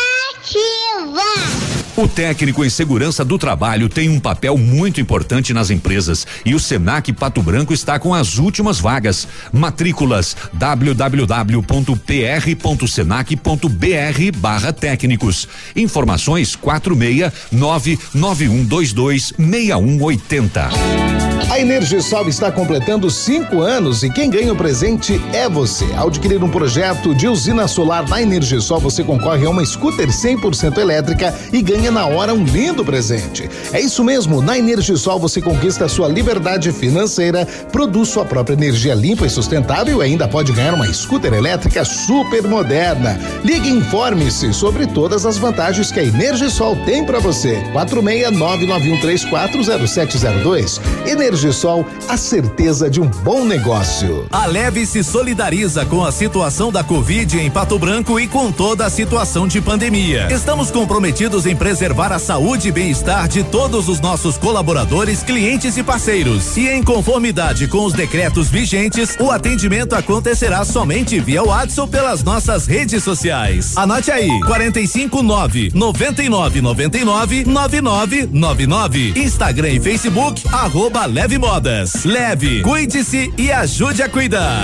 Ativa! O técnico em segurança do trabalho tem um papel muito importante nas empresas e o Senac Pato Branco está com as últimas vagas. Matrículas w w w ponto p r ponto senac ponto b r barra técnicos. Informações quatro seis nove nove um dois dois seis um oito zero. A Energisol está completando cinco anos e quem ganha o presente é você. Ao adquirir um projeto de usina solar na Energisol, você concorre a uma scooter cem por cento elétrica e ganha na hora um lindo presente. É isso mesmo, na Energisol você conquista a sua liberdade financeira, produz sua própria energia limpa e sustentável e ainda pode ganhar uma scooter elétrica super moderna. Ligue e informe-se sobre todas as vantagens que a Energisol tem para você. quatro seis nove nove um três quatro zero sete zero dois. Energisol, a certeza de um bom negócio. A Leve se solidariza com a situação da Covid em Pato Branco e com toda a situação de pandemia. Estamos comprometidos em preservar a saúde e bem-estar de todos os nossos colaboradores, clientes e parceiros. E em conformidade com os decretos vigentes, o atendimento acontecerá somente via WhatsApp pelas nossas redes sociais. Anote aí: quarenta e cinco nove, noventa e nove, noventa e nove, nove nove nove nove. Instagram e Facebook, arroba Leve Modas. Leve, cuide-se e ajude a cuidar.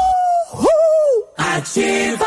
Uhul. Ativa.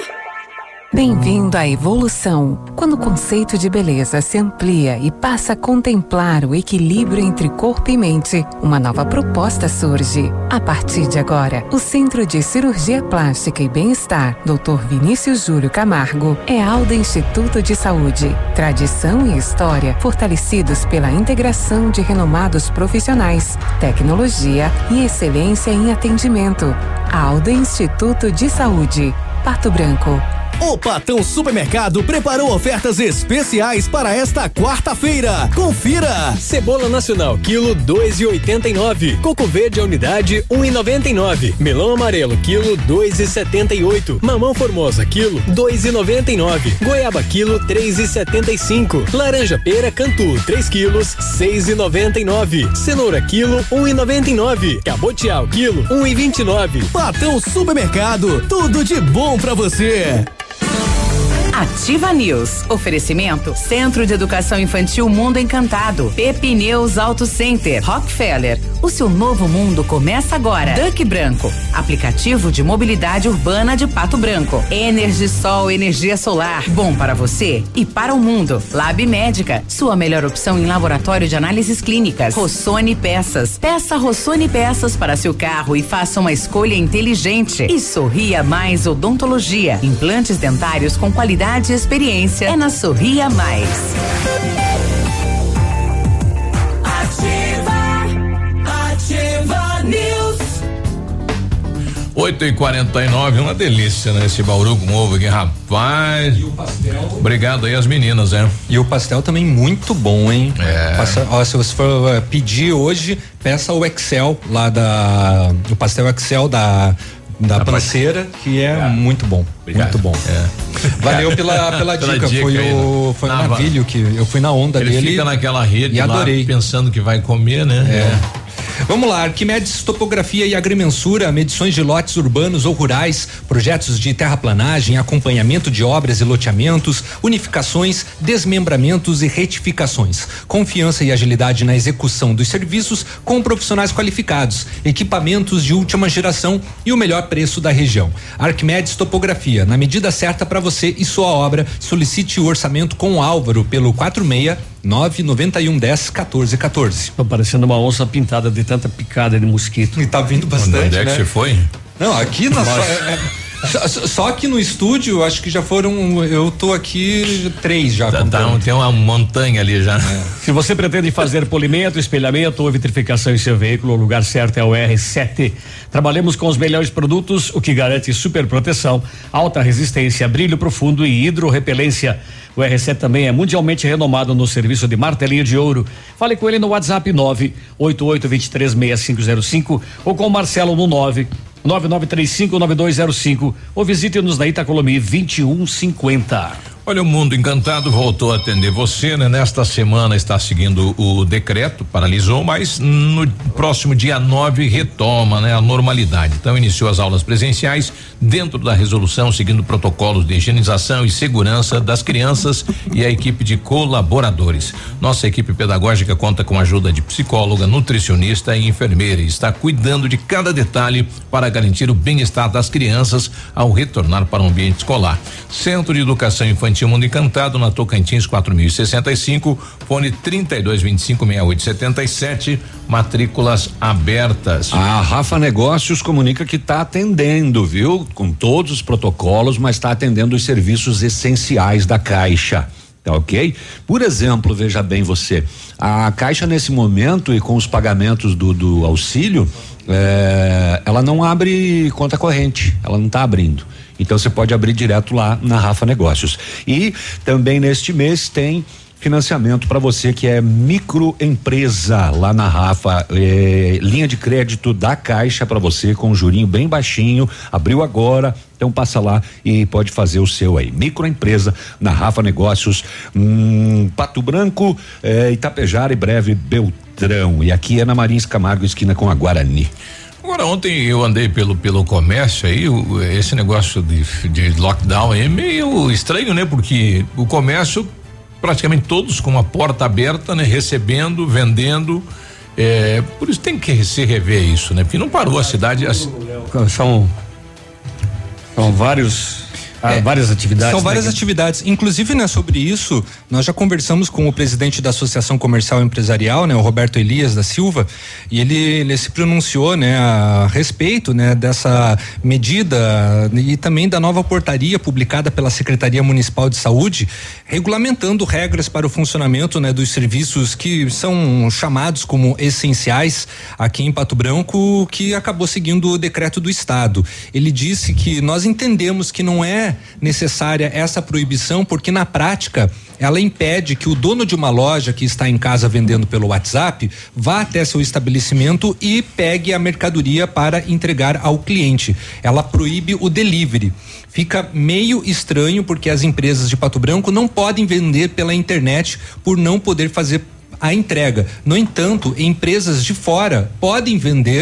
Bem-vindo à evolução, quando o conceito de beleza se amplia e passa a contemplar o equilíbrio entre corpo e mente. Uma nova proposta surge. A partir de agora, o Centro de Cirurgia Plástica e Bem-Estar, doutor Vinícius Júlio Camargo, é Alda Instituto de Saúde. Tradição e história fortalecidos pela integração de renomados profissionais, tecnologia e excelência em atendimento. Alda Instituto de Saúde, Pato Branco. O Patão Supermercado preparou ofertas especiais para esta quarta-feira. Confira! Cebola nacional, quilo dois e oitenta e nove. Coco verde a unidade, um e noventa e nove. Melão amarelo, quilo dois e setenta e oito. Mamão formosa, quilo dois e noventa e nove. Goiaba, quilo três e setenta e cinco. Laranja pera Cantu, três quilos, seis e noventa e nove. Cenoura, quilo um e noventa e nove. Cabotial, quilo um e vinte e nove. Patão Supermercado, tudo de bom pra você. Ativa News. Oferecimento Centro de Educação Infantil Mundo Encantado. Pepineus Auto Center. Rockefeller. O seu novo mundo começa agora. Duck Branco. Aplicativo de mobilidade urbana de Pato Branco. Energisol, energia solar. Bom para você e para o mundo. Lab Médica. Sua melhor opção em laboratório de análises clínicas. Rossoni Peças. Peça Rossoni Peças para seu carro e faça uma escolha inteligente. E Sorria Mais Odontologia. Implantes dentários com qualidade e experiência. É na Sorria Mais. oito e quarenta e nove, uma delícia, né? Esse Bauru com ovo aqui, rapaz. E o pastel. Obrigado aí às meninas, né? E o pastel também muito bom, hein? É. Passa, ó, se você for uh, pedir hoje, peça o Excel lá da. O pastel Excel da. Da Tá, panceira, que é, é muito bom. Obrigado. Muito bom. É. Valeu pela, pela, Pela dica. dica Foi aí, o, né? foi o Na- Navilho que eu fui na onda Ele dele. fica naquela rede e lá, adorei. pensando que vai comer, né? É. Vamos lá, Arquimedes Topografia e Agrimensura, medições de lotes urbanos ou rurais, projetos de terraplanagem, acompanhamento de obras e loteamentos, unificações, desmembramentos e retificações. Confiança e agilidade na execução dos serviços com profissionais qualificados, equipamentos de última geração e o melhor preço da região. Arquimedes Topografia, na medida certa para você e sua obra, solicite o orçamento com o Álvaro pelo quatro seis nove nove um dez quatorze quatorze. Tô parecendo uma onça pintada de tanta picada de mosquito. E tá vindo bastante, Onde é que né? você foi? Não, aqui na só, é, é, só, só aqui no estúdio, acho que já foram, eu tô aqui três já. Tá, tá, tem uma montanha ali já. É. Se você pretende fazer polimento, espelhamento ou vitrificação em seu veículo, o lugar certo é o R sete. Trabalhamos com os melhores produtos, o que garante super proteção, alta resistência, brilho profundo e hidrorrepelência. O R sete também é mundialmente renomado no serviço de martelinho de ouro. Fale com ele no WhatsApp nove oito oito dois três seis cinco zero cinco ou com o Marcelo no nove nove nove três cinco nove dois zero cinco ou visite-nos na Itacolomi vinte e um cinquenta. Olha, o Mundo Encantado voltou a atender você, né? Nesta semana está seguindo o decreto, paralisou, mas no próximo dia nove retoma, né? A normalidade. Então iniciou as aulas presenciais dentro da resolução, seguindo protocolos de higienização e segurança das crianças e a equipe de colaboradores. Nossa equipe pedagógica conta com a ajuda de psicóloga, nutricionista e enfermeira e está cuidando de cada detalhe para garantir o bem-estar das crianças ao retornar para o ambiente escolar. Centro de Educação Infantil Mundo Encantado, na Tocantins quatro mil e sessenta e cinco, fone trinta e dois vinte e cinco sessenta e oito setenta e sete, matrículas abertas. A Rafa Negócios comunica que está atendendo, viu? Com todos os protocolos, mas está atendendo os serviços essenciais da Caixa. Tá ok? Por exemplo, veja bem você, a Caixa nesse momento e com os pagamentos do, do auxílio, é, ela não abre conta corrente, ela não está abrindo. Então você pode abrir direto lá na Rafa Negócios. E também neste mês tem financiamento para você que é microempresa lá na Rafa, é, linha de crédito da Caixa para você com um jurinho bem baixinho, abriu agora, então passa lá e pode fazer o seu aí, microempresa na Rafa Negócios, hum, Pato Branco, é, Itapejara e breve Beltrão, e aqui é na Marins Camargo, esquina com a Guarani. Agora, ontem eu andei pelo pelo comércio aí, o, esse negócio de, de lockdown é meio estranho, né? Porque o comércio, praticamente todos com a porta aberta, né? Recebendo, vendendo, é, por isso tem que se rever isso, né? Porque não parou a cidade. Assim. São, são vários... É, várias atividades. São várias né? atividades. Inclusive, né, sobre isso, nós já conversamos com o presidente da Associação Comercial e Empresarial, né, o Roberto Elias da Silva, e ele, ele se pronunciou, né, a respeito, né, dessa medida e também da nova portaria publicada pela Secretaria Municipal de Saúde, regulamentando regras para o funcionamento, né, dos serviços que são chamados como essenciais aqui em Pato Branco, que acabou seguindo o decreto do Estado. Ele disse que nós entendemos que não é necessária essa proibição, porque na prática ela impede que o dono de uma loja que está em casa vendendo pelo WhatsApp vá até seu estabelecimento e pegue a mercadoria para entregar ao cliente. Ela proíbe o delivery. Fica meio estranho porque as empresas de Pato Branco não podem vender pela internet por não poder fazer a entrega. No entanto, empresas de fora podem vender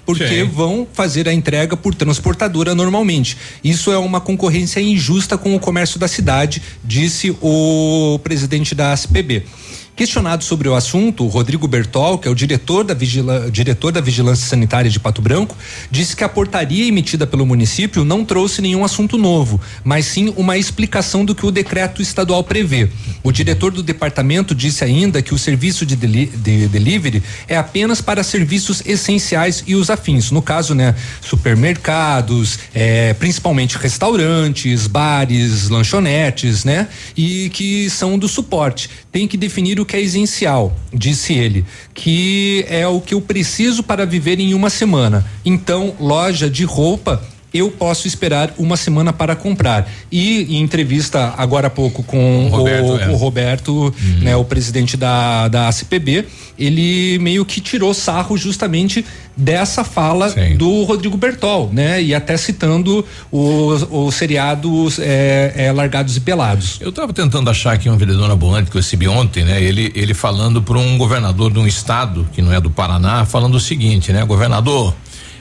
porque Sim. vão fazer a entrega por transportadora normalmente. Isso é uma concorrência injusta com o comércio da cidade, disse o presidente da A S P B. Questionado sobre o assunto, o Rodrigo Bertol, que é o diretor da, vigila, diretor da Vigilância Sanitária de Pato Branco, disse que a portaria emitida pelo município não trouxe nenhum assunto novo, mas sim uma explicação do que o decreto estadual prevê. O diretor do departamento disse ainda que o serviço de, deli, de delivery é apenas para serviços essenciais e os afins. No caso, né, supermercados, é, principalmente restaurantes, bares, lanchonetes, né, e que são do suporte. Tem que definir o que é essencial, disse ele, que é o que eu preciso para viver em uma semana. Então, loja de roupa, eu posso esperar uma semana para comprar. E em entrevista agora há pouco com o Roberto, o, é. o, Roberto uhum. né, o presidente da, da A C P B, ele meio que tirou sarro justamente dessa fala Sim. do Rodrigo Bertol, né? E até citando os, os seriados é, é, Largados e Pelados. Eu estava tentando achar aqui um vendedor ambulante que eu recebi ontem, né? Ele, ele falando para um governador de um estado que não é do Paraná, falando o seguinte, né? Governador,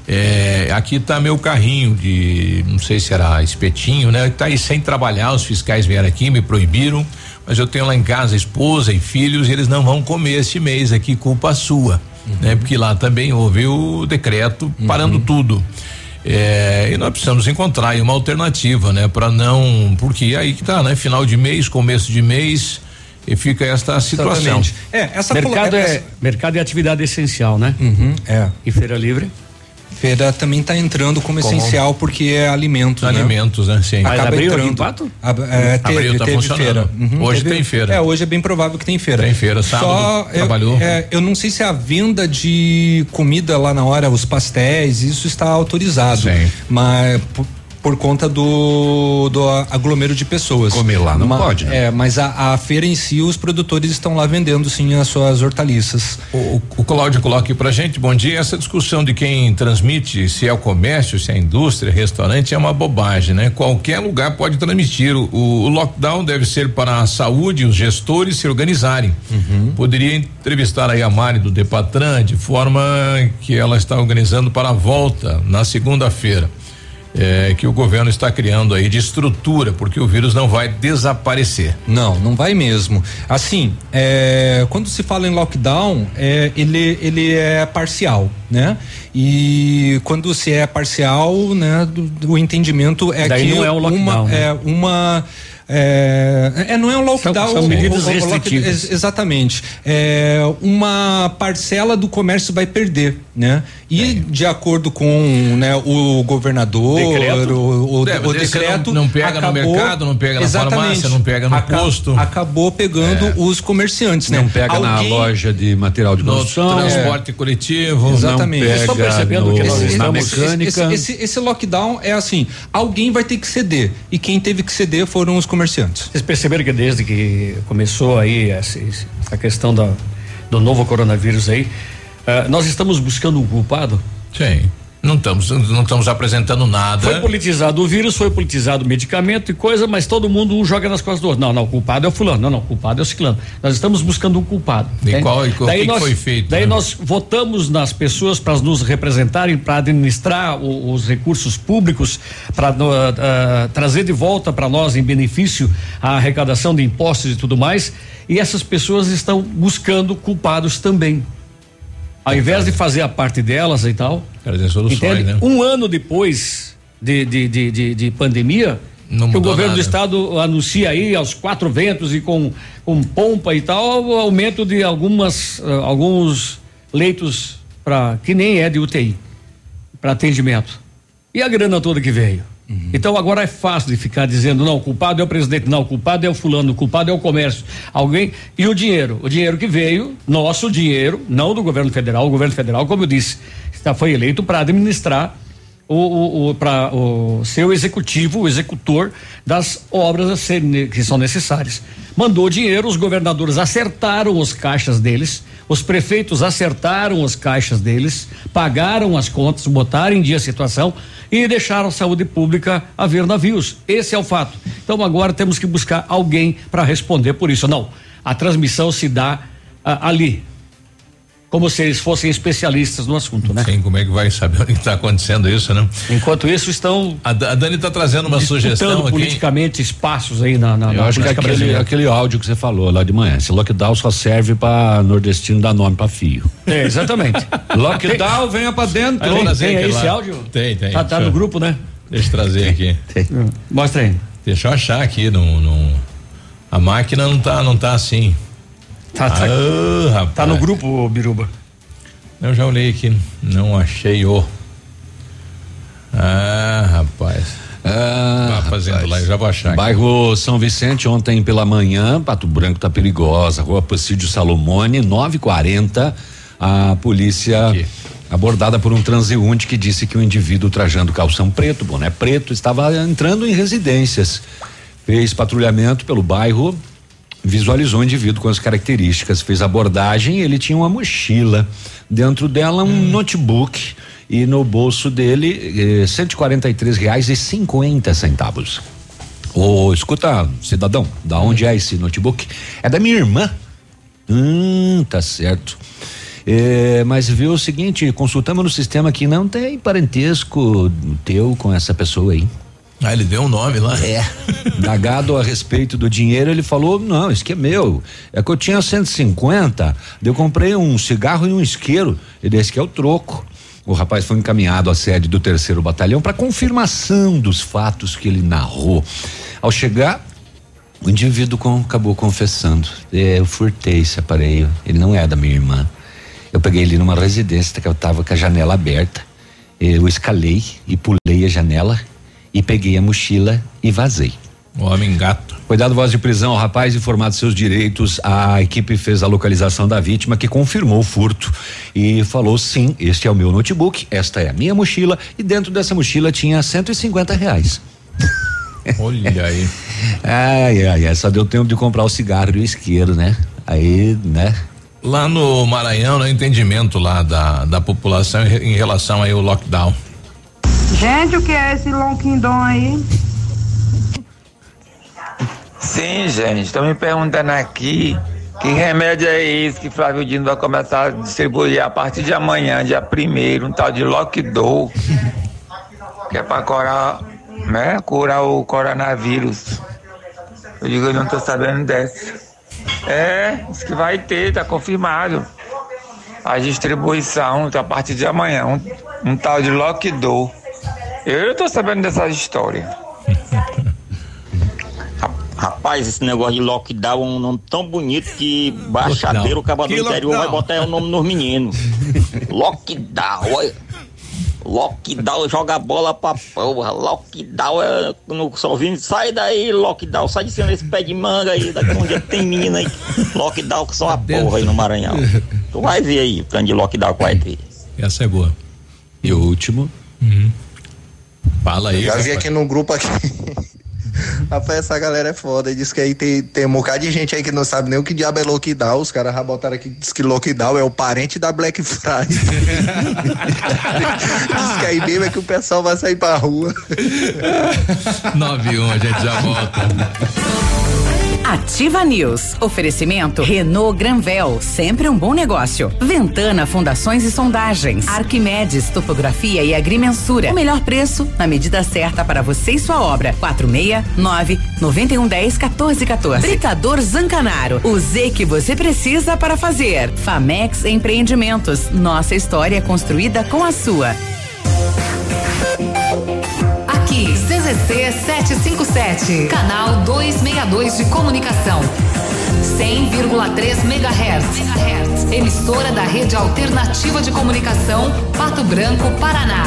É, aqui tá meu carrinho de, não sei se era espetinho, né? Tá aí sem trabalhar, os fiscais vieram aqui, me proibiram, mas eu tenho lá em casa esposa e filhos e eles não vão comer este mês aqui, culpa sua, uhum. né? Porque lá também houve o decreto parando uhum. tudo. É, e nós precisamos encontrar aí uma alternativa, né? Para não, porque aí que tá, né? Final de mês, começo de mês, e fica esta situação. Exatamente. É, essa mercado é, é mercado é atividade essencial, né? Uhum, é. E feira livre? Feira também está entrando como, como essencial porque é alimentos, né? Alimentos, né? Sim. Mas acaba abriu entrando. Aqui em Pato? A, é, teve, abriu, tá teve funcionando. Feira. Uhum, hoje teve, tem feira. É, hoje é bem provável que tem feira. Tem feira, sábado, Só trabalhou. Eu, é, eu não sei se a venda de comida lá na hora, os pastéis, isso está autorizado. Sim. Mas por, por conta do, do aglomero de pessoas. Comer lá não mas, pode, né? É, mas a, a feira em si, os produtores estão lá vendendo sim as suas hortaliças. O, o Cláudio coloca aqui pra gente, bom dia, essa discussão de quem transmite, se é o comércio, se é a indústria, restaurante, é uma bobagem, né? Qualquer lugar pode transmitir. O, o lockdown deve ser para a saúde, os gestores se organizarem. Uhum. Poderia entrevistar aí a Mari do Depatran, de forma que ela está organizando para a volta na segunda-feira. É, que o governo está criando aí de estrutura, porque o vírus não vai desaparecer. Não, não vai mesmo. Assim, é, quando se fala em lockdown, é, ele, ele é parcial, né? E quando se é parcial, né, do, o entendimento é Daí que não é um lockdown, uma, né? é uma É, é, não é um lockdown. São, são medidas o, o, o, restritivas. Lock, exatamente. É, uma parcela do comércio vai perder, né? E é. de acordo com, né, o governador, decreto. o, o, é, o decreto não, não pega acabou, no mercado, não pega na farmácia, não pega no Aca, posto. Acabou pegando é. os comerciantes, né? Não pega Alguém, na loja de material de construção, no transporte é. coletivo. Exatamente. Não pega Estão percebendo no, que nós esse, na mecânica. Esse, esse, esse lockdown é assim, alguém vai ter que ceder e quem teve que ceder foram os comerciantes. Vocês perceberam que desde que começou aí essa, essa questão da, do novo coronavírus aí, uh, nós estamos buscando um culpado? Sim. Não estamos, não estamos apresentando nada. Foi politizado o vírus, foi politizado o medicamento e coisa, mas todo mundo um joga nas costas do outro. Não, não, o culpado é o fulano. Não, não, o culpado é o ciclano. Nós estamos buscando um culpado. E qual, e qual daí que, nós, que foi feito? Daí né? nós votamos nas pessoas para nos representarem, para administrar o, os recursos públicos, para uh, uh, trazer de volta para nós em benefício a arrecadação de impostos e tudo mais. E essas pessoas estão buscando culpados também. Ao invés de fazer a parte delas e tal, soluções, entende? Né? Um ano depois de, de, de, de, de pandemia, Não que o governo nada. do estado anuncia aí aos quatro ventos e com, com pompa e tal, o aumento de algumas, uh, alguns leitos para que nem é de U T I, para atendimento. E a grana toda que veio. Uhum. Então agora é fácil de ficar dizendo, não, o culpado é o presidente, não, o culpado é o fulano, o culpado é o comércio, alguém, e o dinheiro, o dinheiro que veio, nosso dinheiro, não do governo federal, o governo federal, como eu disse, está, foi eleito para administrar o, o, o para o seu executivo, o executor das obras a serem, que são necessárias. Mandou dinheiro, os governadores acertaram os caixas deles, os prefeitos acertaram os caixas deles, pagaram as contas, botaram em dia a situação e deixaram a saúde pública a ver navios. Esse é o fato. Então agora temos que buscar alguém para responder por isso. Não, a transmissão se dá ah, ali. Como se eles fossem especialistas no assunto, né? Sim, como é que vai saber onde está acontecendo isso, né? Enquanto isso, estão. A, a Dani está trazendo uma sugestão aqui. Politicamente espaços aí na. na Eu na acho que aquele, aquele áudio que você falou lá de manhã, esse lockdown só serve para nordestino dar nome para fio. É, exatamente. Lockdown, venha para dentro. Tem, trazer tem aí lá. esse áudio? Tem, tem. Tá, tá no grupo, né? Deixa eu trazer aqui. Hum, Mostra aí. Deixa eu achar aqui, no, no, a máquina não tá, não tá assim. Tá, tá, ah, rapaz. Tá no grupo, Biruba. Eu já olhei aqui, não achei o. Ah, rapaz. Ah, Vá fazendo rapaz. lá, eu já vou achar. Bairro aqui. São Vicente, ontem pela manhã, Pato Branco tá perigosa. Rua Pacídio Salomone, nove e quarenta. A polícia aqui. Abordada por um transeunte que disse que o indivíduo trajando calção preto, boné preto, estava entrando em residências. Fez patrulhamento pelo bairro. Visualizou o indivíduo com as características, fez abordagem, ele tinha uma mochila, dentro dela um hum. notebook e no bolso dele eh, cento e quarenta e três reais e cinquenta centavos. Ô, escuta, cidadão, da onde é esse notebook? É da minha irmã. Hum, tá certo. É, mas viu o seguinte, consultamos no sistema que não tem parentesco teu com essa pessoa aí. Ah, ele deu um nome lá? É. Dagado a respeito do dinheiro, ele falou: não, isso aqui é meu. É que eu tinha cento e cinquenta, daí eu comprei um cigarro e um isqueiro. Ele disse que é o troco. O rapaz foi encaminhado à sede do terceiro batalhão para confirmação dos fatos que ele narrou. Ao chegar, o indivíduo com, acabou confessando: é, eu furtei esse aparelho, ele não é da minha irmã. Eu peguei ele numa residência que eu tava com a janela aberta. Eu escalei e pulei a janela e peguei a mochila e vazei. O homem gato. Foi dado voz de prisão ao rapaz, informado seus direitos. A equipe fez a localização da vítima, que confirmou o furto e falou: sim, este é o meu notebook, esta é a minha mochila e dentro dessa mochila tinha cento e cinquenta reais. Olha aí. Ai, ai, ai, só deu tempo de comprar o cigarro e o isqueiro, né? Aí, né? Lá no Maranhão, no entendimento lá da, da população em relação aí ao lockdown. Gente, o que é esse Loquindon aí? Sim, gente, estão me perguntando aqui que remédio é esse que Flávio Dino vai começar a distribuir a partir de amanhã, dia primeiro, um tal de Lockdown, que é para curar, né, curar o coronavírus. Eu digo, eu não tô sabendo dessa. É, isso que vai ter, tá confirmado. A distribuição a partir de amanhã, um, um tal de Lockdown. Eu não tô sabendo dessa história. Rapaz, esse negócio de lockdown é um nome tão bonito que baixadeiro, o cabo do interior vai botar o nome nos meninos. Lockdown, olha. Lockdown joga a bola pra porra. Lockdown é no São Vini. Sai daí, Lockdown. Sai de cima desse pé de manga aí. Daqui a um dia tem menina aí. Lockdown que são a porra aí no Maranhão. Tu vai ver aí o plano de lockdown que vai ter. Essa é boa. E o último? Uhum. Fala aí. Já vi aqui no grupo aqui. Rapaz, essa galera é foda. Diz que aí tem, tem um bocado de gente aí que não sabe nem o que diabo é lockdown. Os caras já botaram aqui, diz que lockdown é o parente da Black Friday. Diz que aí mesmo é que o pessoal vai sair pra rua. nove e um, a gente já volta. Ativa News. Oferecimento Renault Granvel, sempre um bom negócio. Ventana Fundações e Sondagens. Arquimedes Topografia e Agrimensura. O melhor preço na medida certa para você e sua obra. quatro seis nove, nove um um zero, um quatro um quatro. Britador Zancanaro. O Z que você precisa para fazer. Famex Empreendimentos. Nossa história construída com a sua. Aqui, C Z C setecentos e cinquenta e sete, canal duzentos e sessenta e dois de comunicação. cem vírgula três megahertz. Emissora da Rede Alternativa de Comunicação, Pato Branco, Paraná.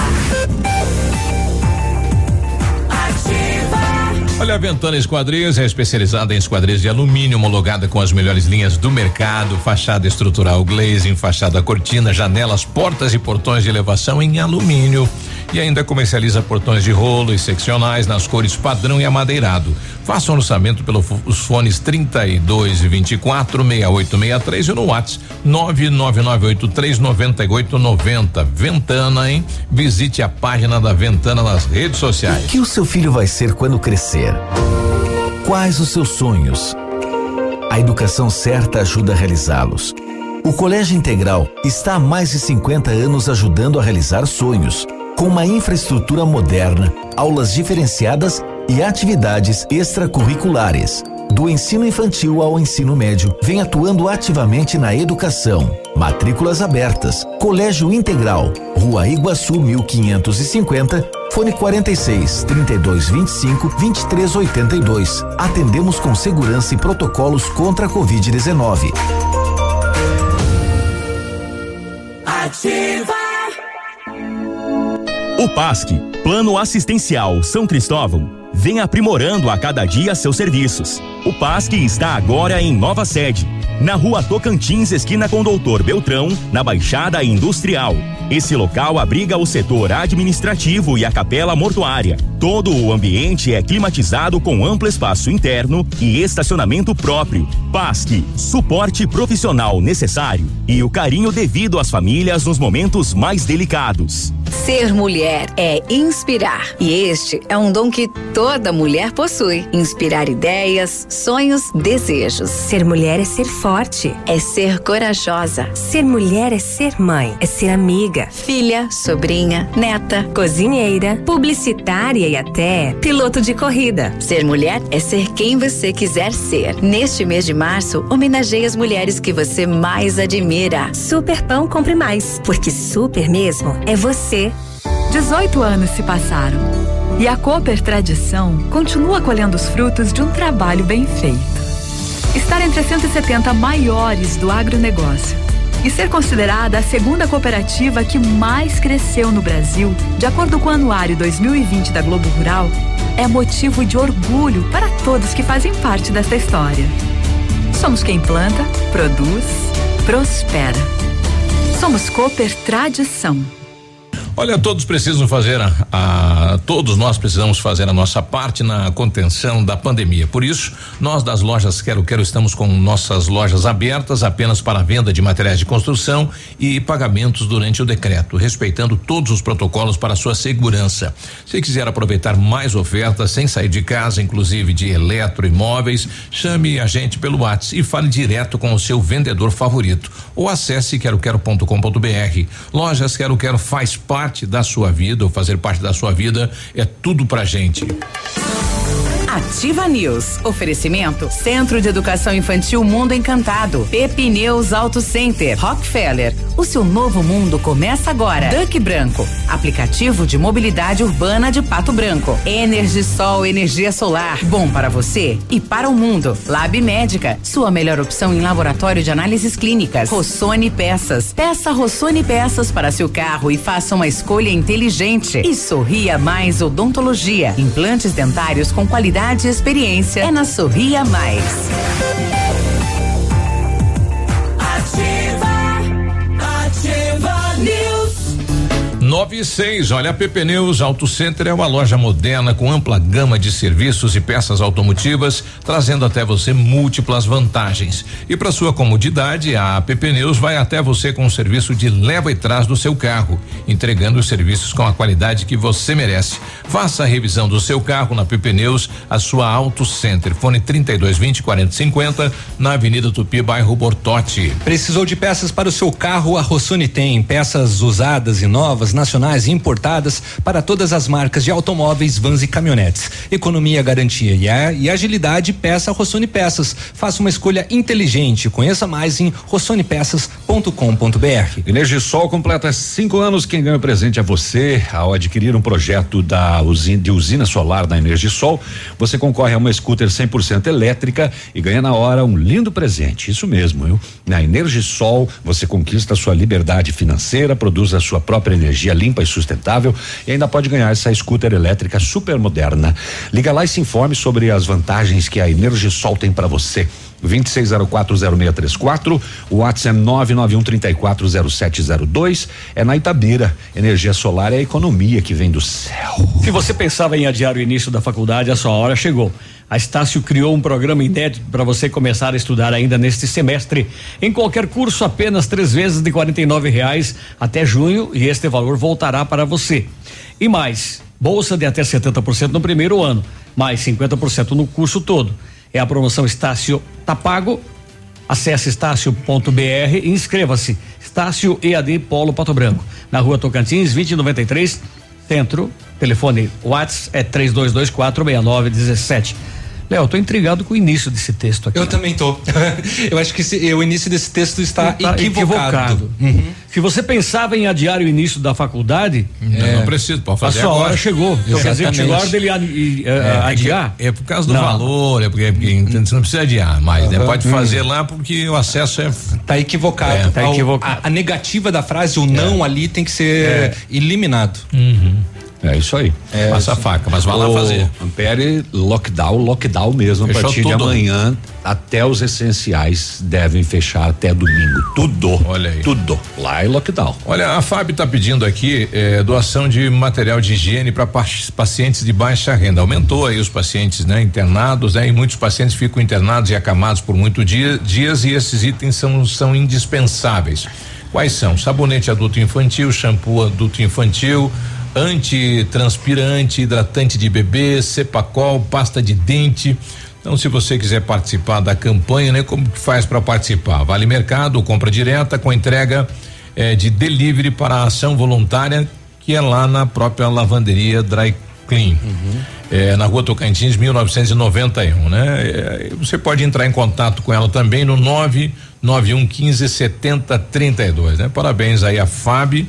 Olha, a Ventana Esquadrias é especializada em esquadrias de alumínio, homologada com as melhores linhas do mercado, fachada estrutural glazing, fachada cortina, janelas, portas e portões de elevação em alumínio. E ainda comercializa portões de rolo e seccionais nas cores padrão e amadeirado. Faça um orçamento pelos fones trinta e dois e vinte e quatro, sessenta e oito sessenta e três e no WhatsApp nove nove nove oito três nove oito nove zero. Ventana, hein? Visite a página da Ventana nas redes sociais. O que o seu filho vai ser quando crescer? Quais os seus sonhos? A educação certa ajuda a realizá-los. O Colégio Integral está há mais de cinquenta anos ajudando a realizar sonhos, com uma infraestrutura moderna, aulas diferenciadas e atividades extracurriculares. Do ensino infantil ao ensino médio, vem atuando ativamente na educação. Matrículas abertas. Colégio Integral, Rua Iguaçu mil quinhentos e cinquenta, fone quarenta e seis, trinta e dois, vinte e cinco, vinte e três oitenta e dois. Atendemos com segurança e protocolos contra a covid dezenove. Ativa. O PASC, Plano Assistencial São Cristóvão, vem aprimorando a cada dia seus serviços. O PASC está agora em nova sede, na Rua Tocantins, esquina com Doutor Beltrão, na Baixada Industrial. Esse local abriga o setor administrativo e a capela mortuária. Todo o ambiente é climatizado com amplo espaço interno e estacionamento próprio. PASC, suporte profissional necessário e o carinho devido às famílias nos momentos mais delicados. Ser mulher é inspirar. E este é um dom que toda mulher possui. Inspirar ideias, sonhos, desejos. Ser mulher é ser forte. É ser corajosa. Ser mulher é ser mãe. É ser amiga. Filha, sobrinha, neta, cozinheira, publicitária e até piloto de corrida. Ser mulher é ser quem você quiser ser. Neste mês de março, homenageie as mulheres que você mais admira. Super Pão Compre Mais, porque super mesmo é você. dezoito anos se passaram e a Cooper Tradição continua colhendo os frutos de um trabalho bem feito. Estar entre as cento e setenta maiores do agronegócio e ser considerada a segunda cooperativa que mais cresceu no Brasil, de acordo com o Anuário dois mil e vinte da Globo Rural, é motivo de orgulho para todos que fazem parte desta história. Somos quem planta, produz, prospera. Somos Cooper Tradição. Olha, todos precisam fazer a, a todos nós precisamos fazer a nossa parte na contenção da pandemia. Por isso, nós das lojas Quero Quero estamos com nossas lojas abertas apenas para a venda de materiais de construção e pagamentos durante o decreto, respeitando todos os protocolos para sua segurança. Se quiser aproveitar mais ofertas sem sair de casa, inclusive de eletroimóveis, chame a gente pelo WhatsApp e fale direto com o seu vendedor favorito ou acesse quero quero ponto com ponto br. Lojas Quero Quero faz parte da sua vida, ou fazer parte da sua vida é tudo pra gente. Ativa News. Oferecimento Centro de Educação Infantil Mundo Encantado. Pepineus Auto Center. Rockefeller. O seu novo mundo começa agora. Duck Branco. Aplicativo de mobilidade urbana de Pato Branco. Energisol, energia solar. Bom para você e para o mundo. Lab Médica. Sua melhor opção em laboratório de análises clínicas. Rossoni Peças. Peça Rossoni Peças para seu carro e faça uma escolha inteligente. E Sorria Mais Odontologia. Implantes dentários com qualidade e experiência é na Sorria Mais. Ativa, ativa News. Nove e seis, olha, a Pepineus Auto Center é uma loja moderna com ampla gama de serviços e peças automotivas, trazendo até você múltiplas vantagens. E para sua comodidade, a Pepineus vai até você com o serviço de leva e trás do seu carro, entregando os serviços com a qualidade que você merece. Faça a revisão do seu carro na Pepineus, a sua Auto Center. Fone trinta e dois, vinte, quarenta, cinquenta, na Avenida Tupi, bairro Bortote. Precisou de peças para o seu carro? A Rossoni tem peças usadas e novas, nacionais e importadas para todas as marcas de automóveis, vans e caminhonetes. Economia, garantia e, a, e agilidade, peça Rossoni Peças. Faça uma escolha inteligente. Conheça mais em rossoni peças ponto com ponto br. Energisol completa cinco anos. Quem ganha o presente é você. Ao adquirir um projeto da usina, de usina solar da Energisol, você concorre a uma scooter cem por cento elétrica e ganha na hora um lindo presente. Isso mesmo, viu? Na Energisol você conquista a sua liberdade financeira, produz a sua própria energia limpa e sustentável e ainda pode ganhar essa scooter elétrica super moderna. Liga lá e se informe sobre as vantagens que a Energisol tem para você. vinte e seis zero quatro zero seis três quatro, o WhatsApp é nove nove um trinta e quatro zero sete zero dois, é na Itabira. Energia solar é a economia que vem do céu. Se você pensava em adiar o início da faculdade, a sua hora chegou. A Estácio criou um programa inédito para você começar a estudar ainda neste semestre. Em qualquer curso, apenas três vezes de quarenta e nove reais até junho, e este valor voltará para você. E mais, bolsa de até setenta por cento no primeiro ano, mais cinquenta por cento no curso todo. É a promoção Estácio Tá Pago Acesse estácio ponto b r e inscreva-se. Estácio E A D Polo Pato Branco. Na rua Tocantins, vinte e noventa e três, Centro. Telefone WhatsApp é três dois dois quatro seis nove um sete. Léo, eu tô intrigado com o início desse texto aqui. Eu também tô. Eu acho que esse, o início desse texto está, está equivocado. equivocado. Uhum. Se você pensava em adiar o início da faculdade, é, não precisa, pode fazer a sua agora. hora chegou. Então quer dizer que chegou a hora dele é, adiar? É, é por causa do não. valor, é porque, é porque você não precisa adiar mais, uhum. né? Pode fazer lá porque o acesso é. Tá equivocado. É, tá equivocado. A, a negativa da frase, o não ali tem que ser é. eliminado. Uhum. É isso aí. É, passa a faca, mas vai lá fazer. Ampere, lockdown, lockdown mesmo. Fechou a partir tudo. de amanhã, até os essenciais devem fechar até domingo. Tudo. Olha aí. Tudo. Lá é lockdown. Olha, a Fábio está pedindo aqui eh, doação de material de higiene para pacientes de baixa renda. Aumentou aí os pacientes, né, internados, né? E muitos pacientes ficam internados e acamados por muitos dia, dias e esses itens são, são indispensáveis. Quais são? Sabonete adulto infantil, shampoo adulto infantil, antitranspirante, hidratante de bebê, Cepacol, pasta de dente. Então, se você quiser participar da campanha, né? Como que faz para participar? Vale Mercado, compra direta com entrega eh, de delivery para a ação voluntária, que é lá na própria lavanderia Dry Clean, uhum. eh, na rua Tocantins, mil novecentos e noventa e um, né? Eh, você pode entrar em contato com ela também no nove nove um quinze setenta trinta e dois, né? Parabéns aí a Fábio.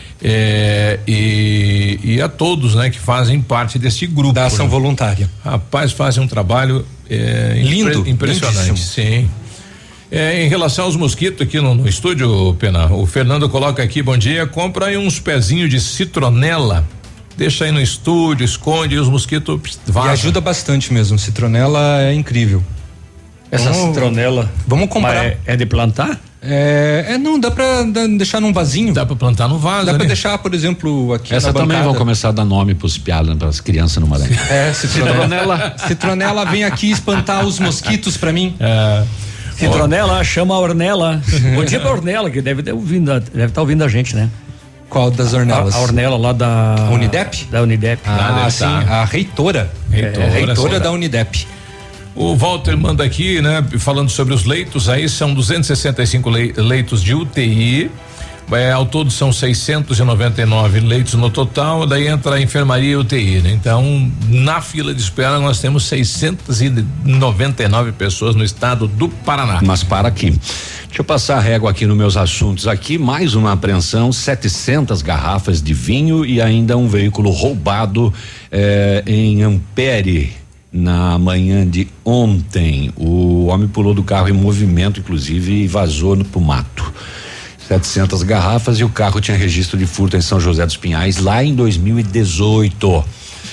É, e, e a todos, né, que fazem parte desse grupo da ação, né, voluntária. Rapaz, fazem um trabalho é, lindo, impre, impressionante. lindíssimo. Sim. É, em relação aos mosquitos aqui no, no estúdio, Pena, o Fernando coloca aqui: bom dia, compra aí uns pezinhos de citronela, deixa aí no estúdio, esconde e os mosquitos vazam. E ajuda bastante mesmo. Citronela é incrível. Essa vamos, citronela. Vamos comprar. É, é de plantar? É, é, não, dá pra dá, deixar num vasinho. Dá pra plantar no vaso. Dá né? pra deixar, por exemplo, aqui Essa na também bancada. vão começar a dar nome pros piadas, pras crianças no Maranhão. É, citronela. Citronela vem aqui espantar os mosquitos pra mim. É. Citronela, oh. chama a Ornella. Bom dia pra Ornella, que deve estar ouvindo, deve estar ouvindo a gente, né? Qual das Ornelas? A, a Ornella lá da Unidep? Da Unidep. Ah, ah sim, a reitora. Reitora, é, reitora da Unidep. O Walter manda aqui, né? Falando sobre os leitos, aí são duzentos e sessenta e cinco leitos de U T I, é, ao todo são seiscentos e noventa e nove leitos no total, daí entra a enfermaria e U T I, né? Então, na fila de espera nós temos seiscentos e noventa e nove pessoas no estado do Paraná. Mas para aqui, deixa eu passar a régua aqui nos meus assuntos aqui, mais uma apreensão, setecentas garrafas de vinho e ainda um veículo roubado eh, em Ampere. Na manhã de ontem, o homem pulou do carro em movimento, inclusive, e vazou no pro mato. setecentas garrafas e o carro tinha registro de furto em São José dos Pinhais lá em dois mil e dezoito.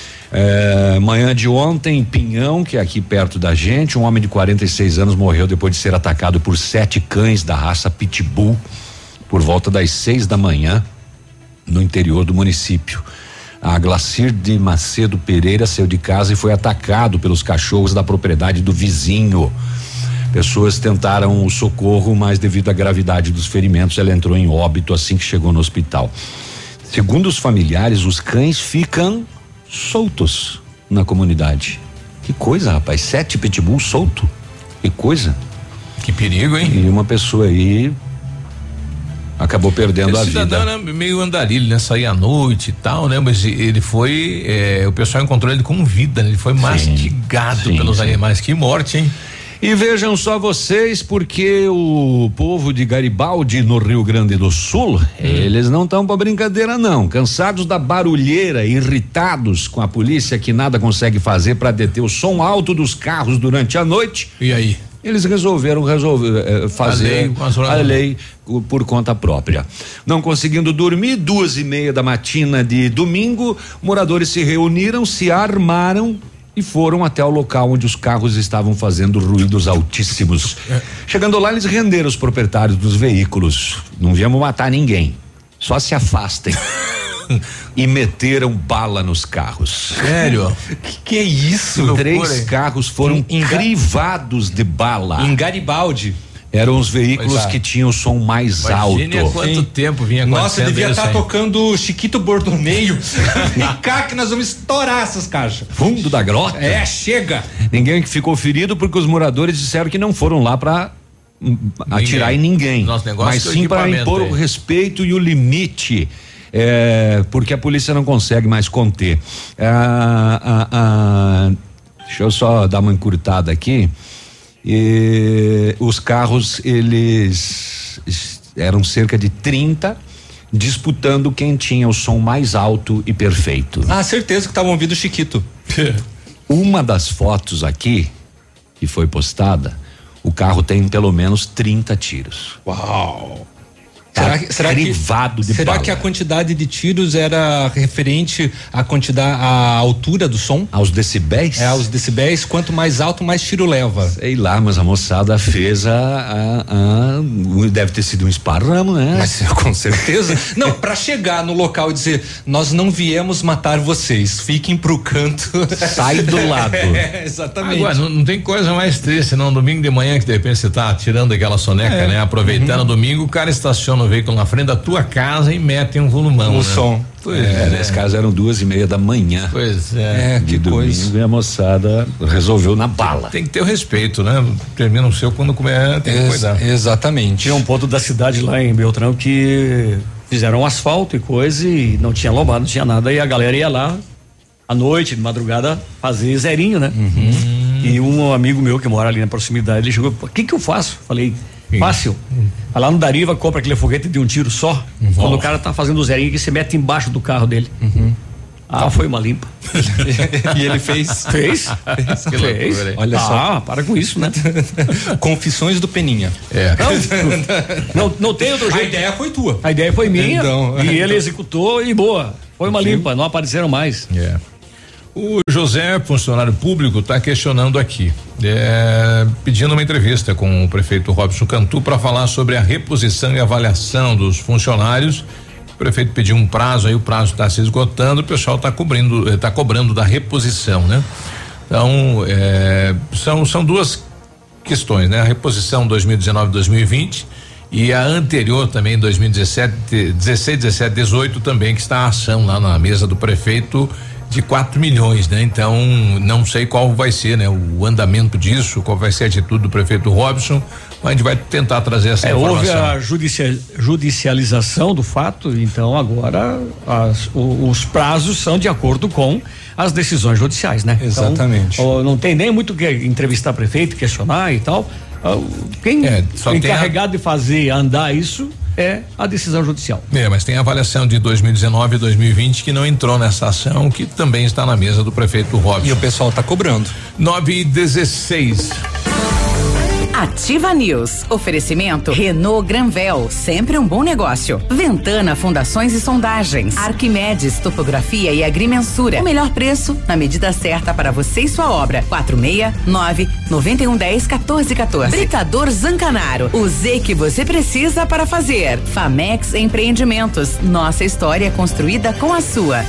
É, manhã de ontem, em Pinhão, que é aqui perto da gente, um homem de quarenta e seis anos morreu depois de ser atacado por sete cães da raça Pitbull por volta das seis da manhã no interior do município. A Glacir de Macedo Pereira saiu de casa e foi atacado pelos cachorros da propriedade do vizinho. Pessoas tentaram o socorro, mas devido à gravidade dos ferimentos, ela entrou em óbito assim que chegou no hospital. Segundo os familiares, os cães ficam soltos na comunidade. Que coisa, rapaz, sete pitbull solto. Que coisa. Que perigo, hein? E uma pessoa aí acabou perdendo Esse a vida. Cidadão, né, meio andarilho, né? Saía à noite e tal, né? Mas ele foi, é, o pessoal encontrou ele com vida, né? Ele foi sim, mastigado sim, pelos sim. animais. Que morte, hein? E vejam só vocês, porque o povo de Garibaldi, no Rio Grande do Sul, hum. eles não estão pra brincadeira não, cansados da barulheira, irritados com a polícia que nada consegue fazer para deter o som alto dos carros durante a noite. E aí? Eles resolveram resolver eh, fazer a lei, a lei por conta própria. Não conseguindo dormir, duas e meia da matina de domingo, moradores se reuniram, se armaram e foram até o local onde os carros estavam fazendo ruídos altíssimos. É. Chegando lá, eles renderam os proprietários dos veículos. Não viemos matar ninguém, só se afastem. E meteram bala nos carros. Sério? Que que é isso? Que Três loucura, carros foram em, em crivados de bala. Em Garibaldi. Eram os veículos que tinham o som mais Imagine alto. Imagina quanto Sim. tempo vinha acontecendo. Nossa, devia estar tá tocando Chiquito Bordoneio. E cá que nós vamos estourar essas caixas. Fundo da grota. É, chega. Ninguém ficou ferido porque os moradores disseram que não foram lá para atirar em ninguém, mas sim para impor o respeito e o limite. É, porque a polícia não consegue mais conter. Ah, ah, ah, deixa eu só dar uma encurtada aqui. E, os carros, eles eram cerca de trinta, disputando quem tinha o som mais alto e perfeito. Ah, certeza que estavam ouvindo o Chiquito. Uma das fotos aqui que foi postada, o carro tem pelo menos trinta tiros. Uau! Tá Será, que, será, crivado que, de será bala. que a quantidade de tiros era referente à quantidade, à altura do som? Aos decibéis? É, aos decibéis. Quanto mais alto, mais tiro leva. Sei lá, mas a moçada fez a, a, a deve ter sido um esparramo, né? Mas com certeza. Não, pra chegar no local e dizer, nós não viemos matar vocês, fiquem pro canto. Sai do lado. É, exatamente. Agora, não, não tem coisa mais triste, não. Domingo de manhã que de repente você tá tirando aquela soneca, é. né? Aproveitando uhum. domingo, o cara estaciona o veículo na frente da tua casa e mete um volumão. O né? som. Pois é, é. Nesse caso eram duas e meia da manhã. Pois é. É, que coisa. E a moçada resolveu na bala. Tem que ter o respeito, né? Termina o seu quando começa, tem Ex- que cuidar. Exatamente. Tinha um ponto da cidade lá em Beltrão que fizeram asfalto e coisa e não tinha lombada, não tinha nada, e a galera ia lá à noite, de madrugada, fazer zerinho, né? Uhum. E um amigo meu que mora ali na proximidade, ele chegou, o que que eu faço? Falei, fácil. Vai lá no Dariva, compra aquele foguete de um tiro só. Uhum. Quando o cara tá fazendo o zerinho, que você mete embaixo do carro dele. Uhum. Ah, foi uma limpa. E ele fez? Fez. Fez. Que fez. Loucura, olha ah, só. Ah, para com isso, né? Confissões do Peninha. É. Não, não, não tem outro jeito. A ideia foi tua. A ideia foi minha. Então, e então. ele executou e boa. Foi uma limpa, não apareceram mais. É. O José, funcionário público, está questionando aqui, é, pedindo uma entrevista com o prefeito Robson Cantu para falar sobre a reposição e avaliação dos funcionários. O prefeito pediu um prazo, aí o prazo está se esgotando, o pessoal está cobrindo, está cobrando da reposição, né? Então, é, são são duas questões, né? A reposição dois mil e dezenove, dois mil e vinte e a anterior também dois mil e dezessete, dezesseis, dezessete, dezoito também, que está a ação lá na mesa do prefeito de quatro milhões, né? Então, não sei qual vai ser, né? O andamento disso, qual vai ser a atitude do prefeito Robson, mas a gente vai tentar trazer essa é, informação. Houve a judicia, judicialização do fato, então agora as, o, os prazos são de acordo com as decisões judiciais, né? Exatamente. Então, não tem nem muito que entrevistar prefeito, questionar e tal. Quem é encarregado a... de fazer andar isso é a decisão judicial. É, mas tem a avaliação de dois mil e dezenove e dois mil e vinte que não entrou nessa ação, que também está na mesa do prefeito Robson. E o pessoal está cobrando. nove e dezesseis. Ativa News. Oferecimento Renault Granvel, sempre um bom negócio. Ventana Fundações e Sondagens. Arquimedes Topografia e Agrimensura. O melhor preço na medida certa para você e sua obra. quatro seis nove, nove um um zero, um quatro um quatro. Britador Zancanaro. O Z que você precisa para fazer. Famex Empreendimentos. Nossa história construída com a sua.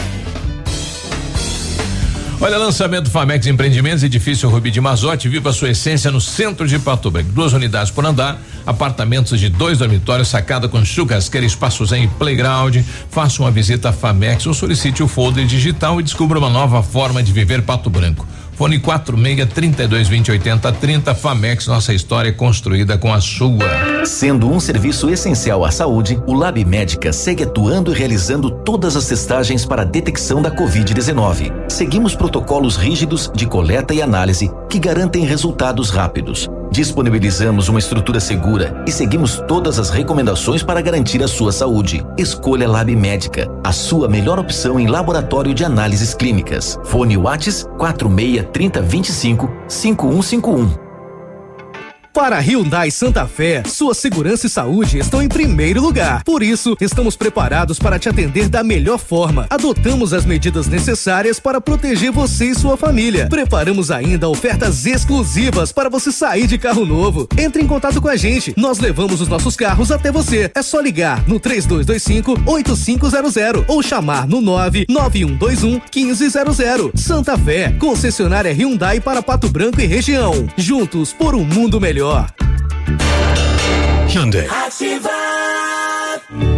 Olha, lançamento Famex Empreendimentos, edifício Rubi de Mazotti, viva a sua essência no centro de Pato Branco. Duas unidades por andar, apartamentos de dois dormitórios, sacada com churrasqueira, espaço zen e playground. Faça uma visita à Famex ou solicite o folder digital e descubra uma nova forma de viver Pato Branco. Fone quatro seis, trinta e dois, vinte, oitenta, trinta. Famex, nossa história é construída com a sua. Sendo um serviço essencial à saúde, o Lab Médica segue atuando e realizando todas as testagens para a detecção da covid dezenove. Seguimos protocolos rígidos de coleta e análise que garantem resultados rápidos. Disponibilizamos uma estrutura segura e seguimos todas as recomendações para garantir a sua saúde. Escolha Lab Médica, a sua melhor opção em laboratório de análises clínicas. Fone Whats quatro seis, trinta, vinte e cinco, cinquenta e um cinquenta e um. Para a Hyundai Santa Fé, sua segurança e saúde estão em primeiro lugar. Por isso, estamos preparados para te atender da melhor forma. Adotamos as medidas necessárias para proteger você e sua família. Preparamos ainda ofertas exclusivas para você sair de carro novo. Entre em contato com a gente. Nós levamos os nossos carros até você. É só ligar no três dois dois cinco, oito cinco zero zero ou chamar no nove nove um dois um, um cinco zero zero. Santa Fé, concessionária Hyundai para Pato Branco e região. Juntos por um mundo melhor. Hyundai. Ativa.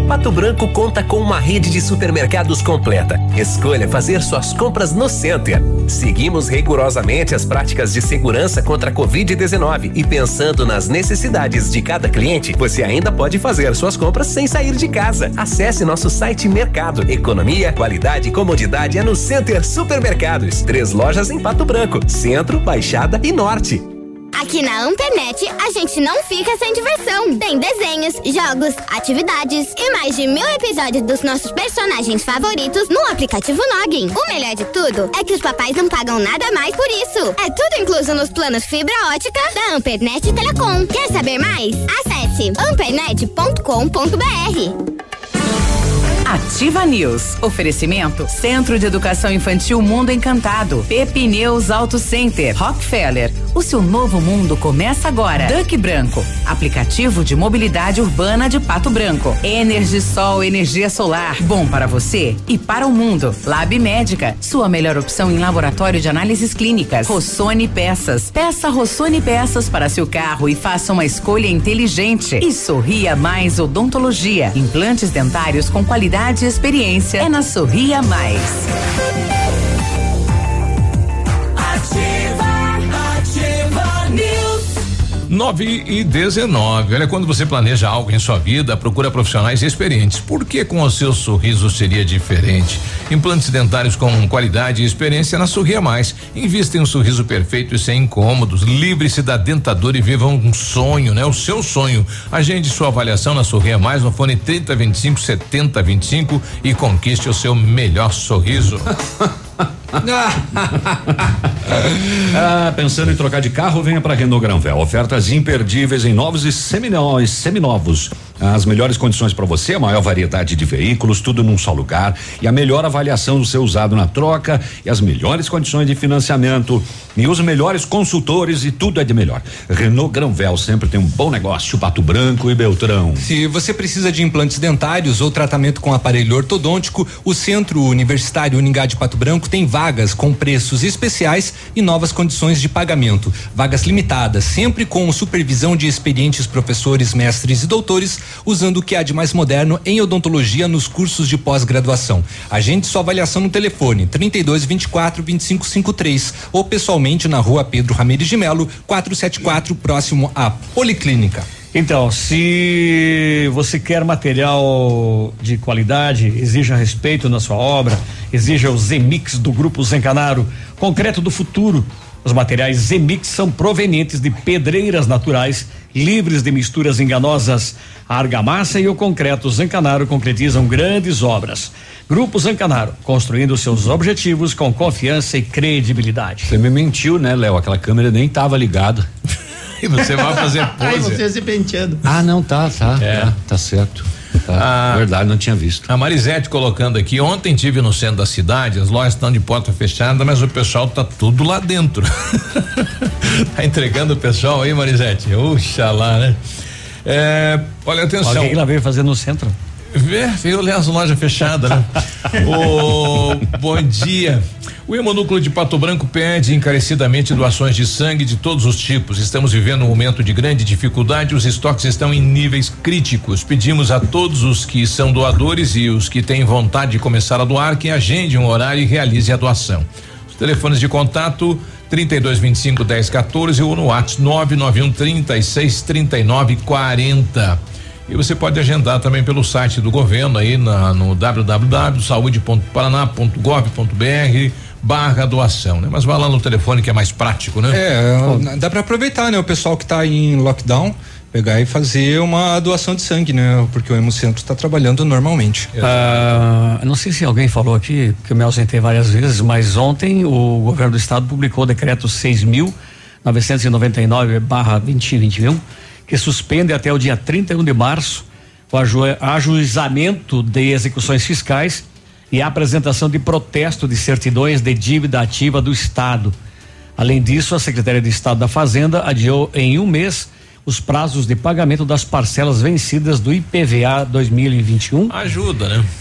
Pato Branco conta com uma rede de supermercados completa. Escolha fazer suas compras no Center. Seguimos rigorosamente as práticas de segurança contra a covid dezenove e pensando nas necessidades de cada cliente, você ainda pode fazer suas compras sem sair de casa. Acesse nosso site Mercado. Economia, qualidade e comodidade é no Center Supermercados. Três lojas em Pato Branco, Centro, Baixada e Norte. Aqui na Ampernet, a gente não fica sem diversão. Tem desenhos, jogos, atividades e mais de mil episódios dos nossos personagens favoritos no aplicativo Noggin. O melhor de tudo é que os papais não pagam nada mais por isso. É tudo incluso nos planos fibra ótica da Ampernet Telecom. Quer saber mais? Acesse ampernet ponto com ponto b r. Ativa News. Oferecimento Centro de Educação Infantil Mundo Encantado. Pepineus Auto Center. Rockefeller. O seu novo mundo começa agora. Duck Branco. Aplicativo de mobilidade urbana de Pato Branco. Energisol, energia solar. Bom para você e para o mundo. Lab Médica. Sua melhor opção em laboratório de análises clínicas. Rossoni Peças. Peça Rossoni Peças para seu carro e faça uma escolha inteligente. E Sorria Mais Odontologia. Implantes dentários com qualidade e experiência é na Sorria Mais. nove e dezenove. Olha, quando você planeja algo em sua vida, procura profissionais experientes. Por que com o seu sorriso seria diferente? Implantes dentários com qualidade e experiência na Sorria Mais. Invista em um sorriso perfeito e sem incômodos. Livre-se da dentadura e viva um sonho, né? O seu sonho. Agende sua avaliação na Sorria Mais no fone trinta, vinte e cinco, setenta, vinte e cinco e conquiste o seu melhor sorriso. Ah, pensando em trocar de carro, venha para Renault Granvel. Ofertas imperdíveis em novos e seminovos, seminovos. As melhores condições para você, a maior variedade de veículos, tudo num só lugar e a melhor avaliação do seu usado na troca e as melhores condições de financiamento e os melhores consultores e tudo é de melhor. Renault Granvel sempre tem um bom negócio, Pato Branco e Beltrão. Se você precisa de implantes dentários ou tratamento com aparelho ortodôntico, o Centro Universitário Uningá de Pato Branco tem vagas com preços especiais e novas condições de pagamento. Vagas limitadas, sempre com supervisão de experientes professores, mestres e doutores, usando o que há de mais moderno em odontologia nos cursos de pós-graduação. Agende sua avaliação no telefone trinta e dois, vinte e quatro, vinte e cinco cinquenta e três ou pessoalmente na rua Pedro Ramires de Melo, quatrocentos e setenta e quatro, próximo à Policlínica. Então, se você quer material de qualidade, exija respeito na sua obra, exija o Z-Mix do Grupo Zancanaro, concreto do futuro. Os materiais Z-Mix são provenientes de pedreiras naturais, livres de misturas enganosas. A argamassa e o concreto Zancanaro concretizam grandes obras. Grupo Zancanaro, construindo seus objetivos com confiança e credibilidade. Você me mentiu, né, Léo? Aquela câmera nem estava ligada. E você vai fazer pose. Aí você se penteando. Ah, não, tá, tá. É. Tá, tá certo. Tá. Ah, verdade, não tinha visto. A Marisete colocando aqui, ontem tive no centro da cidade, as lojas estão de porta fechada, mas o pessoal tá tudo lá dentro. Tá entregando o pessoal aí, Marisete? Oxalá, né? É, olha, atenção. Olha o que ela veio fazer no centro. Vê, veio olhar as lojas fechadas, né? Ô, bom dia. O Hemonúcleo de Pato Branco pede encarecidamente doações de sangue de todos os tipos. Estamos vivendo um momento de grande dificuldade, os estoques estão em níveis críticos. Pedimos a todos os que são doadores e os que têm vontade de começar a doar que agendem um horário e realize a doação. Os telefones de contato trinta e dois, vinte e cinco, dez, quatorze ou no WhatsApp nove nove um, trinta e seis, trinta e nove, quarenta. E você pode agendar também pelo site do governo aí na, no w w w ponto saúde ponto paraná ponto gov ponto b r barra doação, né? Mas vai lá no telefone que é mais prático, né? É, dá para aproveitar, né? O pessoal que tá em lockdown, pegar e fazer uma doação de sangue, né? Porque o Hemocentro está trabalhando normalmente. Ah, não sei se alguém falou aqui, que eu me ausentei várias vezes, mas ontem o governo do estado publicou o decreto seis mil novecentos e noventa e nove barra vinte e vinte e um, que suspende até o dia trinta e um de março o aju ajuizamento de execuções fiscais e a apresentação de protesto de certidões de dívida ativa do Estado. Além disso, a Secretaria de Estado da Fazenda adiou em um mês os prazos de pagamento das parcelas vencidas do I P V A dois mil e vinte e um. Ajuda, né?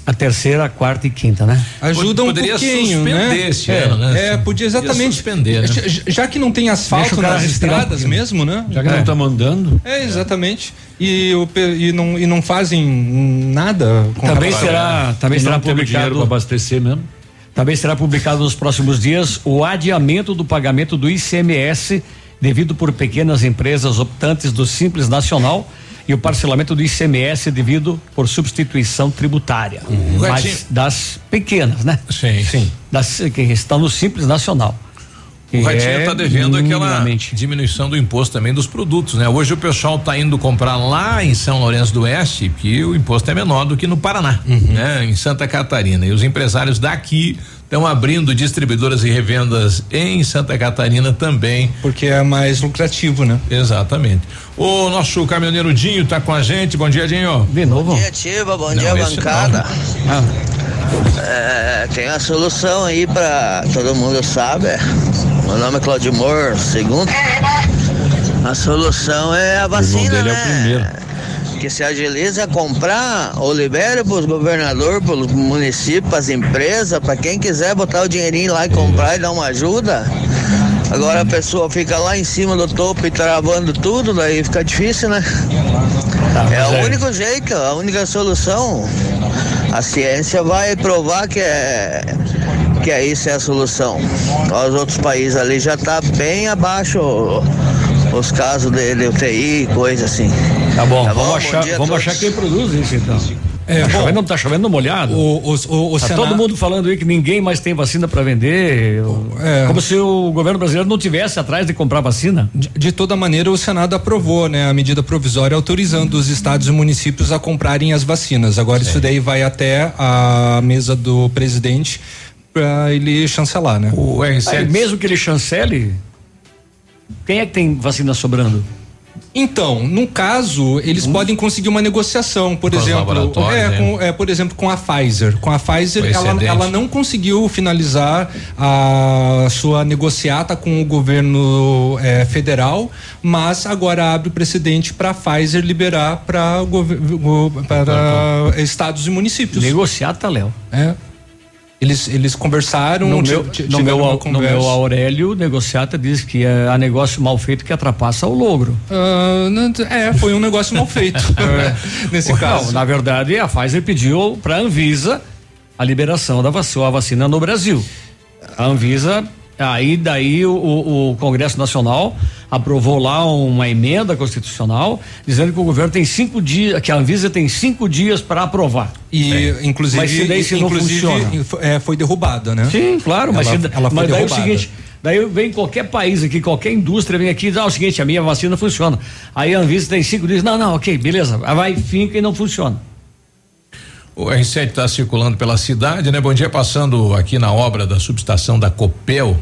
A terceira, a quarta e quinta, né? Ajuda um poderia pouquinho, suspender né? esse é, ano, né? É, podia exatamente. Podia suspender, né? já, já que não tem asfalto nas estradas mesmo, né? Já que é. não tá mandando. É, exatamente. E, o, e, não, e não fazem nada com Também será, também será publicado para abastecer mesmo. Também será publicado nos próximos dias o adiamento do pagamento do I C M S devido por pequenas empresas optantes do Simples Nacional e o parcelamento do I C M S devido por substituição tributária. Uhum. Mas das pequenas, né? Sim. Sim. Das que estão no Simples Nacional. O Ratinho é está devendo aquela diminuição do imposto também dos produtos, né? Hoje o pessoal está indo comprar lá em São Lourenço do Oeste, que o imposto é menor do que no Paraná, uhum. né? Em Santa Catarina. E os empresários daqui estão abrindo distribuidoras e revendas em Santa Catarina também. Porque é mais lucrativo, né? Exatamente. O nosso caminhoneiro Dinho está com a gente. Bom dia, Dinho. De novo. Bom dia, Tiva. Bom não, dia, bancada. Ah. É, tem a solução aí pra todo mundo sabe. Meu nome é Claudio Mor, segundo. A solução é a vacina, dele né? É o primeiro. Que se agiliza a comprar ou libera para os governadores, para os municípios, para as empresas, para quem quiser botar o dinheirinho lá e comprar e dar uma ajuda. Agora a pessoa fica lá em cima do topo e travando tudo, daí fica difícil, né? Tá, é o é. único jeito, a única solução. A ciência vai provar que é que é isso é a solução. Os outros países ali já tá bem abaixo os casos de, de U T I, coisa assim. Tá bom, tá vamos, bom? achar, Bom vamos achar quem produz isso então. É, tá, bom, chovendo, tá chovendo molhado. O, o, o, o tá Senado... todo mundo falando aí que ninguém mais tem vacina para vender. É. Como se o governo brasileiro não tivesse atrás de comprar vacina. De, de toda maneira, o Senado aprovou, né, a medida provisória autorizando os estados e municípios a comprarem as vacinas. Agora Sim. isso daí vai até a mesa do presidente para ele chancelar, né? O R sete... Aí, mesmo que ele chancele, quem é que tem vacina sobrando? Então, no caso, eles hum. podem conseguir uma negociação, por com exemplo, é, né? com, é, por exemplo, com a Pfizer. Com a Pfizer, ela, ela não conseguiu finalizar a sua negociata com o governo é, federal, mas agora abre o precedente para a Pfizer liberar para para estados e municípios. Negociata, Léo. É. Eles, eles conversaram. No meu, no meu, no meu Aurélio, negociata diz que é a negócio mal feito que atrapassa o logro. Uh, não, é, foi um negócio mal feito. é, nesse não, caso. Na verdade, a Pfizer pediu para a Anvisa a liberação da vacina, a vacina no Brasil. A Anvisa, aí daí o, o, o Congresso Nacional aprovou lá uma emenda constitucional dizendo que o governo tem cinco dias, que a Anvisa tem cinco dias para aprovar. E é. inclusive, mas se daí se inclusive não funciona. É, foi derrubada, né? Sim, claro, mas, ela, se, ela foi mas daí derrubada. é o seguinte, daí vem qualquer país aqui, qualquer indústria vem aqui e diz, ah, o seguinte, a minha vacina funciona. Aí a Anvisa tem cinco dias, não, não, ok, beleza, vai, finca e não funciona. O R sete está circulando pela cidade, né? Bom dia, passando aqui na obra da subestação da Copel.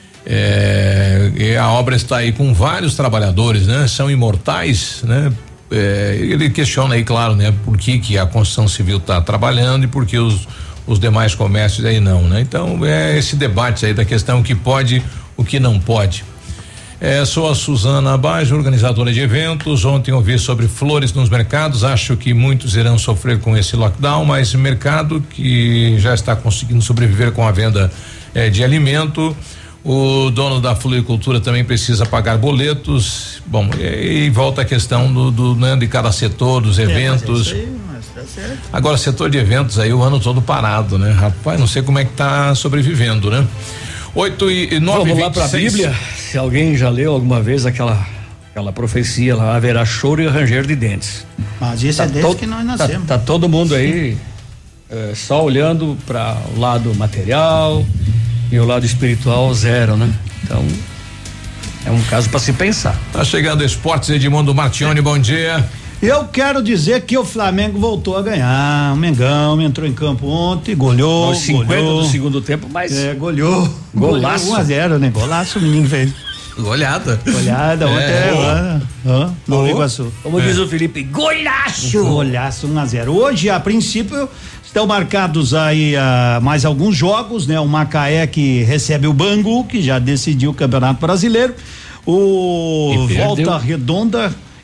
É, e a obra está aí com vários trabalhadores, né? São imortais, né? É, ele questiona aí, claro, né? Por que que a construção civil está trabalhando e por que os os demais comércios aí não, né? Então é esse debate aí da questão que pode, o que não pode. É, sou a Suzana Baggio, organizadora de eventos. Ontem ouvi sobre flores nos mercados. Acho que muitos irão sofrer com esse lockdown, mas o mercado que já está conseguindo sobreviver com a venda é, de alimento. O dono da floricultura também precisa pagar boletos. Bom, e, e volta a questão do, do né, de cada setor, dos eventos. É, mas é isso aí, mas tá certo. Agora, setor de eventos aí o ano todo parado, né? Rapaz, não sei como é que tá sobrevivendo, né? Oito e nove. Vamos lá para a Bíblia. Se alguém já leu alguma vez aquela aquela profecia lá, haverá choro e ranger de dentes. Mas isso tá é desde todo, que nós nascemos. Tá, tá todo mundo aí é, só olhando para o lado material e o lado espiritual zero, né? Então é um caso para se pensar. Tá chegando Esportes, Edmundo Martione, bom dia. Eu quero dizer que o Flamengo voltou a ganhar. O Mengão entrou em campo ontem, goleou. Aos cinquenta goleou, do segundo tempo, mas. É, goleou. Golaço. um a zero, né? Golaço o menino fez. Goleada. Goleada, ontem é. Ó, ó, Nova Iguaçu. Como é. diz o Felipe, golaço! Golaço, um a zero. Hoje, a princípio, estão marcados aí uh, mais alguns jogos, né? O Macaé que recebe o Bangu, que já decidiu o Campeonato Brasileiro. O Volta Redonda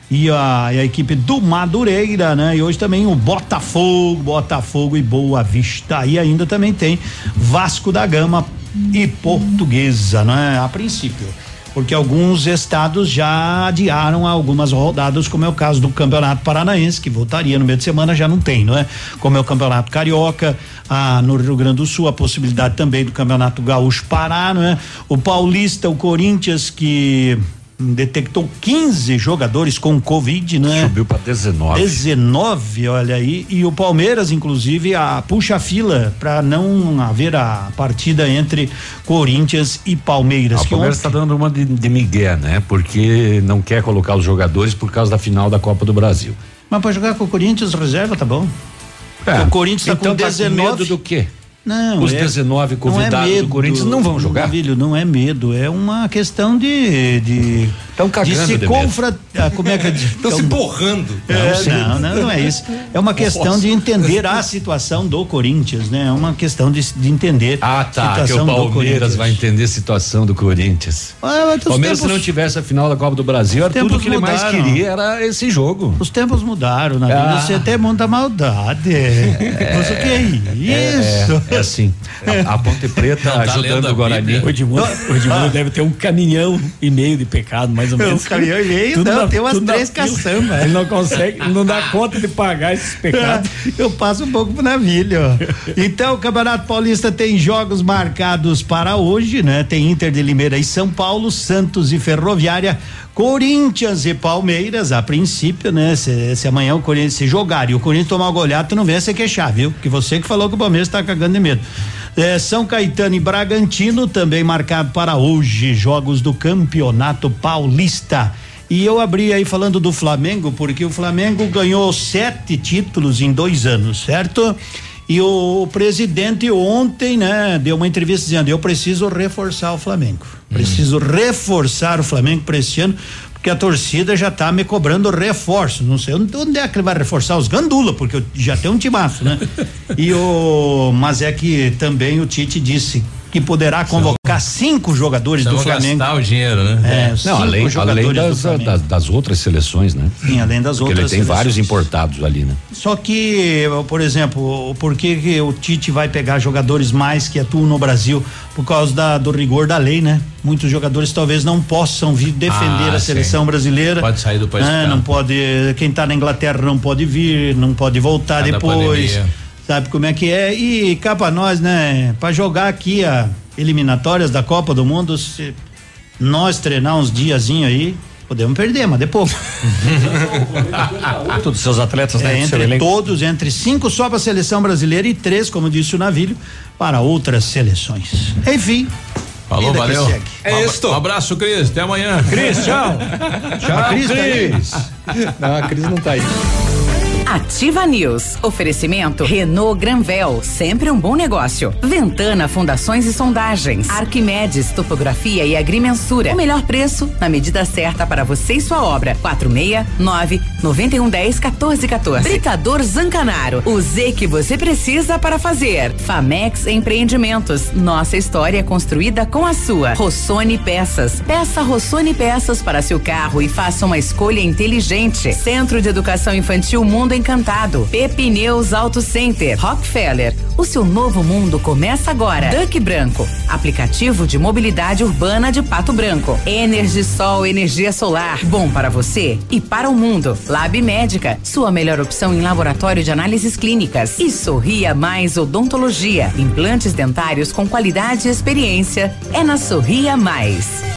e a, e a equipe do Madureira, né? E hoje também o Botafogo, Botafogo e Boa Vista. E ainda também tem Vasco da Gama e Portuguesa, né? A princípio. Porque alguns estados já adiaram algumas rodadas, como é o caso do Campeonato Paranaense, que voltaria no meio de semana, já não tem, não é? Como é o Campeonato Carioca, ah, no Rio Grande do Sul, a possibilidade também do Campeonato Gaúcho parar, não é? O Paulista, o Corinthians, que detectou quinze jogadores com Covid, né? Subiu para dezenove. dezenove, olha aí. E o Palmeiras, inclusive, a puxa a fila para não haver a partida entre Corinthians e Palmeiras. Ah, o Palmeiras está dando uma de, de migué, né? Porque não quer colocar os jogadores por causa da final da Copa do Brasil. Mas para jogar com o Corinthians, reserva, tá bom? É, o Corinthians está então com dezenove. Tá com medo do quê? Não, os é, dezenove convidados é medo, do Corinthians não vão jogar. Filho, não é medo, é uma questão de de, Tão cagando de se de confraternização. Como é que estão se borrando? É, não, não, não é isso. É uma questão de entender a situação do Corinthians, né? É uma questão de, de entender. Ah, tá. Que o Palmeiras vai entender a situação do Corinthians. Ah, Palmeiras, tempos, se não tivesse a final da Copa do Brasil, era tudo que ele mais queria era esse jogo. Os tempos mudaram, na vida. Ah. Você até monta maldade. É, Mas o que é isso? É, é, é assim. A, a Ponte Preta não, ajudando tá o Guarani. O Edmundo, o Edmundo ah. deve ter um caminhão e meio de pecado, mais ou menos. Um caminhão e meio, não, na, tem umas três caçambas. Ele não consegue, não dá conta de pagar esses pecados. Eu passo um pouco pro navilho. Então, o Campeonato Paulista tem jogos marcados para hoje, né? Tem Inter de Limeira e São Paulo, Santos e Ferroviária, Corinthians e Palmeiras, a princípio, né? Se, se amanhã o Corinthians se jogar e o Corinthians tomar uma goleada, tu não vem a se queixar, viu? Que você que falou que o Palmeiras tá cagando de medo. É, São Caetano e Bragantino também marcado para hoje, jogos do Campeonato Paulista. E eu abri aí falando do Flamengo, porque o Flamengo ganhou sete títulos em dois anos, certo? E o presidente ontem, né, deu uma entrevista dizendo: eu preciso reforçar o Flamengo. Preciso hum. reforçar o Flamengo para esse ano, porque a torcida já tá me cobrando reforço. Não sei onde é que ele vai reforçar os gandula, porque já tem um timaço, né? E o, mas é que também o Tite disse que poderá convocar cinco jogadores do Flamengo. Gastar o dinheiro, né? É, não, além, além das, das, das outras seleções, né? Sim, além das porque outras ele tem seleções. vários importados ali, né? Só que, por exemplo, por que que o Tite vai pegar jogadores mais que atuam no Brasil? Por causa da, do rigor da lei, né? Muitos jogadores talvez não possam vir defender ah, a seleção sim. brasileira. Pode sair do país. Ah, não pode, quem tá na Inglaterra não pode vir, não pode voltar Cada depois. Pandemia. Sabe como é que é? E cá pra nós, né? Pra jogar aqui a eliminatórias da Copa do Mundo, se nós treinar uns diazinho aí, podemos perder, mas depois. Todos os seus atletas, né? É, entre todos, entre cinco só para a seleção brasileira e três, como disse o Navilho, para outras seleções. Enfim. Falou, valeu. É isso. Um abraço, Cris. Até amanhã. Cris, tchau. Tchau, a Cris. Cris. Não, a Cris não tá aí. Ativa News. Oferecimento Renault Granvel, sempre um bom negócio. Ventana Fundações e Sondagens. Arquimedes Topografia e Agrimensura. O melhor preço na medida certa para você e sua obra. quatro seis nove nove um um zero quatorze quatorze. Britador Zancanaro. O Z que você precisa para fazer. Famex Empreendimentos. Nossa história construída com a sua. Rossoni Peças. Peça Rossoni Peças para seu carro e faça uma escolha inteligente. Centro de Educação Infantil Mundo Encantado. Pepineus Auto Center. Rockefeller. O seu novo mundo começa agora. Duck Branco. Aplicativo de mobilidade urbana de Pato Branco. Energisol, energia solar. Bom para você e para o mundo. Lab Médica. Sua melhor opção em laboratório de análises clínicas. E Sorria Mais Odontologia. Implantes dentários com qualidade e experiência. É na Sorria Mais.